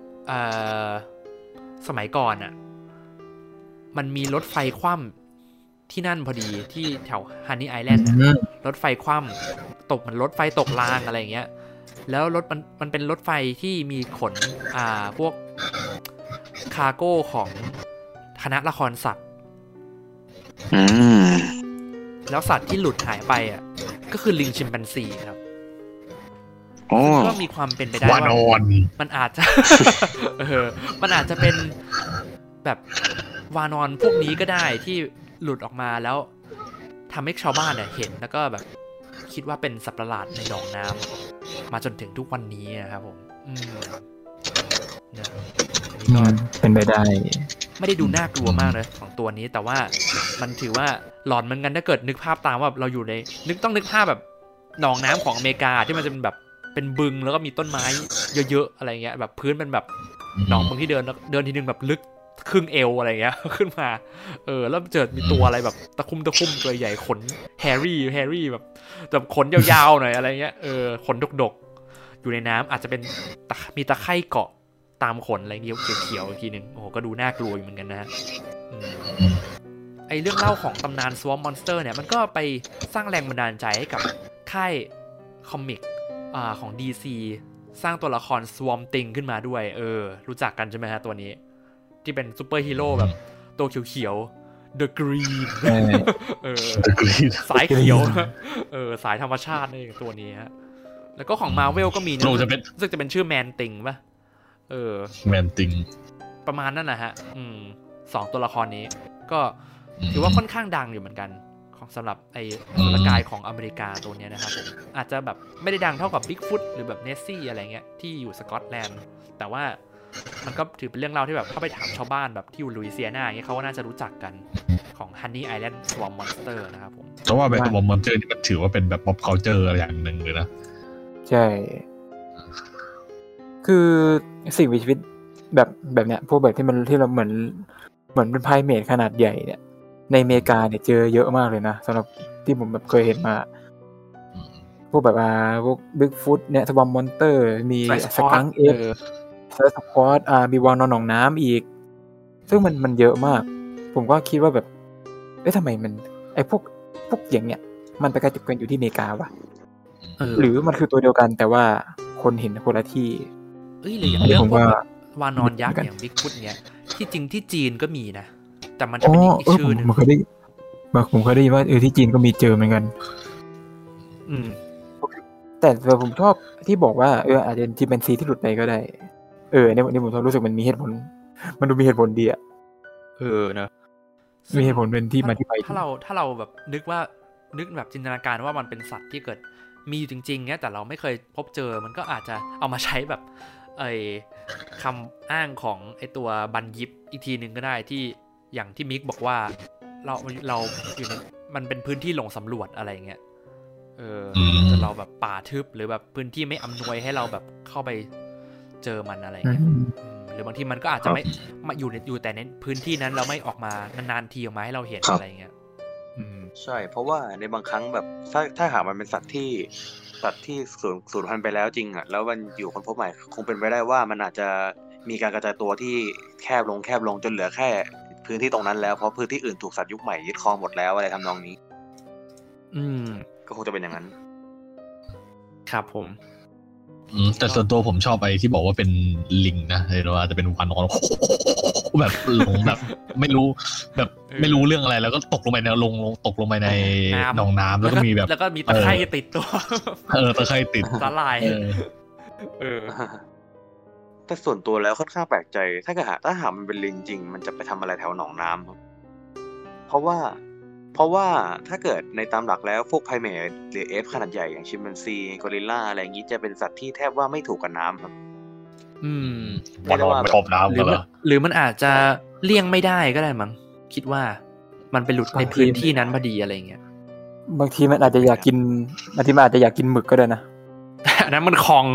[SPEAKER 1] สมัยก่อนอ่ะมันมีรถไฟคว่ำที่นั่นพอดีที่แถวฮันนี่ไอแลนด์รถไฟคว่ำตกมันรถไฟตกรางอะไรอย่างเงี้ยแล้วรถมันเป็นรถไฟที่มีขนพวกคาร์โก้ของคณะละครสัตว์แล้วสัตว์ที่หลุดหายไปอ่ะก็คือลิงชิมแปนซีครับก็มีความเป็นไปได้ว่ามันอาจจะ มันอาจจะเป็นแบบวานอนพวกนี้ก็ได้ที่หลุดออกมาแล้วทำให้ชาวบ้านเห็นแล้วก็แบบคิดว่าเป็นสัตว์ประหลาดในหนองน้ำมาจนถึงทุกวันนี้นะครับผม
[SPEAKER 3] ก็เป็นไปได้
[SPEAKER 1] ไม่ได้ดูน่ากลัวมากเลยของตัวนี้แต่ว่ามันถือว่าหลอนเหมือนกันถ้าเกิดนึกภาพตามว่าเราอยู่ในต้องนึกภาพแบบหนองน้ำของอเมริกาที่มันจะเป็นแบบเป็นบึงแล้วก็มีต้นไม้เยอะๆอะไรเงี้ยแบบพื้นเป็นแบบหนองบางที่เดินทีนึงแบบลึกครึ่งเอวอะไรเงี้ยขึ้นมาแล้วเจอมีตัวอะไรแบบตะคุ่มตัวใหญ่ขนแฮร์รี่แบบขนยาวๆหน่อยอะไรเงี้ยขนดกๆอยู่ในน้ำอาจจะเป็นมีตะไคร่เกาะตามขนอะไรเงี้ยเขียวๆอีกทีนึงโอ้โหก็ดูน่ากลัวอยู่เหมือนกันนะไอเรื่องเล่าของตำนาน Swamp Monster เนี่ยมันก็ไปสร้างแรงบันดาลใจให้กับค่ายคอมิกของ DC สร้างตัวละคร Swamp Thing ขึ้นมาด้วยรู้จักกันใช่ไหมฮะตัวนี้ที่เป็นซูเปอร์ฮีโร่แบบตัวเขียวๆ The Green สายเขียวสายธรรมชาตินี่ตัวนี้ฮะแล้วก็ของ Marvel ก็มีนะซึ่งจะเป็นชื่อ Man Thing ป่ะ
[SPEAKER 2] Man Thing
[SPEAKER 1] ประมาณนั้นนะฮะ2ตัวละครนี้ก็ถือว่าค่อนข้างดังอยู่เหมือนกันสำหรับไอ้สุรกายของอเมริกาตัวนี้นะครับผมอาจจะแบบไม่ได้ดังเท่ากับ Bigfoot หรือแบบ Nessie อะไรเงี้ยที่อยู่สกอตแลนด์แต่ว่ามันก็ถือเป็นเรื่องเล่าที่แบบเข้าไปถามชาวบ้านแบบที่อยู่ลุยเซียนาอย่างเงี้ยเขาก็น่าจะรู้จักกันของ Honey Island Swamp Monster นะครับผม
[SPEAKER 2] เพราะว่าแบบ Swamp Monster นี่มันถือว่าเป็นแบบ pop culture อย่างนึงเลยนะ
[SPEAKER 3] ใช่คือสิ่งมีชีวิตแบบเนี้ยพวกแบบที่เราเหมือนเป็นไพรเมทขนาดใหญ่เนี่ยในอเมริกาเนี่ยเจอเยอะมากเลยนะสำหรับที่ผมแบบเคยเห็นมาพวกแบบพวก Bigfoot เนี่ย Swamp Monster มีสกังค์สควอตมีวานอนหนองน้ำอีกซึ่งมันเยอะมากผมก็คิดว่าแบบทำไมมันไอ้พวกอย่างเงี้ยมันไปกระจุกกันอยู่ที่อเมริกาวะหรือมันคือตัวเดียวกันแต่ว่าคนเห็นคนละที่
[SPEAKER 1] หรืออย่างเรื่องพวกวานอนยักษ์อย่าง Bigfoot เนี้ยที่จริงที่จีนก็มีนะแต่มันจะเป็นอีกชื่อนึง
[SPEAKER 3] ผมเคยได้ยินว่าที่จีนก็มีเจอเหมือนกันแต่ผมชอบที่บอกว่าอาจจะที่เป็นซีที่หลุดไปก็ได้เนี่ยผมรู้สึกมันมีเหตุผลมันดูมีเหตุผลดีอ่ะ
[SPEAKER 1] นะ
[SPEAKER 3] มีเหตุผลเป็นที่มาที่ไป
[SPEAKER 1] ถ้าเราแบบนึกแบบจินตนาการว่ามันเป็นสัตว์ที่เกิดมีอยู่จริงๆเนี้ยแต่เราไม่เคยพบเจอมันก็อาจจะเอามาใช้แบบคำอ้างของไอตัวบันยิปอีกทีนึงก็ได้ที่อย่างที่มิกบอกว่าเราอยู่ในมันเป็นพื้นที่หลงสำรวจอะไรเงี้ยแต่เราแบบป่าทึบหรือแบบพื้นที่ไม่อำนวยให้เราแบบเข้าไปเจอมันอะไรเงี้ยหรือบางทีมันก็อาจจะไม่มาอยู่แต่ในพื้นที่นั้นเราไม่ออกมานานๆทีออกมาให้เราเห็นอะไรเงี้ย
[SPEAKER 4] ใช่เพราะว่าในบางครั้งแบบถ้าหากมันเป็นสัตว์ที่สูญพันธุ์ไปแล้วจริงอ่ะแล้วมันอยู่คนพบใหม่คงเป็นไปได้ว่ามันอาจจะมีการกระจายตัวที่แคบลงจนเหลือแค่พื้นที่ตรงนั้นแล้วเพราะพื้นที่อื่นถูกสัตว์ยุคใหม่ยึดครองหมดแล้วอะไรทำนองนี้ก็คงจะเป็นอย่างนั้น
[SPEAKER 1] ครับผม
[SPEAKER 2] แต่ส่วนตัวผมชอบไอ้ที่บอกว่าเป็นลิงนะเรียกว่าจะเป็นวานอนแบบลงแบบไม่รู้เรื่องอะไรแล้วก็ตกลงไปในตกลงไปในหนองน้ำแล้วก็มีแบบ
[SPEAKER 1] แล้วก็มีตะไคร่ติดตัว
[SPEAKER 2] ตะไคร่ติด
[SPEAKER 1] สลาย
[SPEAKER 4] แต่ส่วนตัวแล้วค่อนข้างแปลกใจถ้าหากมันเป็นลิงจริงมันจะไปทำอะไรแถวหนองน้ำเพราะว่าถ้าเกิดในตามหลักแล้วพวกไพรเมทหรือเอฟขนาดใหญ่อย่างชิมแปนซีกอริลลาอะไรอย่างนี้จะเป็นสัตว์ที่แทบว่าไม่ถูกกับน้ำครับ
[SPEAKER 2] ไม่ได้ว่าชอบน้ำ
[SPEAKER 1] หรือมันอาจจะเลี่ยงไม่ได้ก็ได้มั้งคิดว่ามันไปหลุดในพื้นที่นั้นพอดีอะไรเงี้ย
[SPEAKER 3] บางทีมันอาจจะอยากกินบางทีมันอาจจะอยากกินหมึกก็ได้นะ
[SPEAKER 1] อันนั้นมันคอง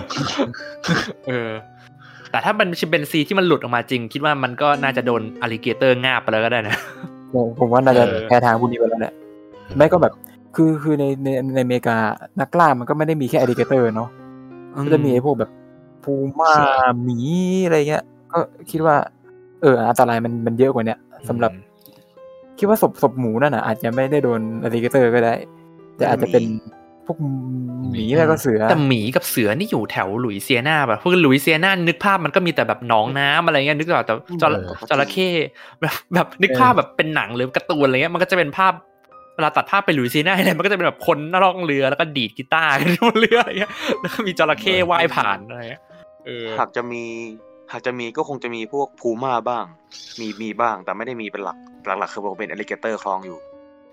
[SPEAKER 1] แต่ถ้ามันชิมแปนซีที่มันหลุดออกมาจริงคิดว่ามันก็น่าจะโดนอลลิเกเตอร์งาบไปแล้วก็ได้นะ
[SPEAKER 3] ผมว่าน่าจะแพ้ทางพวกนี้ไปแล้วแหละไม่ก็แบบคือในอเมริกานักล่ามันก็ไม่ได้มีแค่อลลิเกเตอร์เนาะก็จะมีไอ้พวกแบบพูม่าหมีอะไรเงี้ยก็คิดว่าอันตรายมันเยอะกว่าเนี้ยสำหรับคิดว่าศพหมูนั่นน่ะอาจจะไม่ได้โดนอลลิเกเตอร์ก็ได้แต่อาจจะเป็นพวกหมีแล้วก็เสือ
[SPEAKER 1] แต่หมีกับเสือนี่อยู่แถวหลุยเซียนาแบบพวกหลุยเซียนานึกภาพมันก็มีแต่แบบหนองน้ำอะไรเงี้ยนึกแต่จระเข้แบบนึกภาพแบบเป็นหนังหรือการ์ตูนอะไรเงี้ยมันก็จะเป็นภาพเวลาตัดภาพไปหลุยเซียนาอะไรมันก็จะเป็นแบบคนล่องเรือแล้วก็ดีดกีตาร์กันบนเรืออะไรเงี้ยแล้วก็มีจระเข้ว่ายผ่านอะไรเงี้ย
[SPEAKER 4] หากจะมีก็คงจะมีพวกพูม่าบ้างมีบ้างแต่ไม่ได้มีเป็นหลักคือเป็นอลลิเกเตอร์คลองอยู่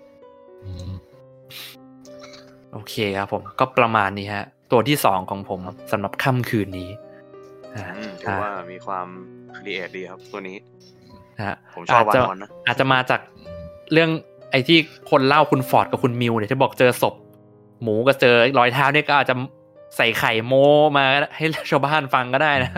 [SPEAKER 1] โอเคครับผมก็ประมาณนี้ฮะตัวที่2ของผมสำหรับค่ำคืนนี้
[SPEAKER 4] ถือว่ามีความครีเอทดีครับตัวนี้ผมชอบวานอนนะ
[SPEAKER 1] อาจจะมาจากเรื่องไอ้ที่คนเล่าคุณฟอร์ดกับคุณมิวเนี่ยที่บอกเจอศพหมูกับเจอรอยเท้าเนี่ยก็อาจจะใส่ไข่โมมาให้ชาวบ้านฟังก็ได้นะ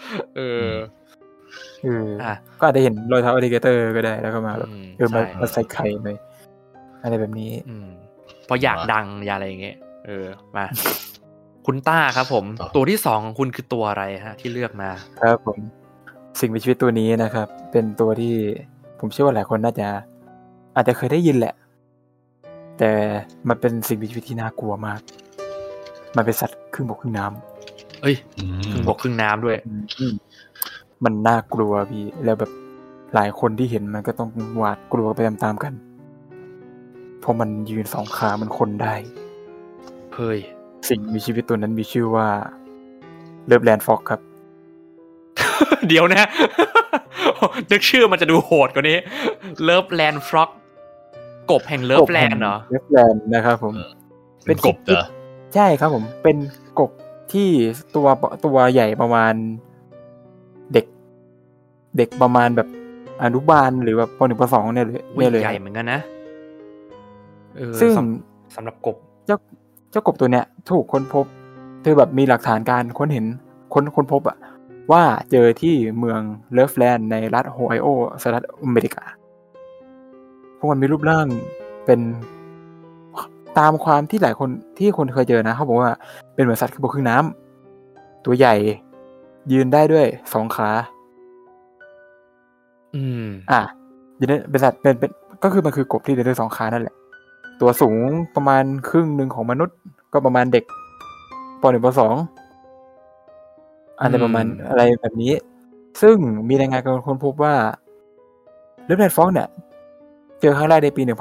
[SPEAKER 3] ก็อาจจะเห็นรอยเท้าอลลิเกเตอร์ก็ได้แล้วก็มาแบบมาใส่ไข่ไปอะไรแบบนี้
[SPEAKER 1] เพราะอยากดังอยากอะไรอย่างเงี้ยมาคุณต้าครับผมตัวที่2ของคุณคือตัวอะไรฮะที่เลือกมา
[SPEAKER 3] ครับผมสิ่งมีชีวิตตัวนี้นะครับเป็นตัวที่ผมเชื่อว่าหลายคนน่าจะอาจจะเคยได้ยินแหละแต่มันเป็นสิ่งมีชีวิตที่น่ากลัวมากมันเป็นสัตว์ครึ่งบกครึ่งน้
[SPEAKER 1] ำครึ่งบกครึ่งน้ำด้วย
[SPEAKER 3] มันน่ากลัวพี่แล้วแบบหลายคนที่เห็นมันก็ต้องหวาดกลัวไปตามๆกันเพราะมันยืน2ขามันคนได้
[SPEAKER 1] เฮ้ย
[SPEAKER 3] สิ่งมีชีวิตตัวนั้นมีชื่อว่าเลิฟแลนด์ฟ็อกครับ
[SPEAKER 1] เดี๋ยวนะนึกชื่อมันจะดูโหดกว่านี้เลิฟแลนด์ฟ็อกกบแห่งเลิฟแลนด์เหรอ
[SPEAKER 3] เลิฟแลนด์นะครับผม
[SPEAKER 2] เป็นกบเหรอ
[SPEAKER 3] ใช่ครับผมเป็นกบที่ตัวใหญ่ประมาณเด็กประมาณแบบอนุบาลหรือแบบป.1 ป.2เนี่ยเลย
[SPEAKER 1] ใหญ่เหมือนกันนะ
[SPEAKER 3] ซึ่ง
[SPEAKER 1] สำหรับกบ
[SPEAKER 3] เจ้ากบตัวเนี้ยถูกค้นพบคือแบบมีหลักฐานการค้นพบอะว่าเจอที่เมืองเลิฟแลนด์ในรัฐโฮไอโอสหรัฐอเมริกาพวกมันมีรูปร่างเป็นตามความที่หลายคนที่คนเคยเจอนะเขาบอกว่าเป็นเหมือนสัตว์ครึ่งบกครึ่งน้ำตัวใหญ่ยืนได้ด้วย2ขายืนได้เป็นสัตว์เป็นก็คือมันคือกบที่เดินด้วย2ขานั่นแหละตัวสูงประมาณครึ่งนึงของมนุษย์ก็ประมาณเด็กป.1 ป.2อะไรประมาณอะไรแบบนี้ซึ่งมีรายงานการค้นพบว่าเลิฟแลนด์ฟ็อกเนี่ยเจอครั้งแรกในปี1955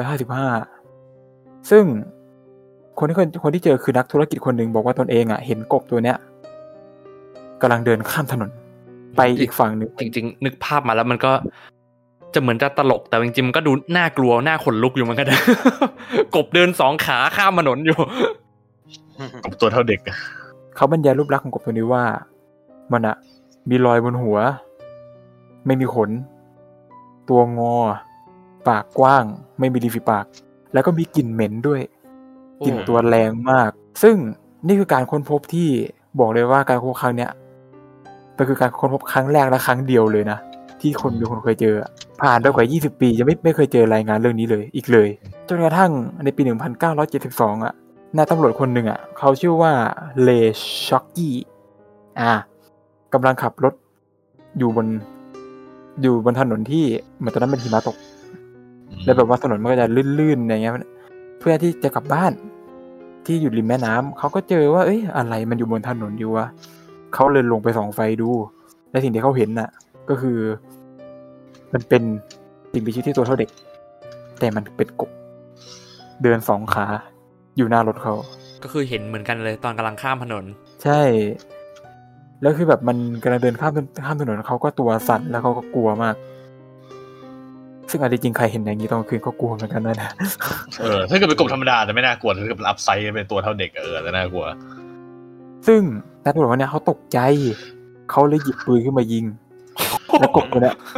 [SPEAKER 3] ซึ่งคนที่เจอคือนักธุรกิจคนหนึ่งบอกว่าตนเองเห็นกบตัวเนี้ยกำลังเดินข้ามถนนไปอีกฝั่งนึง
[SPEAKER 1] จริงๆนึกภาพมาแล้วมันก็จะเหมือนจะตลกแต่จริงๆมันก็ดูน่ากลัวน่าขนลุกอยู่เหมือนกันนะกบเดิน2ขาข้ามถนนอยู่
[SPEAKER 2] กบตัวเท่าเด็ก
[SPEAKER 3] เขาบรรยายรูปลักษณ์ของกบตัวนี้ว่ามันมีรอยบนหัวไม่มีขนตัวงอปากกว้างไม่มีริมฝีปากแล้วก็มีกลิ่นเหม็นด้วยกลิ่นตัวแรงมากซึ่งนี่คือการค้นพบที่บอกเลยว่าการค้นพบครั้งเนี้ยมันคือการค้นพบครั้งแรกและครั้งเดียวเลยนะที่มีคนเคยเจอผ่านไปกว่า20ปียังไม่เคยเจอรายงานเรื่องนี้เลยอีกเลยจนกระทั่งในปี1972อ่ะนายตำรวจคนหนึ่งอ่ะเขาชื่อว่าเลช็อกกี้กำลังขับรถอยู่บนถนนที่เหมือนตอนนั้นเป็นหิมะตกแล้วแบบว่าถนนมันก็จะลื่นๆอย่างเงี้ยเพื่อที่จะกลับบ้านที่อยู่ริมแม่น้ำเขาก็เจอว่าเอ้ยอะไรมันอยู่บนถนนอยู่วะเขาเลยลงไปส่องไฟดูและสิ่งที่เขาเห็นน่ะก็คือมันเป็นสิ่งมีชีวิตที่ตัวเท่าเด็กแต่มันเป็นกบเดิน2 ขาอยู่หน้ารถเขา
[SPEAKER 1] ก็คือเห็นเหมือนกันเลยตอนกำลังข้ามถนน
[SPEAKER 3] ใช่แล้วคือแบบมันกำลังเดินข้ามถนนเขาก็ตัวสั่นแล้วเขาก็กลัวมากซึ่งอันจริงใครเห็นอย่างนี้ตอนคืนก็กลัวเหมือนกันนะ
[SPEAKER 2] ถ้าเกิดเป็นกบธรรมดาจะไม่น่ากลัวถ้าเกิดเป็นอัพไซด์เป็นตัวเท่าเด็กจะน่ากลัว
[SPEAKER 3] ซึ่งนายตำรวจคนนี้เขาตกใจเขาเลยหยิบปืนขึ้นมายิงแล้วกบตัวเนี้ย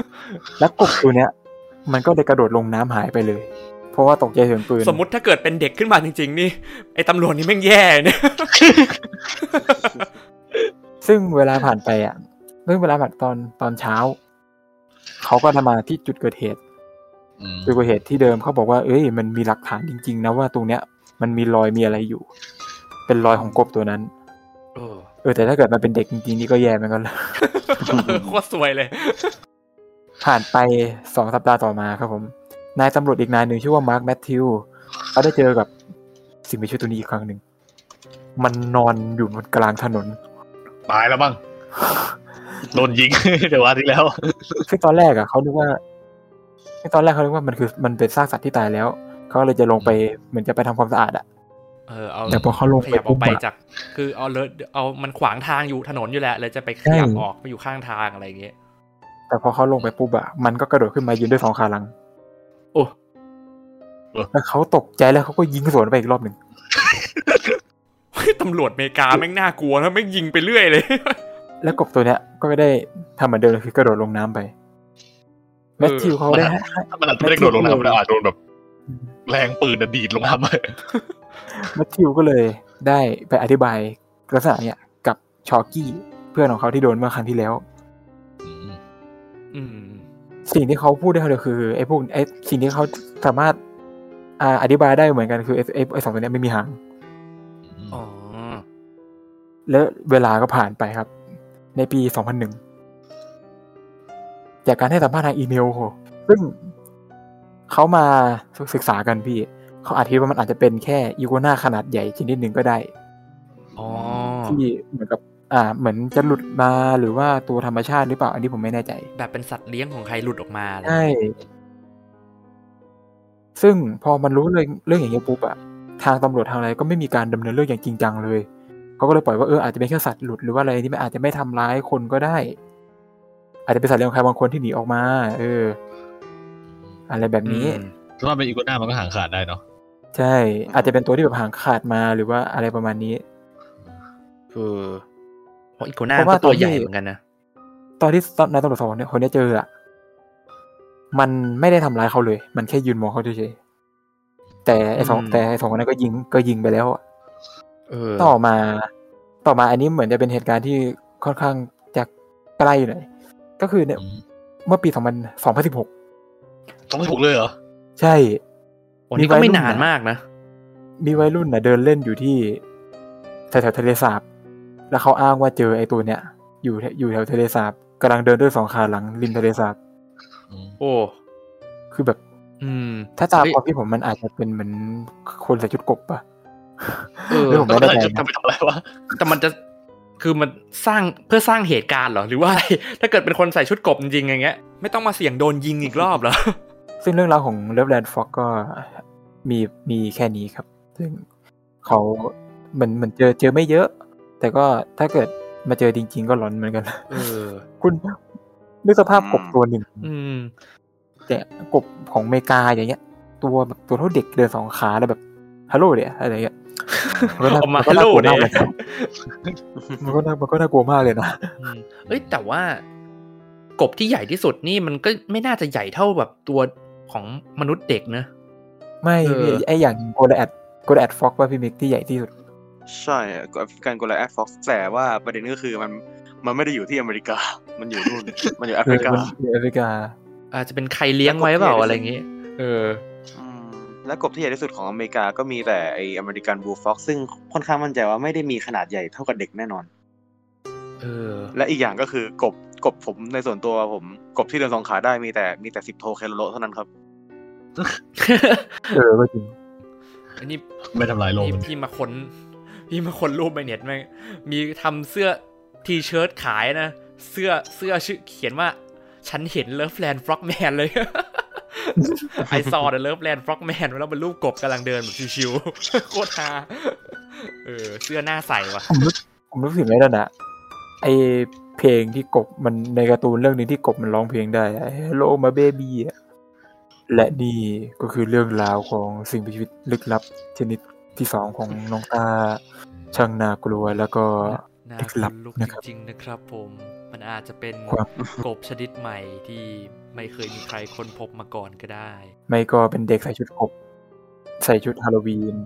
[SPEAKER 3] มันก็เลยกระโดดลงน้ำหายไปเลยเพราะว่าตกใจเสียงปืน
[SPEAKER 1] สมมุติถ้าเกิดเป็นเด็กขึ้นมาจริงๆนี่ไอ้ตำรวจนี่แม่งแย่เนี่ย
[SPEAKER 3] ซึ่งเวลาผ่านไปเวลาผ่านตอนเช้าเขาก็มาที่จุดเกิดเหตุที่เดิมเขาบอกว่าเอ้ยมันมีหลักฐานจริงๆนะว่าตรงเนี้ยมันมีรอยมีอะไรอยู่เป็นรอยของกบตัวนั้นแต่ถ้าเกิดมันเป็นเด็กจริงๆนี่ก็แย่เหมือนกันเลย
[SPEAKER 1] โคตรสวยเลย
[SPEAKER 3] ผ่านไป2 สัปดาห์ต่อมาครับผมนายตำรวจอีกนายหนึ่งชื่อว่ามาร์คแมทธิวเขาได้เจอกับสิ่งมีชีวิตตัวนี้อีกครั้งหนึ่งมันนอนอยู่บนกลางถนน
[SPEAKER 2] ตายแล้วบ้างโดนยิงเดี๋ยวว่าที่แล้ว
[SPEAKER 3] คือตอนแรกเขานึกว่ามันเป็นซากสัตว์ที่ตายแล้วเขาเลยจะลงไปเหมือนจะไปทำความสะอาดแต่พอเขาลงไป
[SPEAKER 1] ออกไปจากคือเอามันขวางทางอยู่ถนนอยู่แล้วเลยจะไปขยับออกไปอยู่ข้างทางอะไรอย่างเงี้ย
[SPEAKER 3] แต่พอเขาลงไปปุ๊บมันก็กระโดดขึ้นมายืนด้วย2 ขาหลัง
[SPEAKER 1] โอ้
[SPEAKER 3] แล้วเขาตกใจแล้วเขาก็ยิงสวนไปอีกรอบหนึ่ง
[SPEAKER 1] ตำรวจอเมริกาแม่งน่ากลัวนะแม่งยิงไปเรื่อยเลย
[SPEAKER 3] แล้วกบตัวเนี้ยก็ไม่ได้ทำเหมือนเดิมคือกระโดดลงน้ำไปแมทธิวเขาได้
[SPEAKER 2] ถ้ามันไม่ได้กระโดดลงน้ำมันอาจโดนแบบแรงปืนดีดลงน้ำไป
[SPEAKER 3] แมทธิวก็เลยได้ไปอธิบายลักษณะเนี้ยกับชอกี้เพื่อนของเขาที่โดนเมื่อครั้งที่แล้วสิ่งที่เขาพูดได้เดียวคือไอ้สิ่งที่เขาสามารถอธิบายได้เหมือนกันคือไอ้2ตัวนี้ไม่มีหางแล้วเวลาก็ผ่านไปครับในปี2001จากการให้สัมภาษณ์ทางอีเมลซึ่งเขามาศึกษากันพี่เขาอธิบายว่ามันอาจจะเป็นแค่อีกัวน่าขนาดใหญ่ชนิดหนึ่งก็ได้ที่เหมือนกับเหมือนจะหลุดมาหรือว่าตัวธรรมชาติหรือเปล่าอันนี้ผมไม่แน่ใจ
[SPEAKER 1] แบบเป็นสัตว์เลี้ยงของใครหลุดออกมา
[SPEAKER 3] ใช่ซึ่งพอมันรู้เรื่องอย่างนี้ปุ๊บทางตำรวจทางอะไรก็ไม่มีการดำเนินเรื่องอย่างจริงจังเลยเขาก็เลยปล่อยว่าอาจจะเป็นแค่สัตว์หลุดหรือว่าอะไรที่อาจจะไม่ทำร้ายคนก็ได้อาจจะเป็นสัตว์เลี้ยงของใครบางคนที่หนีออกมาอะไรแบบนี้
[SPEAKER 2] ถ้าเป็นอีกัวน่ามันก็หางขาดได้เนาะ
[SPEAKER 3] ใช่อาจจะเป็นตัวที่แบบหางขาดมาหรือว่าอะไรประมาณนี้
[SPEAKER 1] เพราะอีกัวน่าก็ตัวใหญ่เหมือนกันนะ
[SPEAKER 3] ตอนที่นายตำรวจ2คนนี้เจอมันไม่ได้ทำร้ายเขาเลยมันแค่ยืนมองเขาเฉยๆแต่ไอ้2คนนั้นก็ยิงไปแล้วต่อมาอันนี้เหมือนจะเป็นเหตุการณ์ที่ค่อนข้างจะใกล้หน่อยก็คือเนี่ยเมื่อปี2016
[SPEAKER 2] เลยเหรอ
[SPEAKER 3] ใช่
[SPEAKER 1] นี่ก็ไม่นานมากนะ
[SPEAKER 3] มีวัยรุ่นเดินเล่นอยู่ที่แถวทะเลสาบแล้วเขาอ้างว่าเจอไอ้ตัวเนี้ยอยู่แถวทะเลสาบกำลังเดินด้วย2 ขาหลังริมทะเลสาบ
[SPEAKER 1] โอ้
[SPEAKER 3] คือแบบถ้าตามความคิดผมมันอาจจะเป็นเหมือนคนใส่ชุดกบ
[SPEAKER 2] ผมไม่ได้จะไปทำอะไรวะ
[SPEAKER 1] แต่มันจะคือมันสร้างเพื่อสร้างเหตุการณ์เหรอหรือว่าอะไรถ้าเกิดเป็นคนใส่ชุดกบจริงๆอย่างเงี้ยไม่ต้องมาเสี่ยงโดนยิงอีกรอบเหรอ
[SPEAKER 3] ซึ่งเรื่องราวของเลิฟแลนด์ฟ็อกก็มีแค่นี้ครับซึ่งเขาเหมือนเจอไม่เยอะแต่ก็ถ้าเกิดมาเจอจริงๆก็หลอนเหมือนกันคุณนึกสภาพกบตัวหนึ่งแต่กบของอเมริกาอย่างเงี้ยตัวแบบตัวเท่าเด็กเดิน2 ขาแล้วแบบฮัลโหลเนี่ยอะไรเงี้ย
[SPEAKER 1] มันก็น่ากลัวมากเลย
[SPEAKER 3] มันก็น่ากลัวมากเลยนะ
[SPEAKER 1] แต่ว่ากบที่ใหญ่ที่สุดนี่มันก็ไม่น่าจะใหญ่เท่าแบบตัวของมนุษย์เด็กนะ
[SPEAKER 3] ไม่ไออย่างโกลาแอดฟ็อกว่าพี่มิกที่ใหญ่ที่สุด
[SPEAKER 4] ใช่การโกลาแอดฟ็อกแต่ว่าประเด็นก็คือมันไม่ได้อยู่ที่อเมริกามันอยู่นู่นมันอยู่แอฟริกา
[SPEAKER 1] อาจจะเป็นใครเลี้ยงไว้เปล่าอะไรอย่างงี้
[SPEAKER 4] และกบที่ใหญ่ที่สุดของอเมริกาก็มีแต่ไออเมริกันบูลฟ็อกซ์ซึ่งค่อนข้างมั่นใจว่าไม่ได้มีขนาดใหญ่เท่ากับเด็กแน่นอนและอีกอย่างก็คือกบผมในส่วนตัวผมกบที่เดินสองขาได้มีแต่10 โทแคโรโลเท่านั้นครับ
[SPEAKER 3] ก็จริง
[SPEAKER 1] อันนี้
[SPEAKER 2] ไม่ทำลายโลก
[SPEAKER 1] พี่มาค้นรูปในเน็ตแม่งมีทำเสื้อทีเชิ้ตขายนะเสื้อชื่อเขียนว่าฉันเห็นเลิฟแลนด์ฟล็อกแมนเลยไอซอเลิฟแลนด์ฟล็อกแมนแล้วเป็นรูปกบกำลังเดินแบบชิวๆโคตรฮาเสื้อหน้าใสว่ะ
[SPEAKER 3] ผมรู้สึกไงแล้วนะไอเพลงที่กบมันในการ์ตูนเรื่องนี้ที่กบมันร้องเพลงได้ Hello my baby และนี่ก็คือเรื่องราวของสิ่งมีชีวิตลึกลับชนิดที่2ของน้องตาช่างน่ากลัวแล้วก็ลึกลับนะครับ
[SPEAKER 1] จริงๆนะครับผมมันอาจจะเป็นกบชนิดใหม่ที่ไม่เคยมีใครค้นพบมาก่อนก็ได้
[SPEAKER 3] ไม่ก็เป็นเด็กใส่ชุดกบใส่ชุดฮาโลวีน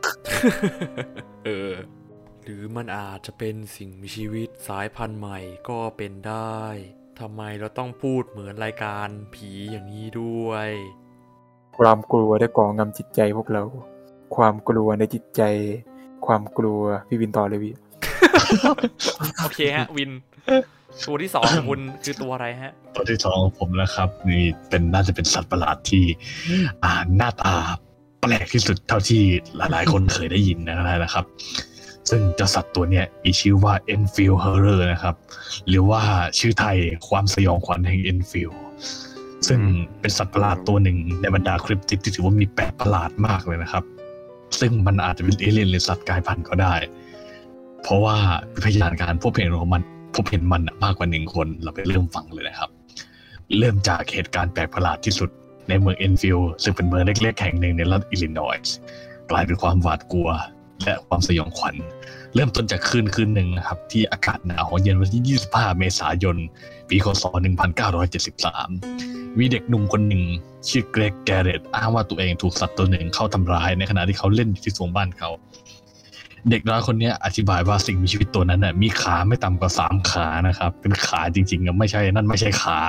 [SPEAKER 1] หรือมันอาจจะเป็นสิ่งมีชีวิตสายพันธุ์ใหม่ก็เป็นได้ทำไมเราต้องพูดเหมือนรายการผีอย่างนี้ด้วย
[SPEAKER 3] ความกลัวได้ก่องำจิตใจพวกเราความกลัวในจิตใจความกลัวพี่วินต่อเลยพี่
[SPEAKER 1] โอเคฮะวินตัวที่2ของคุณคือตัวอะไรฮะ
[SPEAKER 2] ตัวที่2ของผมนะครับนี่น่าจะเป็นสัตว์ประหลาดที่หน้าตาแปลกที่สุดเท่าที่หลายๆคนเคยได้ยินนะครับซึ่งเจ้าสัตว์ตัวเนี้ยมีชื่อว่า Enfield Horror นะครับหรือว่าชื่อไทยความสยองขวัญแห่ง Enfield ซึ่งเป็นสัตว์ประหลาดตัวหนึ่งในบรรดาคริปติดที่ถือว่ามีแปลกประหลาดมากเลยนะครับซึ่งมันอาจจะเป็นเอเลี่ยนหรือสัตว์กลายพันธุ์ก็ได้เพราะว่าพยานการพบเห็นของมันมากกว่า1คนเราไปเริ่มฟังเลยนะครับเริ่มจากเหตุการณ์แปลกประหลาดที่สุดในเมืองเอ็นฟิลด์ซึ่งเป็นเมืองเล็กๆแห่งหนึ่งในรัฐอิลลินอยส์กลายเป็นความหวาดกลัวและความสยองขวัญเริ่มต้นจากคืนหนึ่งนะครับที่อากาศหนาวของเย็นวันที่25 เมษายนปีค.ศ. 1973มีเด็กหนุ่มคนหนึ่งชื่อเกรก แกเรตอ้างว่าตัวเองถูกสัตว์ตัวหนึ่งเข้าทำร้ายในขณะที่เขาเล่นที่สวนบ้านเขาเด็กน้อยคนนี้อธิบายว่าสิ่งมีชีวิตตัวนั้นน่ะมีขาไม่ต่ำกว่า3 ขานะครับเป็นขาจริงๆไม่ใช่ขา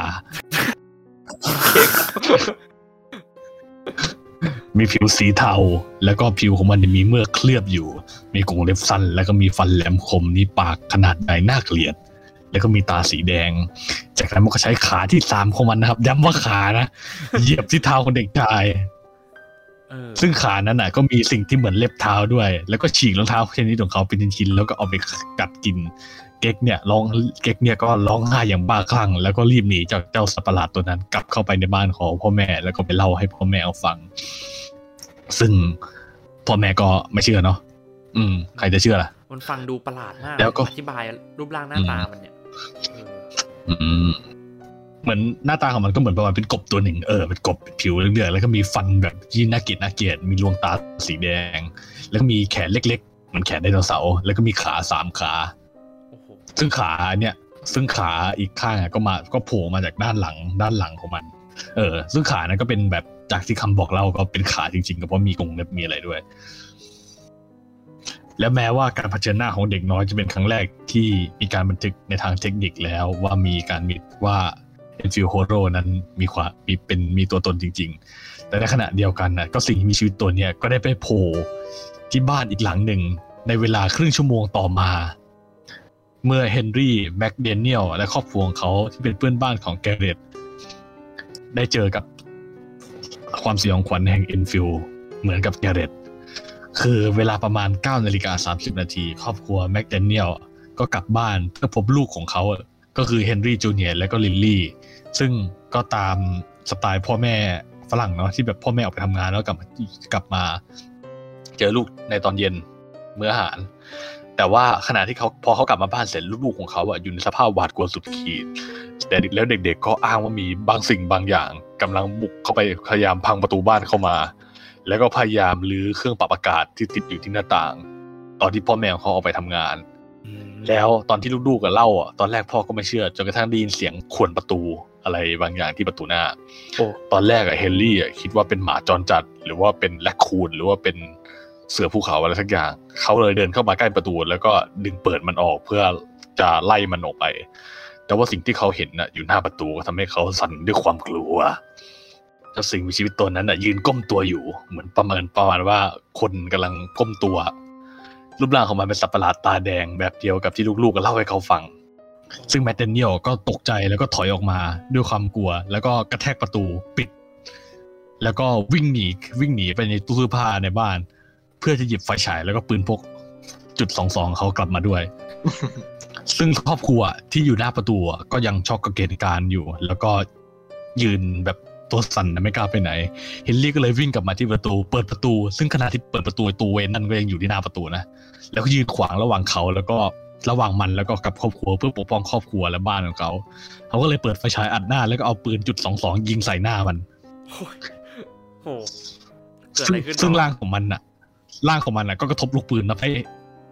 [SPEAKER 2] มีผิวสีเทาแล้วก็ผิวของมันมีเมือกเคลือบอยู่มีกรงเล็บสั้นแล้วก็มีฟันแหลมคมมีปากขนาดใหญ่น่าเกลียดแล้วก็มีตาสีแดงจากนั้นมันก็ใช้ขาที่3ของมันนะครับย้ำว่าขานะเหยียบที่เท้าของเด็กชายซึ่งขานั้นน่ะก็มีสิ่งที่เหมือนเล็บเท้าด้วยแล้วก็ฉีกรองเท้าชนิดของเขาเป็นชิ้นๆแล้วก็เอาไปกัดกินเก๊กเนี่ยก็ร้องไห้อย่างบ้าคลั่งแล้วก็รีบหนีจากเจ้าสัตว์ประหลาดตัวนั้นกลับเข้าไปในบ้านของพ่อแม่แล้วก็ไปเล่าให้พ่อแม่ฟังซึ่งพ่อแม่ก็ไม่เชื่อเนาะใครจะเชื่อล่ะ
[SPEAKER 1] มันฟังดูประหลาดมาก
[SPEAKER 2] แล้วก็
[SPEAKER 1] อธิบายรูปร่างหน้าตามันเนี่ย
[SPEAKER 2] เหมือนหน้าตาของมันก็เหมือนประมาณเป็นกบตัวหนึ่งเป็นกบเป็นผิวเหลืองๆแล้วก็มีฟันแบบที่น่าเกลียดมีดวงตาสีแดงแล้วก็มีแขนเล็กๆเหมือนแขนไดโนเสาร์แล้วก็มีขา3 ขาซึ่งขาอีกข้างก็โผล่มาจากด้านหลังของมันซึ่งขานั้นก็เป็นแบบจากที่คำบอกเล่าก็เป็นขาจริงๆก็เพราะมีกรงเล็บมีอะไรด้วยและแม้ว่าการเผชิญหน้าของเด็กน้อยจะเป็นครั้งแรกที่มีการบันทึกในทางเทคนิคแล้วว่าว่า Enfield Horror นั้นมีตัวตนจริงๆแต่ในขณะเดียวกันนะก็สิ่งที่มีชีวิตตัวเนี้ยก็ได้ไปโผล่ที่บ้านอีกหลังหนึ่งในเวลาครึ่งชั่วโมงต่อมาเมื่อเฮนรี่แมคเดเนียลและครอบครัวของเขาที่เป็นเพื่อนบ้านของแกเรตได้เจอกับความสยองขวัญแห่ง Enfield เหมือนกับแกเรตคือเวลาประมาณ 9:30 น.ครอบครัวแมคเดเนียลก็กลับบ้านเพื่อพบลูกของเขาก็คือเฮนรี่จูเนียร์และก็ลิลลี่ซึ่งก็ตามสไตล์พ่อแม่ฝรั่งเนาะที่แบบพ่อแม่ออกไปทำงานแล้วกลับมาเจอลูกในตอนเย็นมื้ออาหารแต่ว่าขณะที่พอเขากลับมาบ้านเสร็จลูกของเขาอยู่ในสภาพหวาดกลัวสุดขีดแต่แล้วเด็กๆก็อ้างว่ามีบางสิ่งบางอย่างกำลังบุกเข้าไปพยายามพังประตูบ้านเข้ามาแล้วก็พยายามรื้อเครื่องปรับอากาศที่ติดอยู่ที่หน้าต่างตอนที่พ่อแม่ของเขาออกไปทำงานแล้วตอนที่ลูกๆเล่าตอนแรกพ่อก็ไม่เชื่อจนกระทั่งได้ยินเสียงข่วนประตูอะไรบางอย่างที่ประตูหน้าตอนแรกเฮนรี่คิดว่าเป็นหมาจรจัดหรือว่าเป็นแรคคูนหรือว่าเป็นเสือภูเขาอะไรสักอย่างเขาเลยเดินเข้ามาใกล้ประตูแล้วก็ดึงเปิดมันออกเพื่อจะไล่มันออกไปแต่ว่าสิ่งที่เขาเห็นน่ะอยู่หน้าประตูก็ทำให้เขาสั่นด้วยความกลัวเจ้าสิ่งมีชีวิตตัวนั้นน่ะยืนก้มตัวอยู่เหมือนประมาณว่าคนกำลังก้มตัวรูปร่างของมันเป็นสัตว์ประหลาดตาแดงแบบเดียวกับที่ลูกๆก็เล่าให้เขาฟังซึ่งแมตเดเนียลก็ตกใจแล้วก็ถอยออกมาด้วยความกลัวแล้วก็กระแทกประตูปิดแล้วก็วิ่งหนีไปในตู้เสื้อผ้าในบ้านเพื่อจะหยิบไฟฉายแล้วก็ปืนพก.22เขากลับมาด้วย ซึ่งครอบครัวที่อยู่หน้าประตูก็ยังช็อกกับเหตุการณ์อยู่แล้วก็ยืนแบบตัวสั่นไม่กล้าไปไหนเฮนรี่ก็เลยวิ่งกลับมาที่ประตูเปิดประตูซึ่งขณะที่เปิดประตูตัวเวนนั่นก็ยังอยู่ที่หน้าประตูนะแล้วก็ยืนขวางระหว่างเขาแล้วก็ระหว่างมันแล้วก็กับครอบครัวเพื่อปกป้องครอบครัวและบ้านของเขาก็เลยเปิดไฟฉายอัดหน้าแล้วก็เอาปืน.22ยิงใส่หน้ามัน
[SPEAKER 1] โอ้เกิดอะไรขึ้น
[SPEAKER 2] ซึ่งร่างของมันก็กระทบลูกปืนทำให้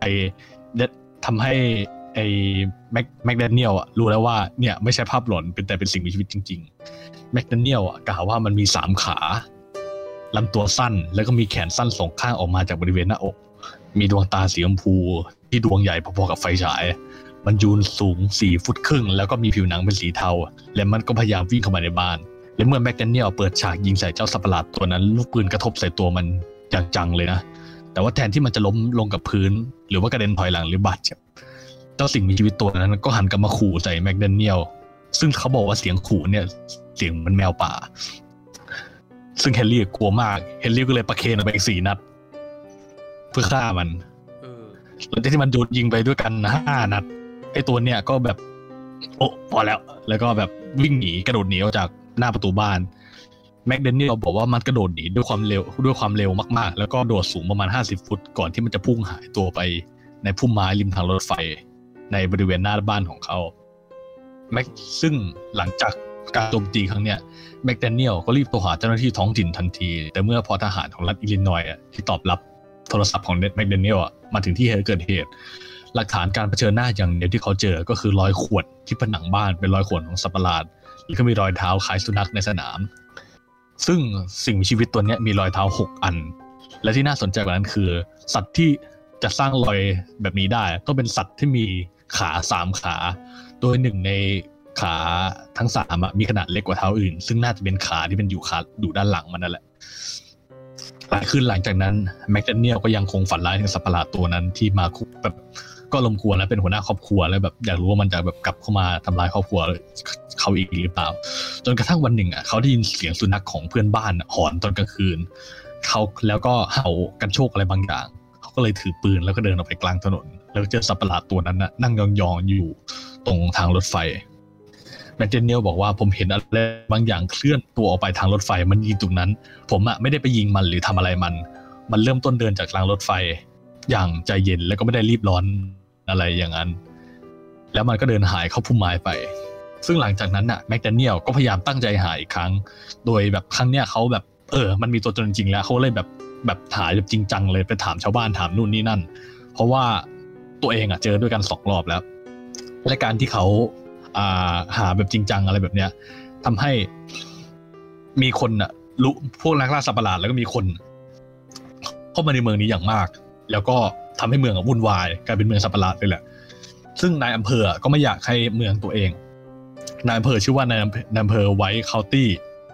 [SPEAKER 2] ไอ้แม็กแดเนียลรู้แล้วว่าเนี่ยไม่ใช่ภาพหลอนเป็นสิ่งมีชีวิตจริงๆแม็กแดเนียลกล่าวว่ามันมี3ขาลำตัวสั้นแล้วก็มีแขนสั้น2ข้างออกมาจากบริเวณหน้าอกมีดวงตาสีชมพูที่ดวงใหญ่พอๆกับไฟฉายมันยืนสูง4 ฟุตครึ่งแล้วก็มีผิวหนังเป็นสีเทาและมันก็พยายามวิ่งเข้ามาในบ้านและเมื่อแม็กแดเนียลเปิดฉากยิงใส่เจ้าสัตว์ประหลาดตัวนั้นลูกปืนกระทบใส่ตัวมันอย่างจังเลยนะแต่ว่าแทนที่มันจะล้มลงกับพื้นหรือว่ากระเด็นถอยหลังหรือบาดเจ็บเจ้าสิ่งมีชีวิตตัวนั้นก็หันกลับมาขู่ใส่แม็กแดเนียลซึ่งเขาบอกว่าเสียงขู่เนี่ยเสียงมันแมวป่าซึ่งเฮนรี่กลัวมากเฮนรี่ก็เลยประเคนออกไปอีก4 นัดเพื่อฆ่ามันแล้วที่มันโดนยิงไปด้วยกัน5 นัดไอ้ตัวเนี่ยก็แบบโอ้พอแล้วก็แบบวิ่งหนีกระโดดหนีออกจากหน้าประตูบ้านแม็กเดนเนียลบอกว่ามันกระโดดหนีด้วยความเร็วมากๆแล้วก็โดดสูงประมาณ50 ฟุตก่อนที่มันจะพุ่งหายตัวไปในพุ่มไม้ริมทางรถไฟในบริเวณหน้าบ้านของเขาซึ่งหลังจากการโจมตีครั้งเนี้ยแม็กเดนเนียลก็รีบโทรหาเจ้าหน้าที่ท้องถิ่นทันทีแต่เมื่อพอทหารของรัฐอิลลินอยส์ที่ตอบรับโทรศัพท์ของแม็กเดนเนียลมาถึงที่เกิดเหตุหลักฐานการเผชิญหน้าอย่างเดียวที่เขาเจอก็คือรอยข่วนที่ผนังบ้านเป็นรอยข่วนของสัตว์ประหลาดแล้วก็มีรอยเท้าคล้ายสุนัขในสนามซึ่งสิ่งมีชีวิตตัวนี้มีรอยเท้า6 อันและที่น่าสนใจกว่านั้นคือสัตว์ที่จะสร้างรอยแบบนี้ได้ต้องเป็นสัตว์ที่มีขา3 ขาโดย1ในขาทั้ง3มีขนาดเล็กกว่าเท้าอื่นซึ่งน่าจะเป็นขาที่เป็นอยู่ด้านหลังมันนั่นแหละหลายคืนหลังจากนั้นแม็กแดเนียลก็ยังคงฝันร้ายถึงสัตว์ประหลาดตัวนั้นที่มาคุกแบบก็ลมควรและเป็นหัวหน้าครอบครัวแล้วแบบอยากรู้ว่ามันจะแบบกลับเข้ามาทำร้ายครอบครัวเขาอีกหรือเปล่าจนกระทั่งวันหนึ่งเขาได้ยินเสียงสุนัขของเพื่อนบ้านหอนตอนกลางคืนเขาแล้วก็เห่ากันโชคอะไรบางอย่างเขาก็เลยถือปืนแล้วก็เดินออกไปกลางถนนแล้วเจอสัตว์ประหลาดตัวนั้นนั่งยองๆอยู่ตรงทางรถไฟแม็กเดนเนียลบอกว่าผมเห็นอะไรบางอย่างเคลื่อนตัวออกไปทางรถไฟมันยิงตรงนั้นผมไม่ได้ไปยิงมันหรือทำอะไรมันเริ่มต้นเดินจากรางรถไฟอย่างใจเย็นแล้วก็ไม่ได้รีบร้อนอะไรอย่างนั้นแล้วมันก็เดินหายเข้าพุ่มไม้ไปซึ่งหลังจากนั้นแม็กแดเนียลก็พยายามตั้งใจหาอีกครั้งโดยแบบครั้งเนี้ยเขาแบบมันมีตัวตนจริงแล้วเขาเลยแบบหาแบบจริงจังเลยไปถามชาวบ้านถามนู่นนี่นั่นเพราะว่าตัวเองเจอด้วยกัน2 รอบแล้วและการที่เขาหาแบบจริงจังอะไรแบบเนี้ยทำให้มีคนรู้พวกนักล่าสัตว์ประหลาดแล้วก็มีคนเข้ามาในเมืองนี้อย่างมากแล้วก็ทำให้เมืองวุ่นวายกลายเป็นเมืองสัตว์ประหลาดเลยแหละซึ่งนายอำเภอก็ไม่อยากให้เมืองตัวเองนายอำเภอชื่อว่านายอำเภอไวท์เคานตี้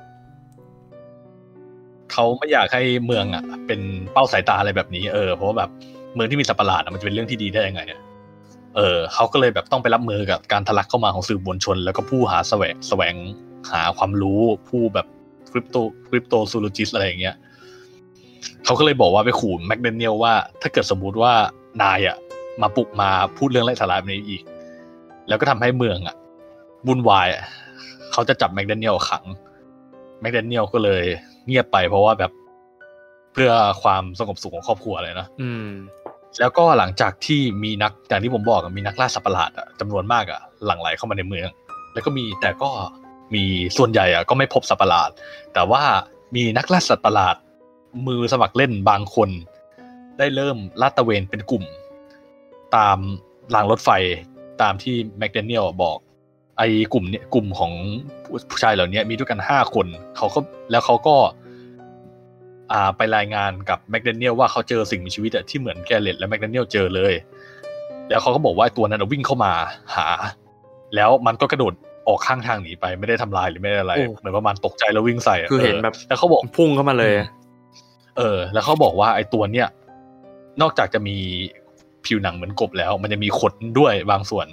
[SPEAKER 2] เขาไม่อยากให้เมืองเป็นเป้าสายตาอะไรแบบนี้เพราะว่าแบบเมืองที่มีสัตว์ประหลาดมันจะเป็นเรื่องที่ดีได้ยังไงเขาก็เลยแบบต้องไปรับมือกับการทะลักเข้ามาของสื่อมวลชนแล้วก็ผู้หาแสวงหาความรู้ผู้แบบคริปโตซูโลจิสอะไรอย่างเงี้ยเขาก็เลยบอกว่าไปขู่แม็กเดเนียลว่าถ้าเกิดสมมุติว่านายมาปลุกมาพูดเรื่องไร้สาระแบบนี้อีกแล้วก็ทำให้เมืองวุ่นวายเขาจะจับแม็กเดเนียลขังแม็กเดเนียลก็เลยเงียบไปเพราะว่าแบบเพื่อความสงบสุขของครอบครัวเลยนะแล้วก็หลังจากที่มีอย่างที่ผมบอกมีนักล่าสัตว์ประหลาดจำนวนมากหลั่งไหลเข้ามาในเมืองแล้วก็มีส่วนใหญ่ก็ไม่พบสัตว์ประหลาดแต่ว่ามีนักล่าสัตว์ประหลาดมือสมัครเล่นบางคนได้เริ่มลาดตระเวนเป็นกลุ่มตามรางรถไฟตามที่แม็กแดเนียลบอกไอ้กลุ่มของผู้ชายเหล่านี้มีด้วยกัน5 คนเขาก็ไปรายงานกับแม็กแดเนียลว่าเขาเจอสิ่งมีชีวิตที่เหมือนแกเร็ตและแม็กแดเนียลเจอเลยแล้วเขาก็บอกว่าตัวนั้นวิ่งเข้ามาหาแล้วมันก็กระโดดออกข้างทางหนีไปไม่ได้ทำลายหรือไม่ได้อะไรเหมือนประมาณตกใจแล้ววิ่งใส่
[SPEAKER 1] คือเห็นแบบ
[SPEAKER 2] แล้วเขาบอก
[SPEAKER 1] พุ่งเข้ามาเลย
[SPEAKER 2] แล้วเขาบอกว่าไอ้ตัวเนี้ยนอกจากจะมีผิวหนังเหมือนกบแล้วมันจะมีขนด้วยบางส่วน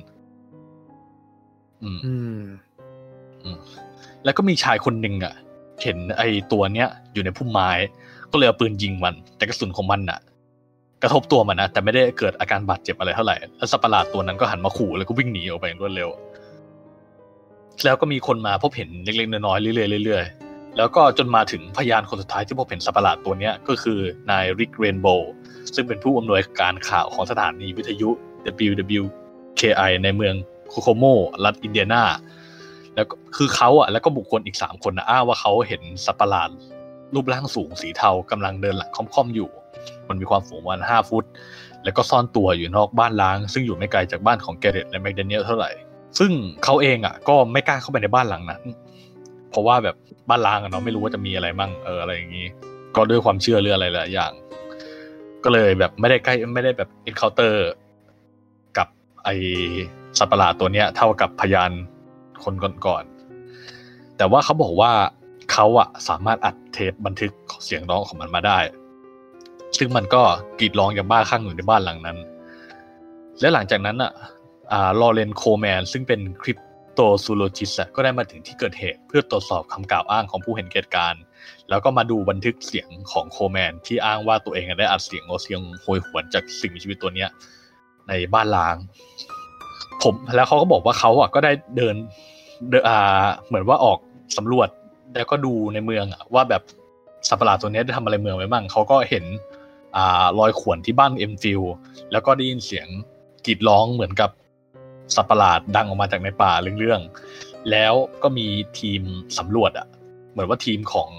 [SPEAKER 2] แล้วก็มีชายคนหนึ่งอ่ะเห็นไอ้ตัวเนี้ยอยู่ในพุ่มไม้ก็เลยเอาปืนยิงมันแต่กระสุนของมันอ่ะกระทบตัวมันนะแต่ไม่ได้เกิดอาการบาดเจ็บอะไรเท่าไหร่แล้วสัตว์ประหลาดตัวนั้นก็หันมาขู่แล้วก็วิ่งหนีออกไปอย่างรวดเร็วแล้วก็มีคนมาพบเห็นเล็กๆน้อยๆเรื่อยๆแล้วก็จนมาถึงพยานคนสุดท้ายที่พบเห็นสัตว์ประหลาดตัวเนี้ยก็คือนายริกเรนโบว์ซึ่งเป็นผู้อำนวยการข่าวของสถานีวิทยุ WWKI ในเมืองโคโคโมรัฐอินเดียนาแล้วคือเขาอ่ะแล้วก็บุคคลอีก3คนอ้างว่าเขาเห็นสัตว์ประหลาดรูปร่างสูงสีเทากำลังเดินหลังค่อมๆอยู่มันมีความสูงประมาณ5 ฟุตแล้วก็ซ่อนตัวอยู่นอกบ้านล้างซึ่งอยู่ไม่ไกลจากบ้านของแกเร็ตและแมคแดเนียลเท่าไหร่ซึ่งเขาเองอ่ะก็ไม่กล้าเข้าไปในบ้านหลังนั้นเพราะว่าแบบบ้านล้างอ่ะเนาะไม่รู้ว่าจะมีอะไรมั่งอะไรอย่างงี้ก็ด้วยความเชื่อเรื่องอะไรหลายอย่างก็เลยแบบไม่ได้แบบเอ็นเคาน์เตอร์กับไอสัตว์ประหลาดตัวเนี้ยเท่ากับพยานคนก่อนๆแต่ว่าเขาบอกว่าเขาอะสามารถอัดเทปบันทึกเสียงร้องของมันมาได้ซึ่งมันก็กรีดร้องอย่างบ้าคลั่งอยู่ในบ้านหลังนั้นและหลังจากนั้นอะลอเรนโคแมนซึ่งเป็นคริปโตซูโลจิสต์ก็ได้มาถึงที่เกิดเหตุเพื่อตรวจสอบคำกล่าวอ้างของผู้เห็นเหตุการณ์แล้วก็มาดูบันทึกเสียงของโคแมนที่อ้างว่าตัวเองได้อัดเสียงโหยหวนจากสิ่งมีชีวิตตัวเนี้ยในบ้านล้างแล้วเขาก็บอกว่าเขาอ่ะก็ได้เดินเหมือนว่าออกสำรวจแล้วก็ดูในเมืองอ่ะว่าแบบสัตว์ประหลาดตัวนี้ได้ทำอะไรเมืองไว้บ้างเขาก็เห็นรอยข่วนที่บ้านเอ็มฟิลแล้วก็ได้ยินเสียงกรีดร้องเหมือนกับสัตว์ประหลาดดังออกมาจากในป่าเรื่องๆแล้วก็มีทีมสำรวจอ่ะเหมือนว่าทีม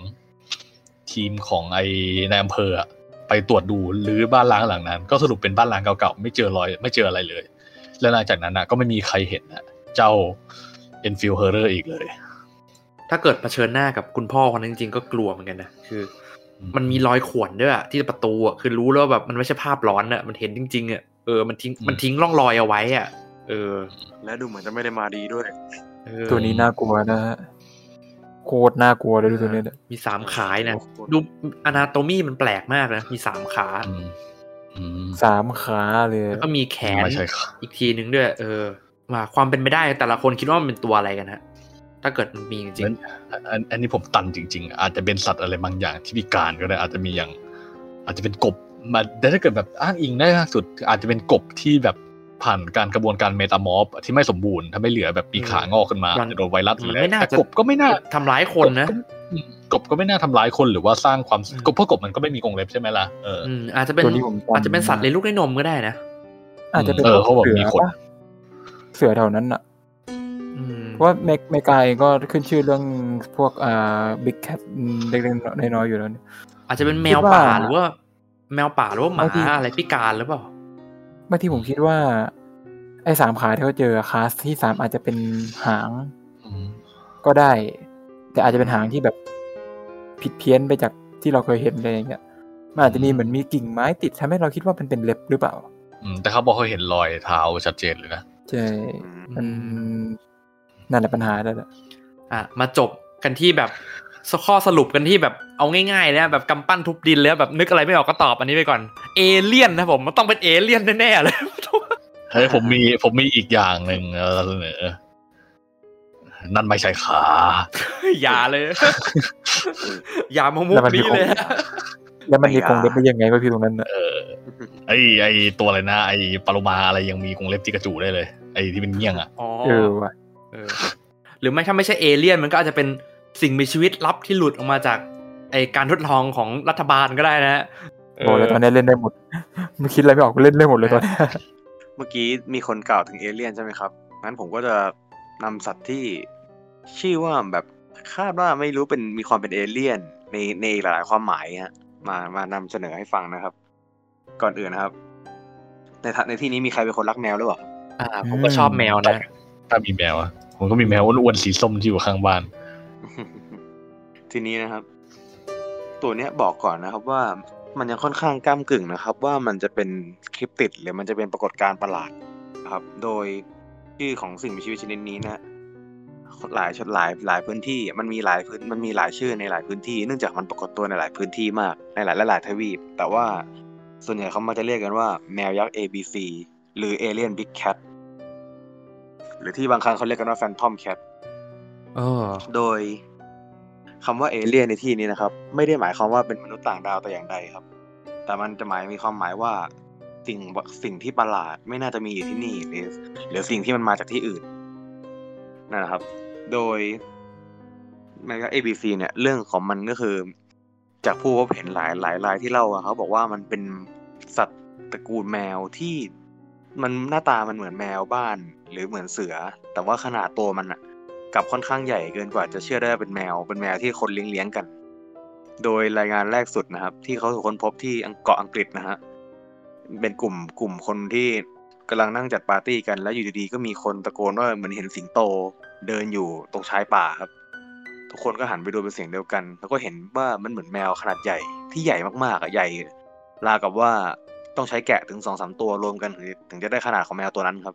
[SPEAKER 2] ของไอ้ในอำเภออ่ะไปตรวจดูหรือบ้านล้างหลังนั้นก็สรุปเป็นบ้านล้างเก่าๆไม่เจออะไรเลยแล้วหลังจากนั้นก็ไม่มีใครเห็นเจ้าเอ็นฟิลเฮอร์เรอร์อีกเลย
[SPEAKER 1] ถ้าเกิดเผชิญหน้ากับคุณพ่อคนนั้นจริงๆก็กลัวเหมือนกันนะคือมันมีรอยข่วนด้วยที่ประตูคือรู้แล้วแบบมันไม่ใช่ภาพร้อนมันเห็นจริงๆมันทิ้งร่องรอยเอาไว้
[SPEAKER 4] และดูเหมือนจะไม่ได้มาดีด้วย
[SPEAKER 3] ตัวนี้น่ากลัวนะฮะโคตรน่ากลัวเลยตัวนี้
[SPEAKER 1] มี3 ขานะดูอนาโตมีมันแปลกมากนะมี3 ขา
[SPEAKER 3] 3 ขาเลย
[SPEAKER 1] แล้วก็มีแขนอีกทีนึงด้วยว่าความเป็นไปได้แต่ละคนคิดว่ามันเป็นตัวอะไรกันฮะถ้าเกิดมันมีจริง
[SPEAKER 2] ๆอันนี้ผมตันจริงๆอาจจะเป็นสัตว์อะไรบางอย่างที่พิการก็ได้อาจจะมีอย่างอาจจะเป็นกบมาแต่ถ้าเกิดแบบอ้างอิงได้ล่าสุดอาจจะเป็นกบที่แบบผ่านการกระบวนการเมตามอร์ฟที่ไม่สมบูรณ์ถ้าไม่เหลือแบบปีขางอกขึ้นมาโดนไวรัสหรืออะไรแต่กบก็ไม่น่า
[SPEAKER 1] ทำร้ายคนนะ
[SPEAKER 2] กบก็ไม่น่าทำร้ายคนหรือว่าสร้างความกบเพราะกบมันก็ไม่มีกรงเล็บใช่ไหมล่ะ
[SPEAKER 1] อาจจะเป็นสัตว์เลี้ยงลูกด้วยนมก็ได้นะ
[SPEAKER 3] อาจจะเป็น
[SPEAKER 2] เขาบอกมีคน
[SPEAKER 3] เสือแถวนั้นเพราะว่าเมกาเองก็ขึ้นชื่อเรื่องพวกบิ๊กแคทเล็กๆน้อยๆอยู่แล้ว
[SPEAKER 1] อาจจะเป็นแมวป่าหรือว่าหมาอะไรพิการหรือเปล่า
[SPEAKER 3] บางทีผมคิดว่าไอ้3 ขาที่เขาเจอคลาสที่3อาจจะเป็นหางก็ได้แต่อาจจะเป็นหางที่แบบผิดเพี้ยนไปจากที่เราเคยเห็นอะไรอย่างเงี้ยมันอาจจะมีเหมือนมีกิ่งไม้ติดทำให้เราคิดว่าเป็นเล็บหรือเปล่า
[SPEAKER 2] แต่เขาบอกเขาเห็นรอยเท้าชัดเจนเลยนะ
[SPEAKER 3] ใช่นั่นแหละปัญหาแล้ว
[SPEAKER 1] มาจบกันที่แบบข้อสรุปกันที่แบบเอาง่ายๆนะแบบกำปั้นทุบดินแล้วแบบนึกอะไรไม่ออกก็ตอบอันนี้ไปก่อนเอเลี่ยนนะผมมันต้องเป็นเอเลี่ยนแน่ๆเลย
[SPEAKER 2] เฮ้ยผมมีอีกอย่างนึงเสนอนั่นไม่ใช่ขา
[SPEAKER 1] อย่าเลยอย่ามามุกนี้เลย
[SPEAKER 3] แล้วมันมีกรงเล็บได้ยังไงวะพี่ตรงนั้น
[SPEAKER 2] ไอ้ตัวอะไรนะไอ้ปลาโลมาอะไรยังมีกรงเล็บที่กระจูได้เลยไอ้ที่เป็นเงี้ยง
[SPEAKER 3] ว่ะ
[SPEAKER 1] หรือไม่ถ้าไม่ใช่เอเลี่ยนมันก็อาจจะเป็นสิ่งมีชีวิตลับที่หลุดออกมาจากไอ้การทดลองของรัฐบาลก็ได้นะ
[SPEAKER 3] โอ้แล้วตอนนี้เล่นได้หมดไม่คิดอะไรไม่ออกเล่นได้หมดเลยตอนนี้
[SPEAKER 4] เมื่อกี้มีคนกล่าวถึงเอเลี่ยนใช่ไหมครับงั้นผมก็จะนำสัตว์ที่ชื่อว่าแบบคาดว่าไม่รู้มีความเป็นเอเลี่ยนในหลายความหมายฮะมานำเสนอให้ฟังนะครับก่อนอื่นนะครับในที่นี้มีใครเป็นคนรักแมวหรือเปล่า
[SPEAKER 1] ผมก็ชอบแมวนะ
[SPEAKER 2] ถ้ามีแมวผมก็มีแมวอ้วนๆสีส้มที่อยู่ข้างบ้าน
[SPEAKER 4] ทีนี้นะครับตัวเนี้ยบอกก่อนนะครับว่ามันยังค่อนข้างก้ำกึ่งนะครับว่ามันจะเป็นคริปติดหรือมันจะเป็นปรากฏการณ์ประหลาดนะครับโดยชื่อของสิ่งมีชีวิตชนิดนี้นะหลายพื้นที่มันมีหลายชื่อในหลายพื้นที่เนื่องจากมันปรากฏตัวในหลายพื้นที่มากในหลายทวีปแต่ว่าส่วนใหญ่เขามาจะเรียกกันว่าแมวยักษ์ ABC หรือ Alien Big Cat หรือที่บางครั้งเขาเรียกกันว่า Phantom Cat โดยคำว่าเอเลี่ยนในที่นี้นะครับไม่ได้หมายความว่าเป็นมนุษย์ต่างดาวแต่อย่างใดครับแต่มันจะมีความหมายว่าสิ่งที่ประหลาดไม่น่าจะมีอยู่ที่นี่หรือสิ่งที่มันมาจากที่อื่นนะครับโดยมันก็ ABC เนี่ยเรื่องของมันก็คือจากผู้พบเห็นหลายรายที่เล่าเขาบอกว่ามันเป็นสัตว์ตระกูลแมวที่มันหน้าตามันเหมือนแมวบ้านหรือเหมือนเสือแต่ว่าขนาดตัวมันกับค่อนข้างใหญ่เกินกว่าจะเชื่อได้เป็นแมวที่คนเลี้ยงกันโดยรายงานแรกสุดนะครับที่เขาถูกค้นพบที่เกาะอังกฤษนะฮะเป็นกลุ่มคนที่กำลังนั่งจัดปาร์ตี้กันแล้วอยู่ดีๆก็มีคนตะโกนว่าเหมือนเห็นสิงโตเดินอยู่ตรงชายป่าครับทุกคนก็หันไปดูเป็นเสียงเดียวกันแล้วก็เห็นว่ามันเหมือนแมวขนาดใหญ่ที่ใหญ่มากๆใหญ่ราวกับว่าต้องใช้แกะถึง 2-3 ตัวรวมกันถึงจะได้ขนาดของแมวตัวนั้นครับ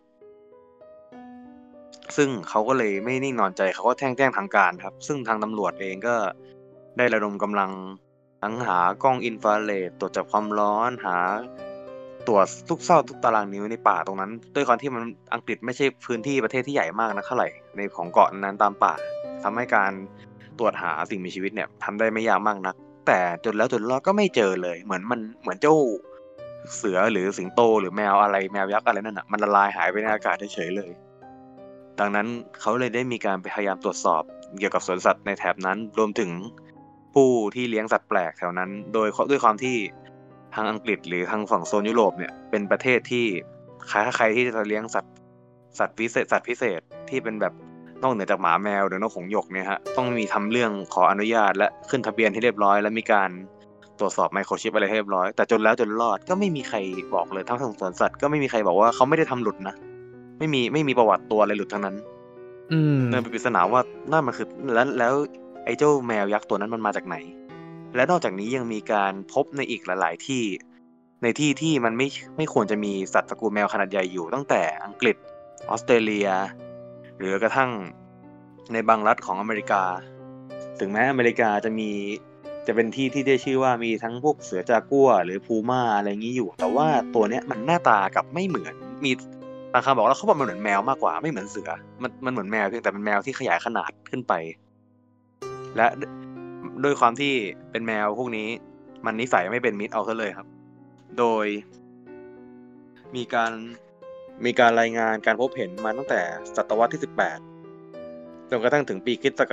[SPEAKER 4] ซึ่งเขาก็เลยไม่นิ่งนอนใจเขาก็แจ้งทางการครับซึ่งทางตำรวจเองก็ได้ระดมกำลังทั้งหากล้องอินฟราเรดตรวจจับความร้อนหาตรวจทุกซอกทุกตารางนิ้วในป่าตรงนั้นด้วยความที่มันอังกฤษไม่ใช่พื้นที่ประเทศที่ใหญ่มากนะเท่าไหร่ในของเกาะนั้นตามป่าทำให้การตรวจหาสิ่งมีชีวิตเนี่ยทำได้ไม่ยากมากนักแต่จนรอดก็ไม่เจอเลยเหมือนเจ้าเสือหรือสิงโตหรือแมวยักษ์อะไรนั่นมันละลายหายไปในอากาศเฉยๆเลยดังนั้นเขาเลยได้มีการพยายามตรวจสอบเกี่ยวกับสวนสัตว์ในแถบนั้นรวมถึงผู้ที่เลี้ยงสัตว์แปลกแถวนั้นด้วยความที่ทางอังกฤษหรือทางฝั่งโซนยุโรปเนี่ยเป็นประเทศที่ใครที่จะเลี้ยงสัตว์พิเศษที่เป็นแบบนอกเหนือจากหมาแมวหรือนกหงส์หยกเนี่ยฮะต้องมีทำเรื่องขออนุญาตและขึ้นทะเบียนให้เรียบร้อยและมีการตรวจสอบไมโครชิปอะไรให้เรียบร้อยแต่จนรอดก็ไม่มีใครบอกเลยทั้งสวนสัตว์ก็ไม่มีใครบอกว่าเขาไม่ได้ทำหลุดนะไม่มีประวัติตัวอะไรหลุดทั้งนั้นนั่นเป็นปริศนาว่านั่นมันคือแล้วไอ้เจ้าแมวยักษ์ตัวนั้นมันมาจากไหนและนอกจากนี้ยังมีการพบในอีกหลายๆที่ในที่มันไม่ควรจะมีสัตว์ตระกูลแมวขนาดใหญ่อยู่ตั้งแต่อังกฤษออสเตรเลียหรือกระทั่งในบางรัฐของอเมริกาถึงแม้อเมริกาจะเป็นที่ได้ชื่อว่ามีทั้งพวกเสือจากัวหรือพูม่าอะไรอย่างนี้อยู่แต่ว่าตัวเนี้ยมันหน้าตากับไม่เหมือนมีบางคำบอกแล้วเขาบอกมันเหมือนแมวมากกว่าไม่เหมือนเสือมันเหมือนแมวเพียงแต่เป็นแมวที่ขยายขนาดขึ้นไปและด้วยความที่เป็นแมวพวกนี้มันนิสัยไม่เป็นมิตรเอาซะเลยครับโดยมีการรายงานการพบเห็นมาตั้งแต่ศตวรรษที่18จนกระทั่งถึงปีค.ศ.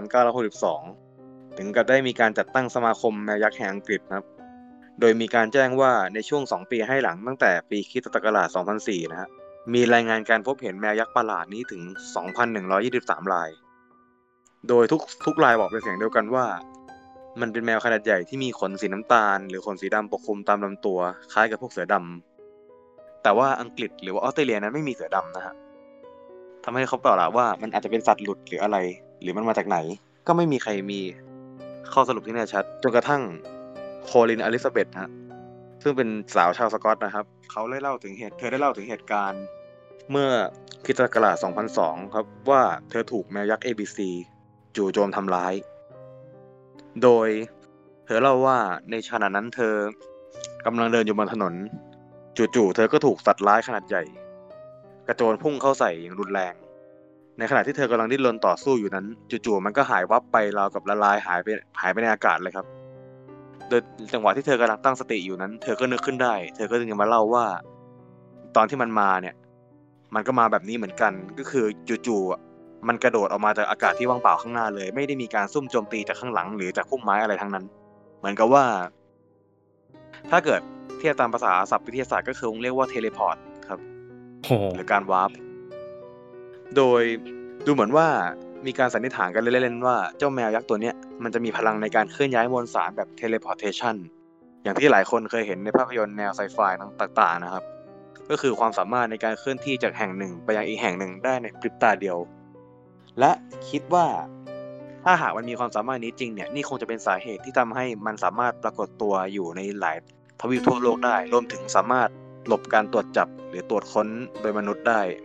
[SPEAKER 4] 1962ถึงกับได้มีการจัดตั้งสมาคมแมวยักษ์แห่งอังกฤษครับโดยมีการแจ้งว่าในช่วง2ปีให้หลังตั้งแต่ปีค.ศ. 2004นะฮะมีรายงานการพบเห็นแมวยักษ์ประหลาดนี้ถึง 2,123 รายโดยทุกรายบอกเป็นเสียงเดียวกันว่ามันเป็นแมวขนาดใหญ่ที่มีขนสีน้ำตาลหรือขนสีดำปกคลุมตามลำตัวคล้ายกับพวกเสือดำแต่ว่าอังกฤษหรือว่าออสเตรเลียนั้นไม่มีเสือดำนะฮะทำให้เขาบอกว่ามันอาจจะเป็นสัตว์หลุดหรืออะไรหรือมันมาจากไหนก็ไม่มีใครมีข้อสรุปที่แน่ชัดจนกระทั่งโคลินอลิซาเบธฮะซึ่งเป็นสาวชาวสกอตนะครับเธอได้เล่าถึงเหตุการณ์เมื่อค.ศ. 2002ครับว่าเธอถูกแมวยักษ์ ABC จู่โจมทำร้ายโดยเธอเล่าว่าในขณะนั้นเธอกำลังเดินอยู่บนถนนจู่ๆเธอก็ถูกสัตว์ร้ายขนาดใหญ่กระโจนพุ่งเข้าใส่อย่างรุนแรงในขณะที่เธอกำลังดิ้นรนต่อสู้อยู่นั้นจู่ๆมันก็หายวับไปราวกับละลายหายไปในอากาศเลยครับโดยจังหวะที่เธอกำลังตั้งสติอยู่นั้นเธอก็นึกขึ้นได้เธอก็จึงมาเล่าว่าตอนที่มันมาเนี่ยมันก็มาแบบนี้เหมือนกันก็คือจู่ๆมันกระโดดออกมาจากอากาศที่ว่างเปล่าข้างหน้าเลยไม่ได้มีการซุ่มโจมตีจากข้างหลังหรือจากพุ่มไม้อะไรทั้งนั้นเหมือนกับว่าถ้าเกิดเทียบตามภาษาศัพท์วิทยาศาสตร์ก็คือเรียกว่าเทเลพอร์ตครับหรือการวาร์ปโดยดูเหมือนว่ามีการสันนิษฐานกันเล่นๆว่าเจ้าแมวยักษ์ตัวเนี้ยมันจะมีพลังในการเคลื่อนย้ายมวลสารแบบเทเลพอร์เทชันอย่างที่หลายคนเคยเห็นในภาพยนตร์แนวไซไฟต่างๆนะครับก็คือความสามารถในการเคลื่อนที่จากแห่งหนึ่งไปยังอีกแห่งหนึ่งได้ในพริบตาเดียวและคิดว่าถ้าหากมันมีความสามารถนี้จริงเนี่ยนี่คงจะเป็นสาเหตุที่ทำให้มันสามารถปรากฏตัวอยู่ในหลายทวีปทั่วโลกได้รวมถึงสามารถหลบการตรวจจับหรือตรวจค้นโดยมนุษย์ได้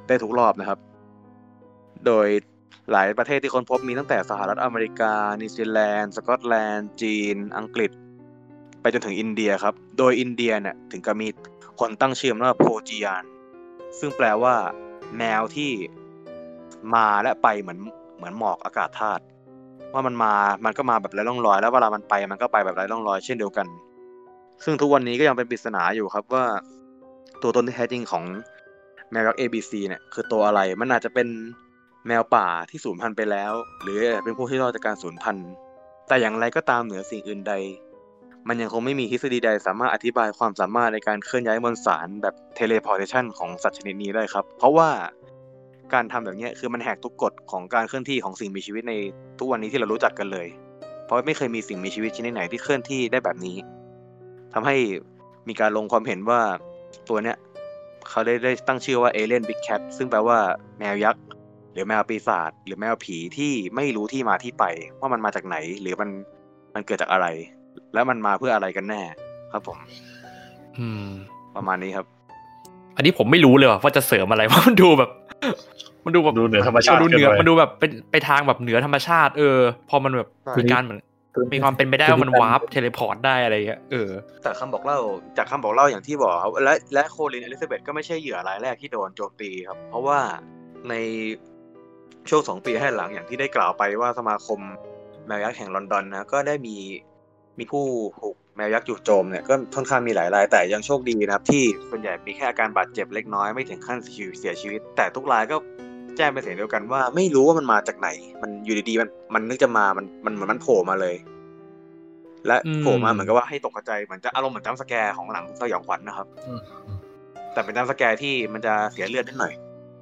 [SPEAKER 4] ได้ทุกรอบนะครับโดยหลายประเทศที่ค้นพบมีตั้งแต่สหรัฐอเมริกานิวซีแลนด์สกอตแลนด์จีนอังกฤษไปจนถึงอินเดียครับโดยอินเดียเนี่ยถึงกับมีคนตั้งชื่อว่าโพจิยานซึ่งแปลว่าแมวที่มาและไปเหมือนหมอกอากาศธาตุว่ามันก็มาแบบไร้ร่องรอยแล้วเวลามันไปมันก็ไปแบบไร้ร่องรอยเช่นเดียวกันซึ่งทุกวันนี้ก็ยังเป็นปริศนาอยู่ครับว่าตัวตนที่แท้จริงของแมวยักษ์ ABC เนี่ยคือตัวอะไรมันอาจจะเป็นแมวป่าที่สูญพันธุ์ไปแล้วหรือเป็นพวกที่รอดจากการสูญพันธุ์แต่อย่างไรก็ตามเหนือสิ่งอื่นใดมันยังคงไม่มีทฤษฎีใดสามารถอธิบายความสามารถในการเคลื่อนย้ายมวลสารแบบเทเลพอร์เทชันของสัตว์ชนิดนี้ได้ครับเพราะว่าการทำแบบนี้คือมันแหกทุกกฎของการเคลื่อนที่ของสิ่งมีชีวิตในทุกวันนี้ที่เรารู้จักกันเลยเพราะไม่เคยมีสิ่งมีชีวิตชนิดไหนที่เคลื่อนที่ได้แบบนี้ทำให้มีการลงความเห็นว่าตัวเนี้ยเขาได้ตั้งชื่อว่าเอเลียนบิ๊กแคทซึ่งแปลว่าแมวยักษ์หรือแมวปีศาจหรือแมวผีที่ไม่รู้ที่มาที่ไปว่ามันมาจากไหนหรือมันเกิดจากอะไรแล้วมันมาเพื่ออะไรกันแน่ครับผมประมาณนี้ครับ
[SPEAKER 1] อันนี้ผมไม่รู้เลยว่าจะเสริมอะไรเพราะมันดูแบบ
[SPEAKER 2] ดูเหนือธรรมชาติ
[SPEAKER 1] มันดูแบบเป็นไปทางแบบเหนือธรรมชาติพอมันแบบมีการเหมือนมีความเป็นไปได้ว่ามันวาร์ปเทเลพอร์ตได้อะไรเงี้ย
[SPEAKER 4] จากคำบอกเล่าอย่างที่บอกครับและโคลินอลิซาเบธก็ไม่ใช่เหยื่อรายแรกที่โดนโจมตีครับเพราะว่าในช่วง2 ปีให้หลังอย่างที่ได้กล่าวไปว่าสมาคมแมวยักษ์แห่งลอนดอนนะก็ได้มีผู้ถูกแมวยักษ์จู่โจมเนี่ยก็ค่อนข้างมีหลายรายแต่ยังโชคดีนะครับที่ส่วนใหญ่มีแค่อาการบาดเจ็บเล็กน้อยไม่ถึงขั้นเสียชีวิตแต่ทุกรายก็แจ้งเป็นเสียงเดียวกันว่าไม่รู้ว่ามันมาจากไหนมันอยู่ดีๆมันนึกจะมามันเหมือนมันโผล่มาเลยและโผล่มาเหมือนกับว่าให้ตกใจเหมือนจะอารมณ์เหมือนจัมป์สแกร์ของหนังสยองขวัญนะครับแต่เป็นจัมป์สแกร์ที่มันจะเสียเลือดนิดหน่อย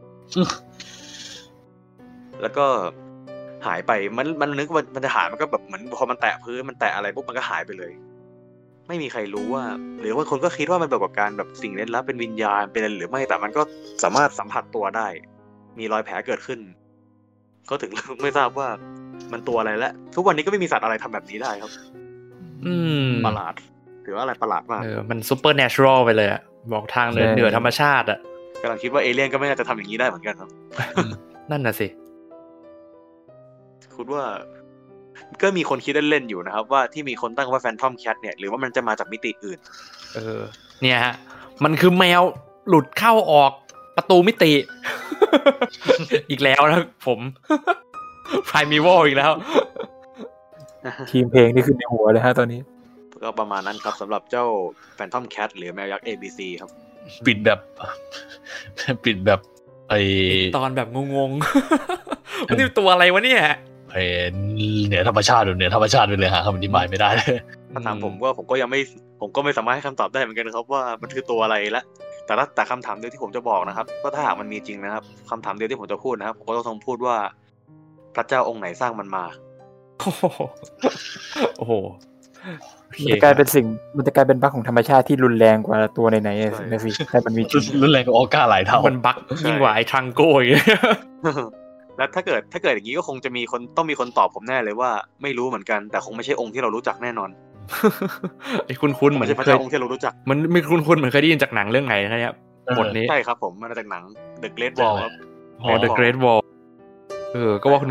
[SPEAKER 4] แล้วก็หายไปมันนึกว่ามันจะหายมันก็แบบเหมือนพอมันแตะพื้นมันแตะอะไรปุ๊บมันก็หายไปเลยไม่มีใครรู้ว่าหรือว่าคนก็คิดว่ามันแบบการแบบสิ่งเล่นลับเป็นวิญญาณเป็นอะไรหรือไม่แต่มันก็สามารถสัมผัสตัวได้มีรอยแผลเกิดขึ้นก็ถึงไม่ทราบว่ามันตัวอะไรและทุกวันนี้ก็ไม่มีสัตว์อะไรทำแบบนี้ได้ครับประหลาดถือว่าอะไรประหลาดมาก
[SPEAKER 1] มันซูเปอร์เนเชอรัลไปเลยบอกทางเหนือธรรมชาติ
[SPEAKER 4] กำลังคิดว่าเอเลี่ยนก็ไม่น่าจะทำอย่างนี้ได้เหมือนกันครับ
[SPEAKER 1] นั่นน่ะสิ
[SPEAKER 4] คุณว่าก็มีคนคิดเล่นๆอยู่นะครับว่าที่มีคนตั้งว่าแฟนทอมแคทเนี่ยหรือว่ามันจะมาจากมิติอื่น
[SPEAKER 1] เนี่ยฮะมันคือแมวหลุดเข้าออกประตูมิติ อีกแล้วนะผมไพรมิวอลอีกแล้ว
[SPEAKER 3] ทีมเพลงนี่ขึ้นในหัวเลยฮะตอนนี้
[SPEAKER 4] ก็ประมาณนั้นครับสำหรับเจ้าแฟนทอมแคทหรือแมวยักษ์ ABC ครับ
[SPEAKER 2] ปิดแบบไอ
[SPEAKER 1] ตอนแบบงงๆมันนี่ตัวอะไรวะเนี่ย
[SPEAKER 2] เหนือธรรมชาติไปเลยหาคำอธิบายไม่ได้เลย
[SPEAKER 4] ถ้าถามผมก็ไม่สามารถให้คำตอบได้เหมือนกันครับว่ามันคือตัวอะไรละแต่คำถามเดียวที่ผมจะบอกนะครับก็ถ้าหากมันมีจริงนะครับคำถามเดียวที่ผมจะพูดนะครับผมก็ต้องพูดว่าพระเจ้าองค์ไหนสร้างมันมา
[SPEAKER 1] โอ้โห
[SPEAKER 3] มันจะกลายเป็นบั๊กของธรรมชาติที่รุนแรงกว่าตัวไหนๆนะสิแต่มันมี
[SPEAKER 2] รุนแรงกว่าออก้าหลายเท่า
[SPEAKER 1] มันบั๊กยิ่งกว่าไอ้ทรังโก้อีก
[SPEAKER 4] แล้วถ้าเกิดอย่างนี้ก็คงจะต้องมีคนตอบผมแน่เลยว่าไม่รู้เหมือนกันแต่คงไม่ใช่องค์ที่เรารู้จักแน่นอน
[SPEAKER 1] ไอ้คุ้นๆเหมือน
[SPEAKER 4] พระเจ้าองค์ที่เรารู้จัก
[SPEAKER 1] มันไม่คุ้นๆเหมือนเคยได้ยินจากหนังเรื่องไหนนะครับบทนี้
[SPEAKER 4] ใช่ครับผมมาจากหนัง The Great Wall ครับ
[SPEAKER 1] The Great Wall ก็ว่าคุณ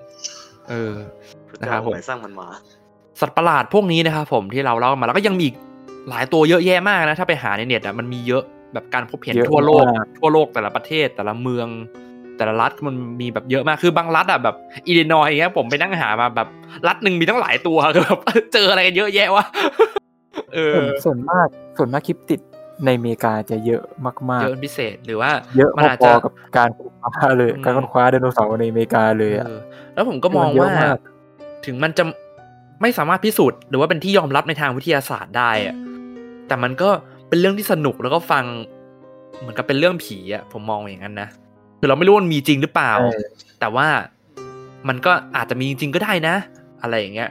[SPEAKER 4] นะครับผมสร้างมันมา
[SPEAKER 1] สัตว์ประหลาดพวกนี้นะครับผมที่เราเล่ามาแล้วก็ยังมีอีกหลายตัวเยอะแยะมากนะถ้าไปหาในเน็ตมันมีเยอะแบบการพบเห็นทั่วโลกแต่ละประเทศแต่ละเมืองแต่ละรัฐมันมีแบบเยอะมากคือบางรัฐแบบอิลลินอยส์อย่างเงี้ยผมไปนั่งหามาแบบรัฐนึงมีตั้งหลายตัวคือแบบเจออะไรกันเยอะแยะวะ
[SPEAKER 3] ส่วนมากคลิปติดในอเมริกาจะเยอะมากๆ
[SPEAKER 1] เยอะพิเศษหรือว่า
[SPEAKER 3] มันอาจจะกับการค้นคว้าไดโนเสาร์ในอเมริกาเลย
[SPEAKER 1] แล้วผมก็มองว่าถึงมันจะไม่สามารถพิสูจน์หรือว่าเป็นที่ยอมรับในทางวิทยาศาสตร์ได้แต่มันก็เป็นเรื่องที่สนุกแล้วก็ฟังเหมือนกับเป็นเรื่องผีผมมองอย่างนั้นนะคือเราไม่รู้มันมีจริงหรือเปล่าแต่ว่ามันก็อาจจะมีจริงก็ได้นะอะไรอย่างเงี้ย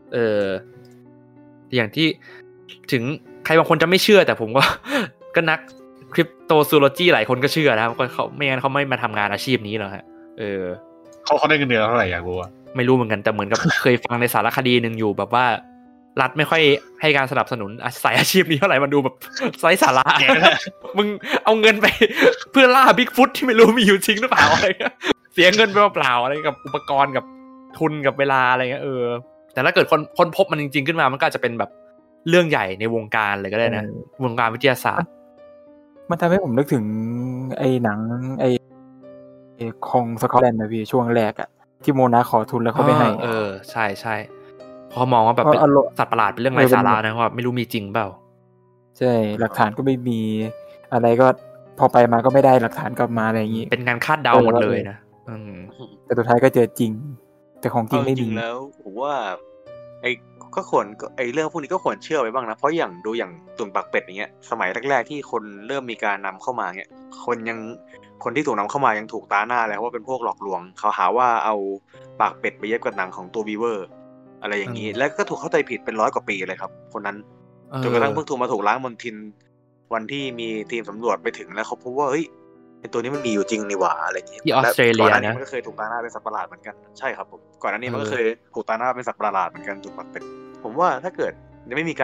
[SPEAKER 1] อย่างที่ถึงใครบางคนจะไม่เชื่อแต่ผมก็นักคริปโตซูโลจีหลายคนก็เชื่อนะครับเขาไม่งั้นเขาไม่มาทำงานอาชีพนี้หรอกฮะ
[SPEAKER 2] เขาได้เงินเดือนเท่าไหร่อยากรู้
[SPEAKER 1] ไม่รู้เหมือนกันแต่เหมือนกับเคยฟังในสารคดีนึงอยู่แบบว่ารัฐไม่ค่อยให้การสนับสนุนสายอาชีพนี้เท่าไหร่มันดูแบบไร้สาระมึงเอาเงินไปเพื่อล่าบิ๊กฟุตที่ไม่รู้มีอยู่จริงหรือเปล่าอะไรเงี้ยเสียเงินไปเปล่าอะไรกับอุปกรณ์กับทุนกับเวลาอะไรเงี้ยแต่ถ้าเกิดคนพบมันจริงๆขึ้นมามันก็อาจจะเป็นแบบเรื่องใหญ่ในวงการเลยก็ได้นะวงการวิทยาศาสตร์
[SPEAKER 3] มันทำให้ผมนึกถึงไอ้หนังไอ้ของสกอตแลนด์นะพี่ช่วงแรกอะที่โมนาขอทุนแล้วเขาไม่ให้
[SPEAKER 1] ใช่พอมองว่าแบบเป็นสัตว์ประหลาดเป็นเรื่องไร้สาระนะว่าไม่รู้มีจริงเปล่า
[SPEAKER 3] ใช่หลักฐานก็ไม่มีอะไรก็พอไปมาก็ไม่ได้หลักฐานกลับมาอะไรอย่างงี้
[SPEAKER 1] เป็นการคาดเดาหมดเลยนะ
[SPEAKER 3] แต่สุดท้ายก็เจอจริงแต่ของจริงไม่มี
[SPEAKER 4] แล้วผมว่าไอ้ก็ควรไอ้เรื่องพวกนี้ก็ควรเชื่อไว้บ้างนะเพราะอย่างดูอย่างตุ่นปากเป็ดอย่างเงี้ยสมัยแรกๆที่คนเริ่มมีการนำเข้ามาเงี้ยคนที่ถูกนำเข้ามายังถูกตาหน้าแล้วว่าเป็นพวกหลอกลวงเขาหาว่าเอาปากเป็ดไปเย็บกับหนังของตัวบีเวอร์อะไรอย่างนี้แล้วก็ถูกเข้าใจผิดเป็น100 กว่าปีเลยครับคนนั้นจนกระทั่งเพิ่งถูกล้างมลทินวันที่มีทีมสำรวจไปถึงแล้วเขาพบว่าเฮ้ยไอ้ตัวนี้มันมีอยู่จริงนี่หว่าอะไรอย่างนี้
[SPEAKER 1] ที่ออสเตรเลียนะ
[SPEAKER 4] มันก็เคยถูกตาหน้าเป็นสัตว์ประหลาดเหมือนกันใช่ครับผมก่อนหน้านี้มันก็เคยถูกตาหน้าเป็นสัตว์ประหลาดเหมือนกันตุ่นปากเป็ดผมว่าถ้าเกิดไม่มี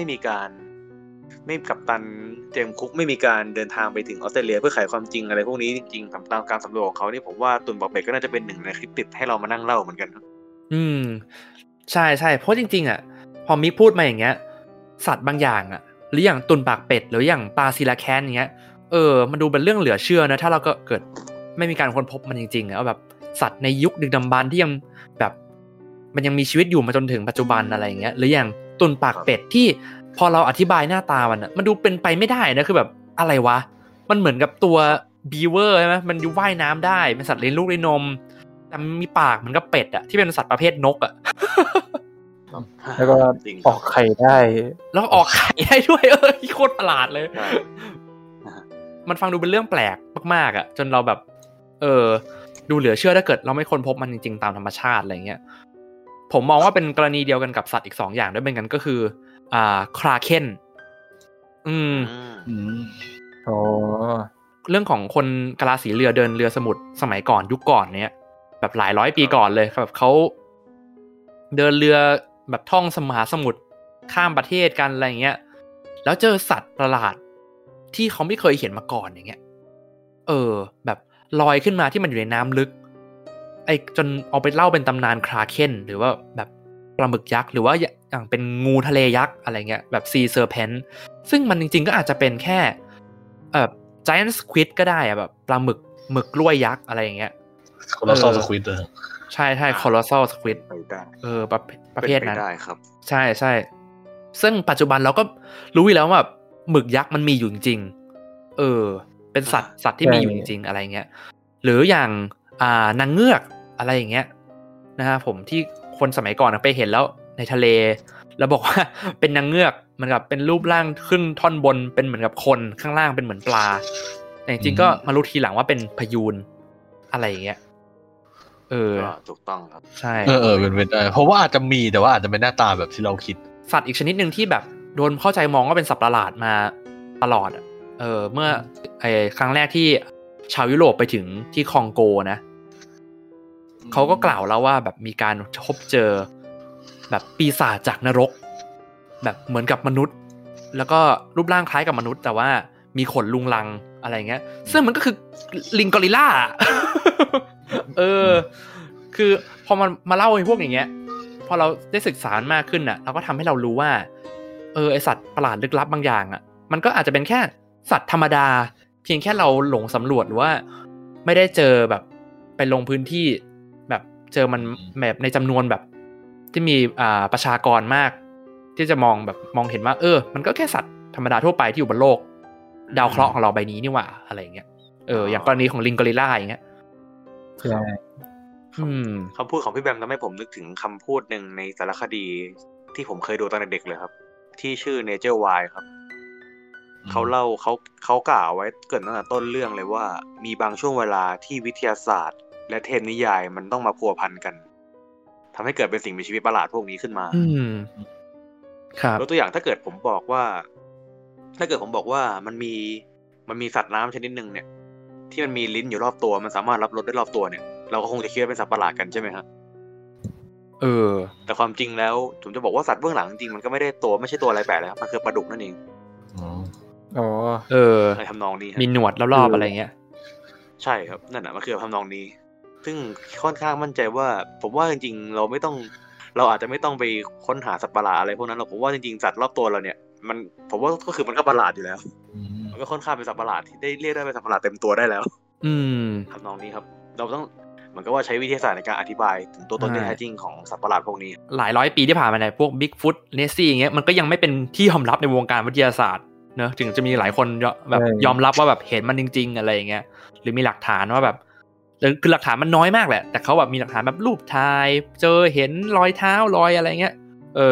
[SPEAKER 4] กัปตันเจมส์คุกไม่มีการเดินทางไปถึงออสเตรเลียเพื่อไขความจริงอะไรพวกนี้จริงๆตามการสำรวจของเขานี่ผมว่าตุ่นปากเป็ดก็น่าจะเป็นหนึ่งในคลิปติดให้เรามานั่งเล่าเหมือนกัน
[SPEAKER 1] ใช่เพราะจริงๆอ่ะพอมิกพูดมาอย่างเงี้ยสัตว์บางอย่างอ่ะหรืออย่างตุ่นปากเป็ดหรืออย่างปลาซีลาแคนอย่างเงี้ยมันดูเป็นเรื่องเหลือเชื่อนะถ้าเราก็เกิดไม่มีการค้นพบมันจริงๆแล้วแบบสัตว์ในยุคดึกดำบรรพ์ที่ยังแบบมันยังมีชีวิตอยู่มาจนถึงปัจจุบันอะไรอย่างเงี้ยหรืออย่างตุ่นปากเป็ดที่พอเราอธิบายหน้าตามันดูเป็นไปไม่ได้นะคือแบบอะไรวะมันเหมือนกับตัวบีเวอร์ใช่ไหมมันว่ายน้ำได้เป็นสัตว์เลี้ยงลูกเลี้ยงนมแต่มีปากเหมือนกับเป็ดอะที่เป็นสัตว์ประเภทนกอะ
[SPEAKER 3] แล้วก็ออกไข่ได้
[SPEAKER 1] แล้วออกไข่ได้ด้วยโคตรประหลาดเลยมันฟังดูเป็นเรื่องแปลกมากๆอะจนเราแบบดูเหลือเชื่อถ้าเกิดเราไม่ค้นพบมันจริงๆตามธรรมชาติอะไรเงี้ยผมมองว่าเป็นกรณีเดียวกันกับสัตว์อีก2อย่างด้วยเป็นกันก็คือคราเคนเรื่องของคนกะลาสีเรือเดินเรือสมุทรสมัยก่อนยุคก่อนเนี้ยแบบหลายร้อยปีก่อนเลยแบบเขาเดินเรือแบบท่องมหาสมุทรข้ามประเทศกันอะไรเงี้ยแล้วเจอสัตว์ประหลาดที่เขาไม่เคยเห็นมาก่อนอย่างเงี้ยแบบลอยขึ้นมาที่มันอยู่ในน้ำลึกจนเอาไปเล่าเป็นตำนานคราเคนหรือว่าแบบปลาหมึกยักษ์หรือว่าอย่างเป็นงูทะเลยักษ์อะไรเงี้ยแบบซีเซอร์เพนต์ซึ่งมันจริงๆก็อาจจะเป็นแค่giant squid ก็ได้อะแบบปลาหมึกกล้วยยักษ์อะไรอย่างเงี้ย
[SPEAKER 2] colossal squid
[SPEAKER 1] ใช่ๆ colossal squid ประเภทนั้น
[SPEAKER 4] ได้ครับ
[SPEAKER 1] ใช่ๆซึ่งปัจจุบันเราก็รู้อยู่แล้วว่าหมึกยักษ์มันมีอยู่จริงๆเป็นสัตว์ที่มีอยู่จริงๆอะไรเงี้ยหรืออย่างนางเงือกอะไรอย่างเงี้ยนะฮะผมที่คนสมัยก่อนไปเห็นแล้วในทะเลแล้วบอกว่าเป็นนางเงือกเหมือนกับเป็นรูปร่างขึ้นท่อนบนเป็นเหมือนกับคนข้างล่างเป็นเหมือนปลาแต่จริงๆก็มารู้ทีหลังว่าเป็นพยูนอะไรอย่างเงี้ย
[SPEAKER 4] ถูกต้องครับ
[SPEAKER 1] ใช่
[SPEAKER 2] เป็นเพราะว่าอาจจะมีแต่ว่าอาจจะเป็นหน้าตาแบบที่เราคิด
[SPEAKER 1] สัตว์อีกชนิดนึงที่แบบโดนเข้าใจมองว่าเป็นสัตว์ประหลาดมาตลอดเมื่อครั้งแรกที่ชาวยุโรปไปถึงที่คองโกนะเขาก็กล่าวแล้วว่าแบบมีการพบเจอแบบปีศาจจากนรกแบบเหมือนกับมนุษย์แล้วก็รูปร่างคล้ายกับมนุษย์แต่ว่ามีขนลุงลังอะไรเงี้ยซึ่งมันก็คือลิงกอริลลาคือพอมันมาเล่าไอ้พวกอย่างเงี้ยพอเราได้ศึกษามากขึ้นน่ะเราก็ทำให้เรารู้ว่าไอสัตว์ประหลาดลึกลับบางอย่างอ่ะมันก็อาจจะเป็นแค่สัตว์ธรรมดาเพียงแค่เราหลงสำรวจหรือว่าไม่ได้เจอแบบไปลงพื้นที่แบบเจอมันแบบในจำนวนแบบที่มีประชากรมากที่จะมองเห็นว่ามันก็แค่สัตว์ธรรมดาทั่วไปที่อยู่บนโลกดาวเคราะห์ของเราใบนี้นี่หว่าอะไรอย่างเงี้ยอย่างกรณีของลิงกอริลลาอย่างเงี้ย
[SPEAKER 3] ใช่
[SPEAKER 4] คำพูดของพี่แบมทำให้ผมนึกถึงคำพูดหนึ่งในสารคดีที่ผมเคยดูตอนเด็กเลยครับที่ชื่อ Nature Wild ครับเขาเล่าเขากล่าวไว้เกิดตั้งแต่ต้นเรื่องเลยว่ามีบางช่วงเวลาที่วิทยาศาสตร์และเทพนิยายมันต้องมาพัวพันกันทำให้เกิดเป็นสิ่งมีชีวิตประหลาดพวกนี้ขึ้นมา
[SPEAKER 1] ครับ
[SPEAKER 4] ยกตัวอย่างถ้าเกิดผมบอกว่ามันมีสัตว์น้ำชนิดนึงเนี่ยที่มันมีลิ้นอยู่รอบตัวมันสามารถรับรสได้รอบตัวเนี่ยเราก็คงจะคิดว่าเป็นสัตว์ประหลาดกันใช่ไหมครับแต่ความจริงแล้วผมจะบอกว่าสัตว์เบื้องหลังจริงมันก็ไม่ใช่ตัวอะไรแปลกเลยครับมันคือปลาดุกนั่นเองในทำนองนี้
[SPEAKER 1] มีหนวดรอบๆอะไรเงี้ย
[SPEAKER 4] ใช่ครับนั่นน่ะมันคือทำนองนี้ซึ่งค่อนข้างมั่นใจว่าผมว่าจริงๆเราอาจจะไม่ต้องไปค้นหาสัตว์ประหลาดอะไรพวกนั้นหรอกผมว่าจริงๆสัตว์รอบตัวเราเนี่ยผมว่าก็คือมันก็ประหลาดอยู่แล้วมันก็ค่อนข้างเป็นสัตว์ประหลาดที่ได้เรียกได้เป็นสัตว์ประหลาดเต็มตัวได้แล้วทำนองนี้ครับเราต้องเหมือนกับว่าใช้วิทยาศาสตร์ในการอธิบายถึงตัวตนที่แท้จริงของสัตว์ประหลาดพวกนี้
[SPEAKER 1] หลายร้อยปีที่ผ่านมาเนี่ยพวก Bigfoot Nessie อย่างเงี้ยมันก็ยังไม่เป็นที่ยอมรับในวงการวิทยาศาสตร์เนอะถึงจะมีหลายคนแบบยอมรับว่าแบบเห็นมันจริงๆอะไรอย่างเงี้ยหรือมีหลักฐานว่าแบบคือหลักฐานมันน้อยมากแหละแต่เขาแบบมีหลักฐานแบบรูปถ่ายเจอเห็นรอยเท้ารอยอะไรเงี้ย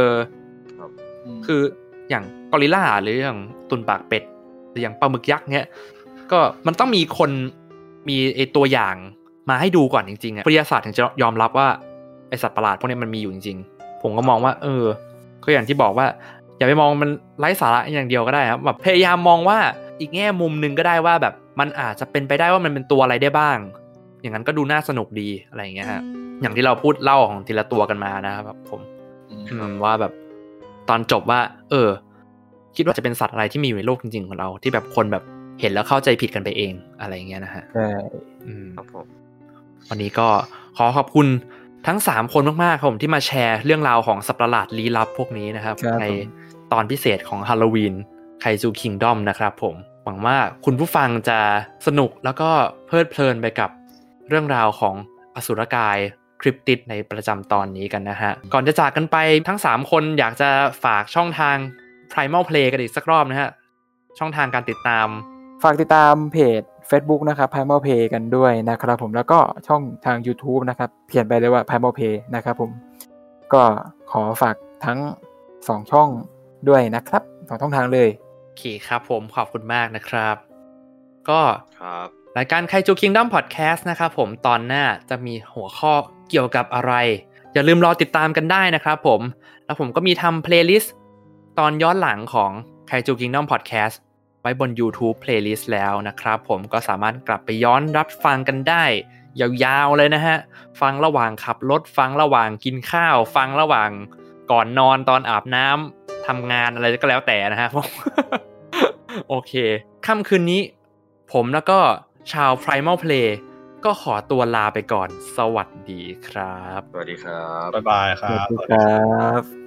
[SPEAKER 1] คืออย่างกอริลลาหรืออย่างตุ่นปากเป็ดหรืออย่างปลาหมึกยักษ์เงี้ยก็มันต้องมีคนมีไอตัวอย่างมาให้ดูก่อนจริงๆอ่ะวิทยาศาสตร์ถึงจะยอมรับว่าไอสัตว์ประหลาดพวกนี้มันมีอยู่จริงๆผมก็มองว่าก็อย่างที่บอกว่าอย่าไปมองมันไร้สาระอย่างเดียวก็ได้ครับแบบพยายามมองว่าอีกแง่มุมนึงก็ได้ว่าแบบมันอาจจะเป็นไปได้ว่ามันเป็นตัวอะไรได้บ้างอย่างนั้นก็ดูน่าสนุกดีอะไรอย่างเงี้ยฮะอย่างที่เราพูดเล่าของทีละตัวกันมานะครับผมว่าแบบตอนจบว่าคิดว่าจะเป็นสัตว์อะไรที่มีอยู่ในโลกจริงๆของเราที่แบบคนแบบเห็นแล้วเข้าใจผิดกันไปเองอะไรอย่างเงี้ยนะฮะ
[SPEAKER 4] ครับผม
[SPEAKER 1] วันนี้ก็ขอขอบคุณทั้ง3คนมากๆครับผมที่มาแชร์เรื่องราวของสัตว์ประหลาดลี้ลับพวกนี้นะครับในตอนพิเศษของฮาโลวีนไคจูคิงดอมนะครับผมหวังว่าคุณผู้ฟังจะสนุกแล้วก็เพลิดเพลินไปกับเรื่องราวของอสุรกายคริปติดในประจำตอนนี้กันนะฮะก่อนจะจากกันไปทั้ง3คนอยากจะฝากช่องทาง Primal Play กันอีกสักรอบนะฮะช่องทางการติดตาม
[SPEAKER 3] ฝากติดตามเพจ Facebook นะครับ Primal Play กันด้วยนะครับผมแล้วก็ช่องทาง YouTube นะครับเขียนไปเลยว่า Primal Play นะครับผมก็ขอฝากทั้ง2ช่องด้วยนะครับ2ช่องทางเลย
[SPEAKER 1] โอเคครับผมขอบคุณมากนะครับก็รายการไคจูคิงดอมพอดแคสต์นะครับผมตอนหน้าจะมีหัวข้อเกี่ยวกับอะไรอย่าลืมรอติดตามกันได้นะครับผมแล้วผมก็มีทำเพลย์ลิสต์ตอนย้อนหลังของไคจูคิงดอมพอดแคสต์ไว้บน YouTube Playlist แล้วนะครับผมก็สามารถกลับไปย้อนรับฟังกันได้ยาวๆเลยนะฮะฟังระหว่างขับรถฟังระหว่างกินข้าวฟังระหว่างก่อนนอนตอนอาบน้ำทำงานอะไรก็แล้วแต่นะฮะโอเคค่ำคืนนี้ผมแล้วก็ชาว Primal Play ก็ขอตัวลาไปก่อนสวัสดีครับ
[SPEAKER 4] สวัสดีครับ
[SPEAKER 2] บ๊ายบายครับ
[SPEAKER 3] สวัสดีครับ